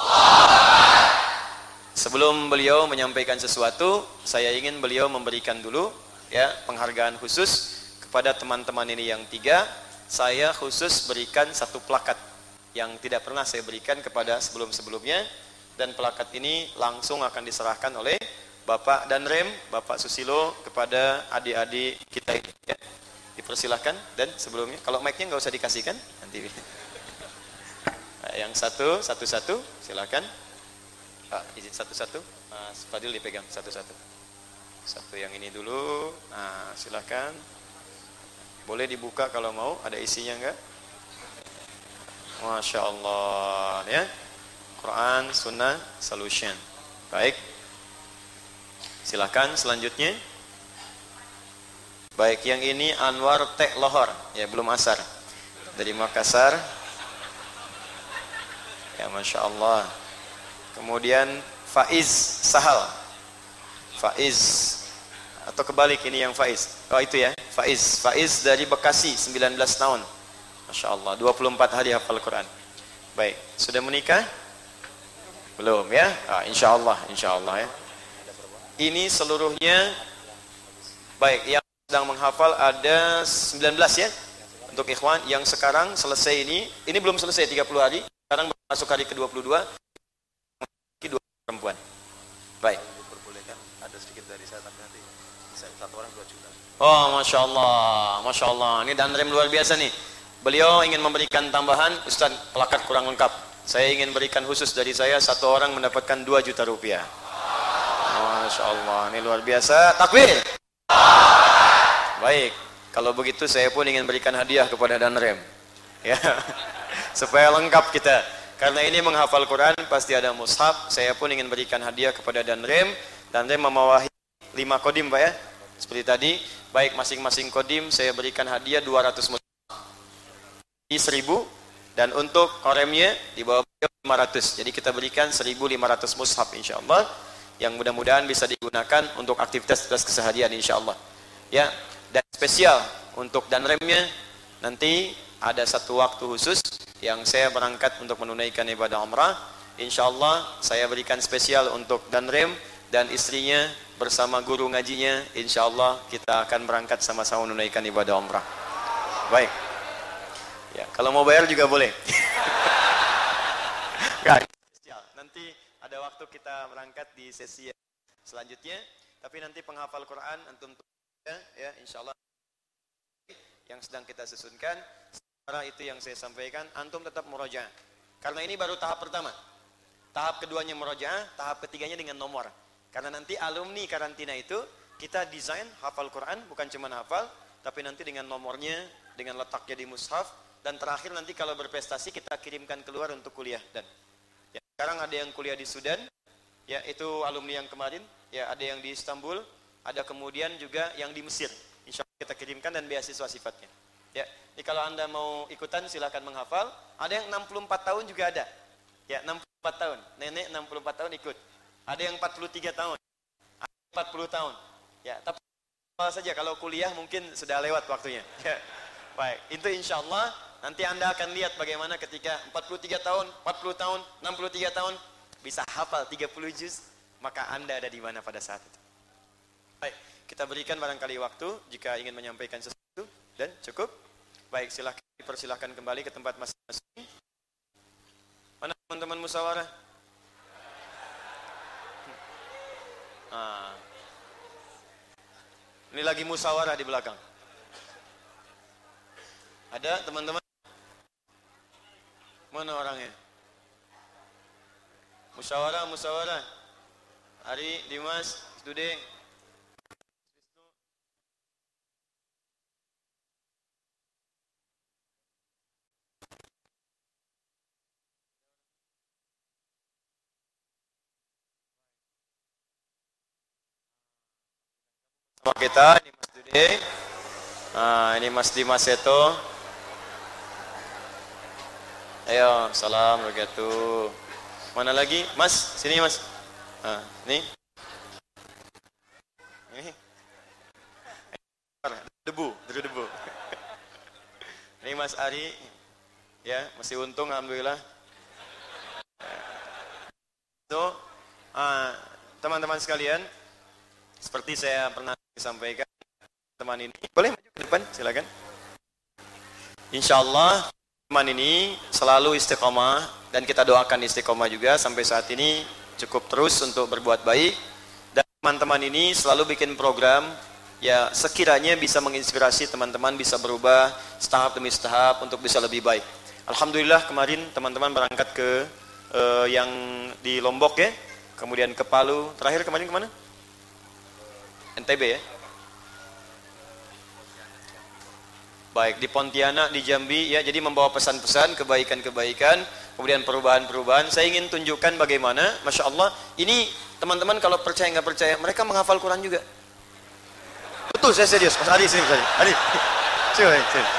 Sebelum beliau menyampaikan sesuatu, saya ingin beliau memberikan dulu ya penghargaan khusus kepada teman-teman ini yang tiga. Saya khusus berikan satu plakat yang tidak pernah saya berikan kepada sebelum-sebelumnya, dan plakat ini langsung akan diserahkan oleh Bapak Danrem, Bapak Susilo kepada adik-adik kita ini ya. Dipersilahkan, dan sebelumnya kalau mic-nya nggak usah dikasihkan nanti. Yang satu, satu-satu, silakan. Pak, izin satu-satu. Mas Fadil dipegang satu-satu. Satu yang ini dulu. Nah, silakan. Boleh dibuka kalau mau. Ada isinya enggak? Masya Allah, ya. Quran, Sunnah, Solution. Baik. Silakan selanjutnya. Baik, yang ini Anwar Teh Lohor, ya belum asar. Dari Makassar. Ya, Masya Allah. Kemudian Faiz Sahal, Faiz atau kebalik ini yang Faiz. Oh itu ya, Faiz. Faiz dari Bekasi, sembilan belas tahun. Masya Allah, dua puluh empat hari hafal Quran. Baik, sudah menikah? Belum ya? Ah, insya Allah, insya Allah ya. Ini seluruhnya. Baik, yang sedang menghafal ada sembilan belas ya. Untuk ikhwan yang sekarang selesai ini, ini belum selesai tiga puluh hari. Sekarang masuk hari ke dua puluh dua, dua perempuan. Baik. Diperbolehkan ada sedikit dari saya, tapi nanti bisa satu orang dua juta. Oh, Masya Allah, Masya Allah. Ini Danrem luar biasa nih. Beliau ingin memberikan tambahan, Ustaz, plakat kurang lengkap. Saya ingin berikan khusus dari saya, satu orang mendapatkan dua juta rupiah. Masya Allah, ini luar biasa. Takbir. Baik, kalau begitu saya pun ingin berikan hadiah kepada Danrem. Ya. Supaya lengkap kita. Karena ini menghafal Quran pasti ada mushaf. Saya pun ingin berikan hadiah kepada Danrem. Danrem memawahi lima kodim Pak ya. Seperti tadi. Baik, masing-masing kodim saya berikan hadiah dua ratus mushaf. Di seribu. Dan untuk koremnya di bawah lima ratus. Jadi kita berikan seribu lima ratus mushaf insyaallah. Yang mudah-mudahan bisa digunakan untuk aktivitas keseharian insyaallah. Ya. Dan spesial untuk Danremnya nanti ada satu waktu khusus yang saya berangkat untuk menunaikan ibadah umrah. Insyaallah saya berikan spesial untuk Danrem dan istrinya bersama guru ngajinya. Insyaallah kita akan berangkat sama-sama menunaikan ibadah umrah. Baik. Ya, kalau mau bayar juga boleh. Spesial. Nanti ada waktu kita berangkat di sesi selanjutnya. Tapi nanti penghafal Quran antum ya, insyaallah yang sedang kita susunkan. Karena itu yang saya sampaikan, antum tetap murojaah. Karena ini baru tahap pertama. Tahap keduanya murojaah, tahap ketiganya dengan nomor. Karena nanti alumni karantina itu kita desain hafal Quran, bukan cuma hafal, tapi nanti dengan nomornya, dengan letaknya di mushaf, dan terakhir nanti kalau berprestasi kita kirimkan keluar untuk kuliah. Dan ya, sekarang ada yang kuliah di Sudan, ya itu alumni yang kemarin, ya ada yang di Istanbul, ada kemudian juga yang di Mesir. Insya Allah kita kirimkan dan beasiswa sifatnya. Ya, jadi kalau Anda mau ikutan silahkan menghafal. Ada yang enam puluh empat tahun juga ada. Ya, enam puluh empat tahun. Nenek enam puluh empat tahun ikut. Ada yang empat puluh tiga tahun. Ada yang empat puluh tahun. Ya, tapi saja kalau kuliah mungkin sudah lewat waktunya. Ya. Baik, itu insyaallah nanti Anda akan lihat bagaimana ketika empat puluh tiga tahun, empat puluh tahun, enam puluh tiga tahun bisa hafal tiga puluh juz, maka Anda ada di mana pada saat itu. Baik, kita berikan barangkali waktu jika ingin menyampaikan sesuatu dan cukup. Baik, silakan dipersilahkan kembali ke tempat masing-masing. Mana teman-teman musyawarah? Ah. Ini lagi musyawarah di belakang. Ada teman-teman? Mana orangnya? Musyawarah, musyawarah. Ari, Dimas, Dude. Sama kita, ini Mas Dude. Nah, ini Mas Dimas itu. Ayo, salam wabarakatuh. Mana lagi? Mas, sini Mas. Nah, ini. Ini. Debu, debu debu. Ini Mas Ari. Ya, masih untung alhamdulillah. So, uh, teman-teman sekalian, seperti saya pernah sampaikan, teman ini boleh maju ke depan, silakan. Insyaallah teman ini selalu istiqomah dan kita doakan istiqomah juga sampai saat ini cukup terus untuk berbuat baik, dan teman-teman ini selalu bikin program ya sekiranya bisa menginspirasi teman-teman bisa berubah setahap demi setahap untuk bisa lebih baik. Alhamdulillah kemarin teman-teman berangkat ke uh, yang di Lombok ya, kemudian ke Palu, terakhir kemarin kemana? N T B ya. Baik, di Pontianak, di Jambi ya, jadi membawa pesan-pesan kebaikan-kebaikan, kemudian perubahan-perubahan. Saya ingin tunjukkan bagaimana, Masya Allah, ini teman-teman kalau percaya nggak percaya, mereka menghafal Quran juga. Betul, saya serius. Mas Adi sini, Mas Adi. Adi. Sini, sini.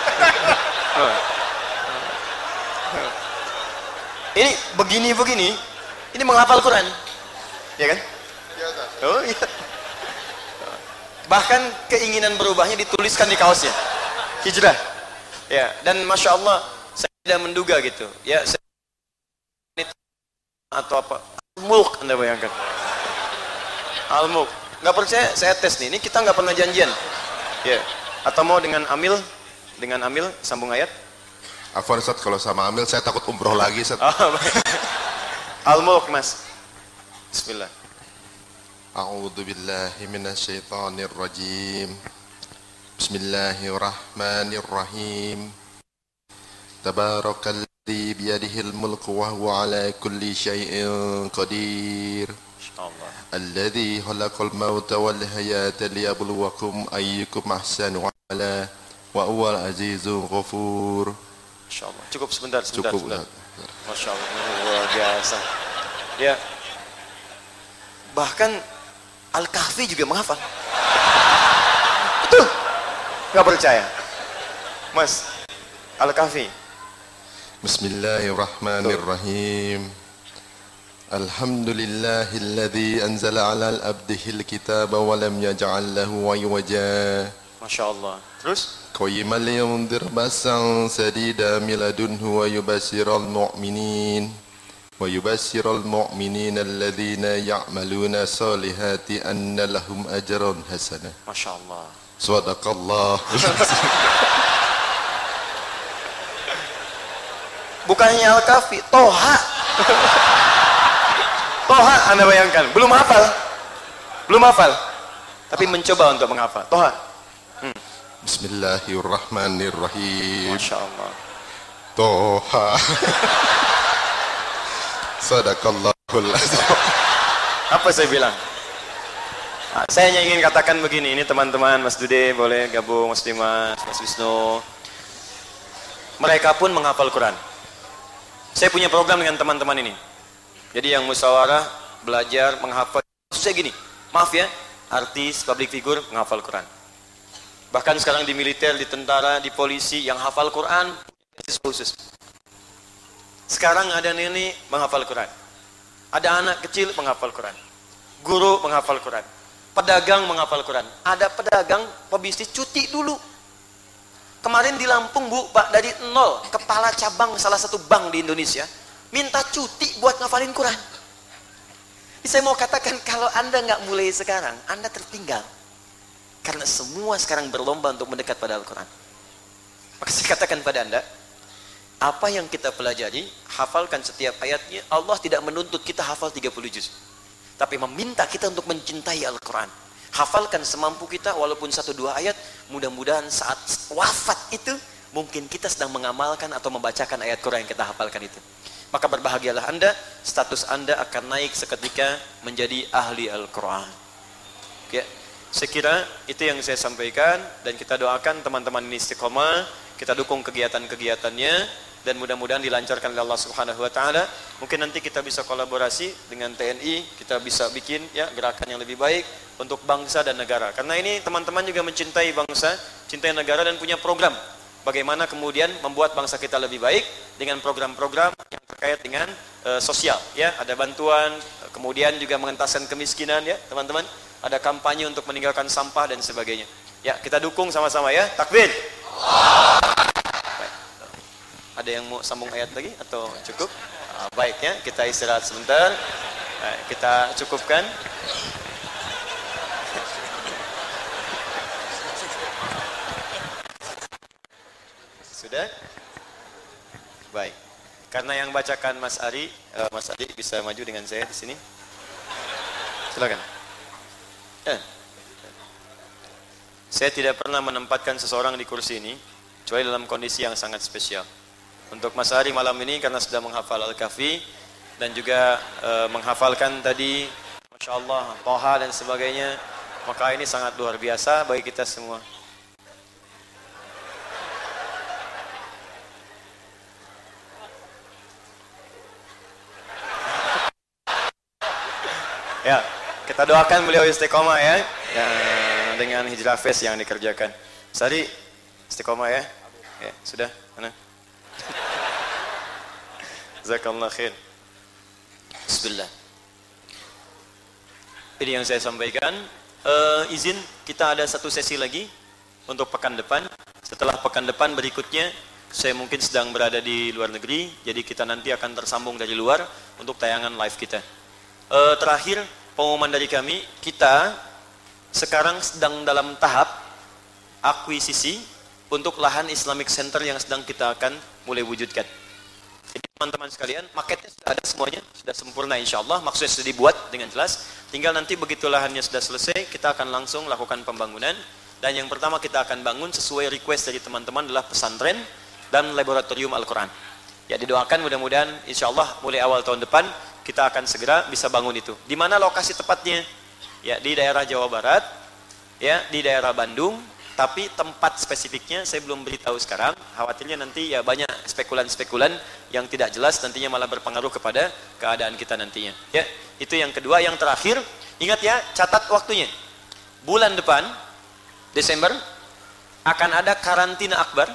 Ini begini-begini, ini menghafal Quran. Ya kan? Oh iya. Bahkan keinginan berubahnya dituliskan di kaosnya. Hijrah. Ya, dan Masya Allah saya tidak menduga gitu. Ya, saya atau apa? Al-Mulk, Anda bayangkan. Al-Mulk. Nggak percaya, saya tes nih. Ini kita nggak pernah janjian. Ya. Atau mau dengan Amil, dengan Amil sambung ayat. Afwan Ustaz, kalau sama Amil saya takut umroh lagi Ustaz. Oh, Al-Mulk Mas. Bismillah. A'udzu billahi minasyaitonir rajim. Bismillahirrahmanirrahim. Tabarakalladzi biyadihil mulku wa huwa ala kulli syai'in qadir. Insyaallah. Alladzi khalaqal mauta wal hayata liyabluwakum ayyukum ahsanu amala wa huwal azizul ghafur. Insyaallah. Cukup sebentar, sebentar, Cukup, sebentar. Masya Allah, luar biasa. Ya. Bahkan Al-Kahfi juga menghafal. Betul. Nggak percaya. Mas, Al-Kahfi. Bismillahirrahmanirrahim. Alhamdulillahilladzi anzala 'alal abdihil kitaba wa lam yaj'al lahu 'iwaja. Masya Allah. Terus? Qayyiman liyundhir ba'san sadida min ladunhu wa yubashshiral mu'minin wa yubashshiral mu'minina alladzina ya'maluna shalihati anna lahum ajran hasanah. Masya Allah. Sadaqallah. Bukannya Al-Kahfi, Toha. Toha, Anda bayangkan, belum hafal. Belum hafal. Tapi mencoba untuk menghafal. Toha. Hmm. Bismillahirrahmanirrahim. Masya Allah. Toha. Sadaqallahul azim. Apa saya bilang? Nah, saya hanya ingin katakan begini, ini teman-teman, Mas Dude boleh gabung, Mas Dimas, Mas Wisnu. Mereka pun menghafal Quran. Saya punya program dengan teman-teman ini. Jadi yang musyawarah, belajar, menghafal. Saya gini, maaf ya, artis, public figure, menghafal Quran. Bahkan sekarang di militer, di tentara, di polisi, yang hafal Quran, khusus. Sekarang ada nenek menghafal Quran. Ada anak kecil menghafal Quran. Guru menghafal Quran. Pedagang menghafal Quran. Ada pedagang, pebisnis cuti dulu. Kemarin di Lampung, Bu, Pak, dari nol, kepala cabang salah satu bank di Indonesia, minta cuti buat ngafalin Quran. Jadi saya mau katakan, kalau Anda nggak mulai sekarang, Anda tertinggal. Karena semua sekarang berlomba untuk mendekat pada Al-Quran. Maka saya katakan pada Anda, apa yang kita pelajari, hafalkan setiap ayatnya. Allah tidak menuntut kita hafal tiga puluh juz, tapi meminta kita untuk mencintai Al-Quran. Hafalkan semampu kita walaupun satu dua ayat, mudah-mudahan saat wafat itu mungkin kita sedang mengamalkan atau membacakan ayat Quran yang kita hafalkan itu. Maka berbahagialah Anda, status Anda akan naik seketika menjadi ahli Al-Quran. Ya, saya kira itu yang saya sampaikan, dan kita doakan teman-teman ini istiqomah, kita dukung kegiatan-kegiatannya, dan mudah-mudahan dilancarkan oleh Allah Subhanahu wa taala. Mungkin nanti kita bisa kolaborasi dengan T N I, kita bisa bikin ya gerakan yang lebih baik untuk bangsa dan negara. Karena ini teman-teman juga mencintai bangsa, cintai negara, dan punya program bagaimana kemudian membuat bangsa kita lebih baik dengan program-program yang terkait dengan uh, sosial ya, ada bantuan, kemudian juga mengentaskan kemiskinan ya teman-teman, ada kampanye untuk meninggalkan sampah dan sebagainya. Ya, kita dukung sama-sama ya. Takbir. Baik. Ada yang mau sambung ayat lagi atau cukup? Ah, baiknya kita istirahat sebentar. Baik, kita cukupkan. Sudah? Baik. Karena yang bacakan Mas Ari, uh, Mas Ari bisa maju dengan saya di sini. Silakan. Eh. Saya tidak pernah menempatkan seseorang di kursi ini kecuali dalam kondisi yang sangat spesial. Untuk Mas Ari malam ini karena sudah menghafal Al-Kahfi dan juga uh, menghafalkan tadi Masya Allah, Toha dan sebagainya, maka ini sangat luar biasa bagi kita semua. Ya, kita doakan beliau istiqomah ya, ya dengan hijrah face yang dikerjakan. Sari istiqomah ya. Ya, sudah, mana? Jazakallah khair. Bismillah. Ini yang saya sampaikan. Uh, izin kita ada satu sesi lagi untuk pekan depan. Setelah pekan depan berikutnya saya mungkin sedang berada di luar negeri, jadi kita nanti akan tersambung dari luar untuk tayangan live kita. Uh, terakhir pengumuman dari kami, kita sekarang sedang dalam tahap akuisisi untuk lahan Islamic Center yang sedang kita akan mulai wujudkan. Jadi teman-teman sekalian, maketnya sudah ada semuanya, sudah sempurna insya Allah, maksudnya sudah dibuat dengan jelas. Tinggal nanti begitu lahannya sudah selesai, kita akan langsung lakukan pembangunan. Dan yang pertama kita akan bangun sesuai request dari teman-teman adalah pesantren dan laboratorium Al-Quran. Ya, didoakan mudah-mudahan insya Allah mulai awal tahun depan kita akan segera bisa bangun itu. Di mana lokasi tepatnya? Ya, di daerah Jawa Barat, ya, di daerah Bandung. Tapi tempat spesifiknya saya belum beritahu sekarang. Khawatirnya nanti ya banyak spekulan-spekulan yang tidak jelas, nantinya malah berpengaruh kepada keadaan kita nantinya. Ya, itu yang kedua. Yang terakhir, ingat ya, catat waktunya. Bulan depan, Desember, akan ada karantina akbar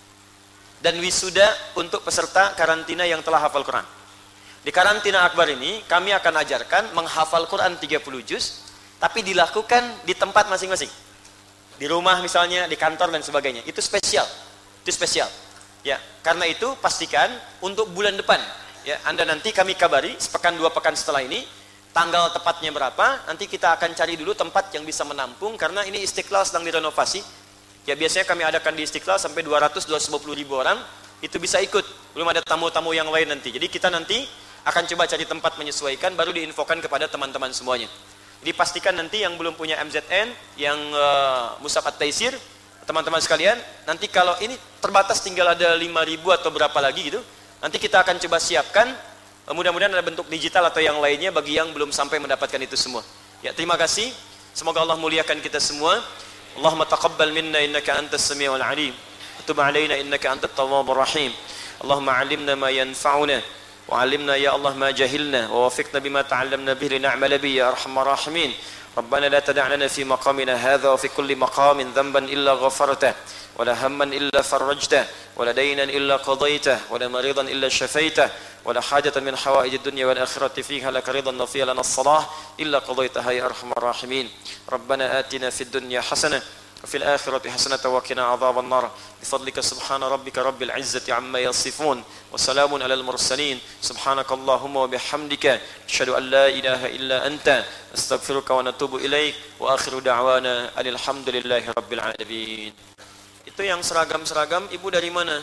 dan wisuda untuk peserta karantina yang telah hafal Quran. Di karantina akbar ini kami akan ajarkan menghafal Quran tiga puluh juz, tapi dilakukan di tempat masing-masing. Di rumah misalnya, di kantor dan sebagainya. Itu spesial. Itu spesial. Ya, karena itu pastikan untuk bulan depan, ya, Anda nanti kami kabari sepekan dua pekan setelah ini tanggal tepatnya berapa, nanti kita akan cari dulu tempat yang bisa menampung karena ini Istiqlal sedang direnovasi. Ya, biasanya kami adakan di Istiqlal sampai dua ratus sampai dua ratus lima puluh ribu orang itu bisa ikut. Belum ada tamu-tamu yang lain nanti. Jadi kita nanti akan coba cari tempat menyesuaikan, baru diinfokan kepada teman-teman semuanya. Jadi pastikan nanti yang belum punya M Z N, yang uh, Mushaf At-Taisir, teman-teman sekalian, nanti kalau ini terbatas tinggal ada lima ribu atau berapa lagi gitu, nanti kita akan coba siapkan, uh, mudah-mudahan ada bentuk digital atau yang lainnya bagi yang belum sampai mendapatkan itu semua. Ya, terima kasih. Semoga Allah muliakan kita semua. Allahumma taqabbal minna innaka antas samiul alim. Tub alaina innaka antat tawwabur rahim. Allahumma 'allimna ma yanfa'una. وعلمنا يا الله ما جهلنا ووفقنا بما تعلمنا به لنعمل به يا أرحم الراحمين. ربنا لا تدع لنا في مقامنا هذا وفي كل مقام ذنبا إلا غفرته ولا هما إلا فرجته ولا دينا إلا قضيته ولا مريضا إلا شفيته ولا حاجة من حوائج الدنيا والآخرة فيها لك رضا وفيها لنا الصلاح إلا قضيتها يا أرحم الراحمين. ربنا آتنا في الدنيا حسنة وفي الآخرة حسنة وقنا عذاب النار بفضلك سبحان ربك رب العزة عما يصفون وسلام على المرسلين سبحانك اللهم وبحمدك أشهد أن لا إله إلا أنت أستغفرك ونتوب إليك وآخر دعوانا أن الحمد لله رب العالمين. Itu yang seragam-seragam, ibu dari mana?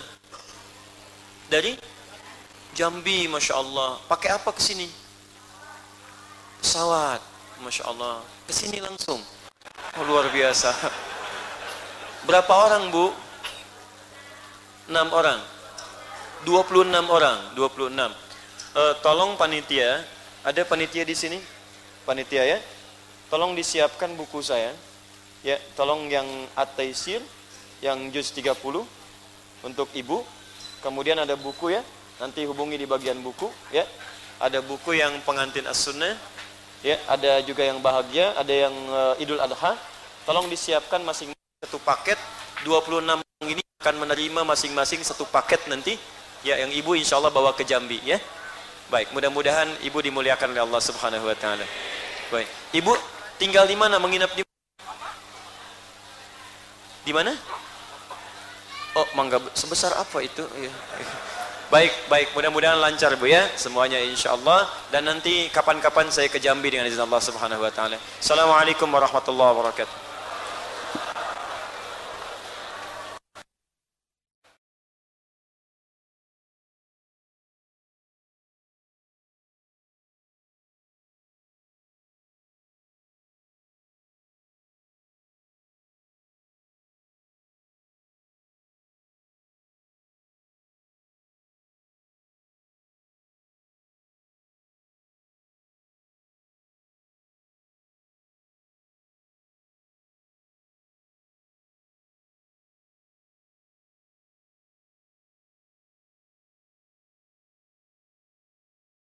Dari Jambi, Masya Allah. Pakai apa ke sini? Pesawat, Masya Allah. Ke sini langsung. Oh, luar biasa. Berapa orang, Bu? enam orang. dua puluh enam orang, dua puluh enam. Uh, tolong panitia, ada panitia di sini? Panitia ya? Tolong disiapkan buku saya. Ya, tolong yang At-Taisir, yang juz tiga puluh untuk Ibu. Kemudian ada buku ya, nanti hubungi di bagian buku ya. Ada buku yang Pengantin As-Sunnah. Ya, ada juga yang Bahagia, ada yang uh, Idul Adha. Tolong disiapkan masing-masing satu paket. dua puluh enam ini akan menerima masing-masing satu paket nanti. Ya, yang Ibu insya Allah bawa ke Jambi ya. Baik, mudah-mudahan Ibu dimuliakan oleh Allah Subhanahu wa taala. Baik. Ibu tinggal di mana? Menginap di Di mana? Oh, mangga sebesar apa itu? Ya. Baik, baik. Mudah-mudahan lancar Bu ya, semuanya insya Allah. Dan nanti kapan-kapan saya ke Jambi dengan izin Allah Subhanahu wa taala. Assalamualaikum warahmatullahi wabarakatuh.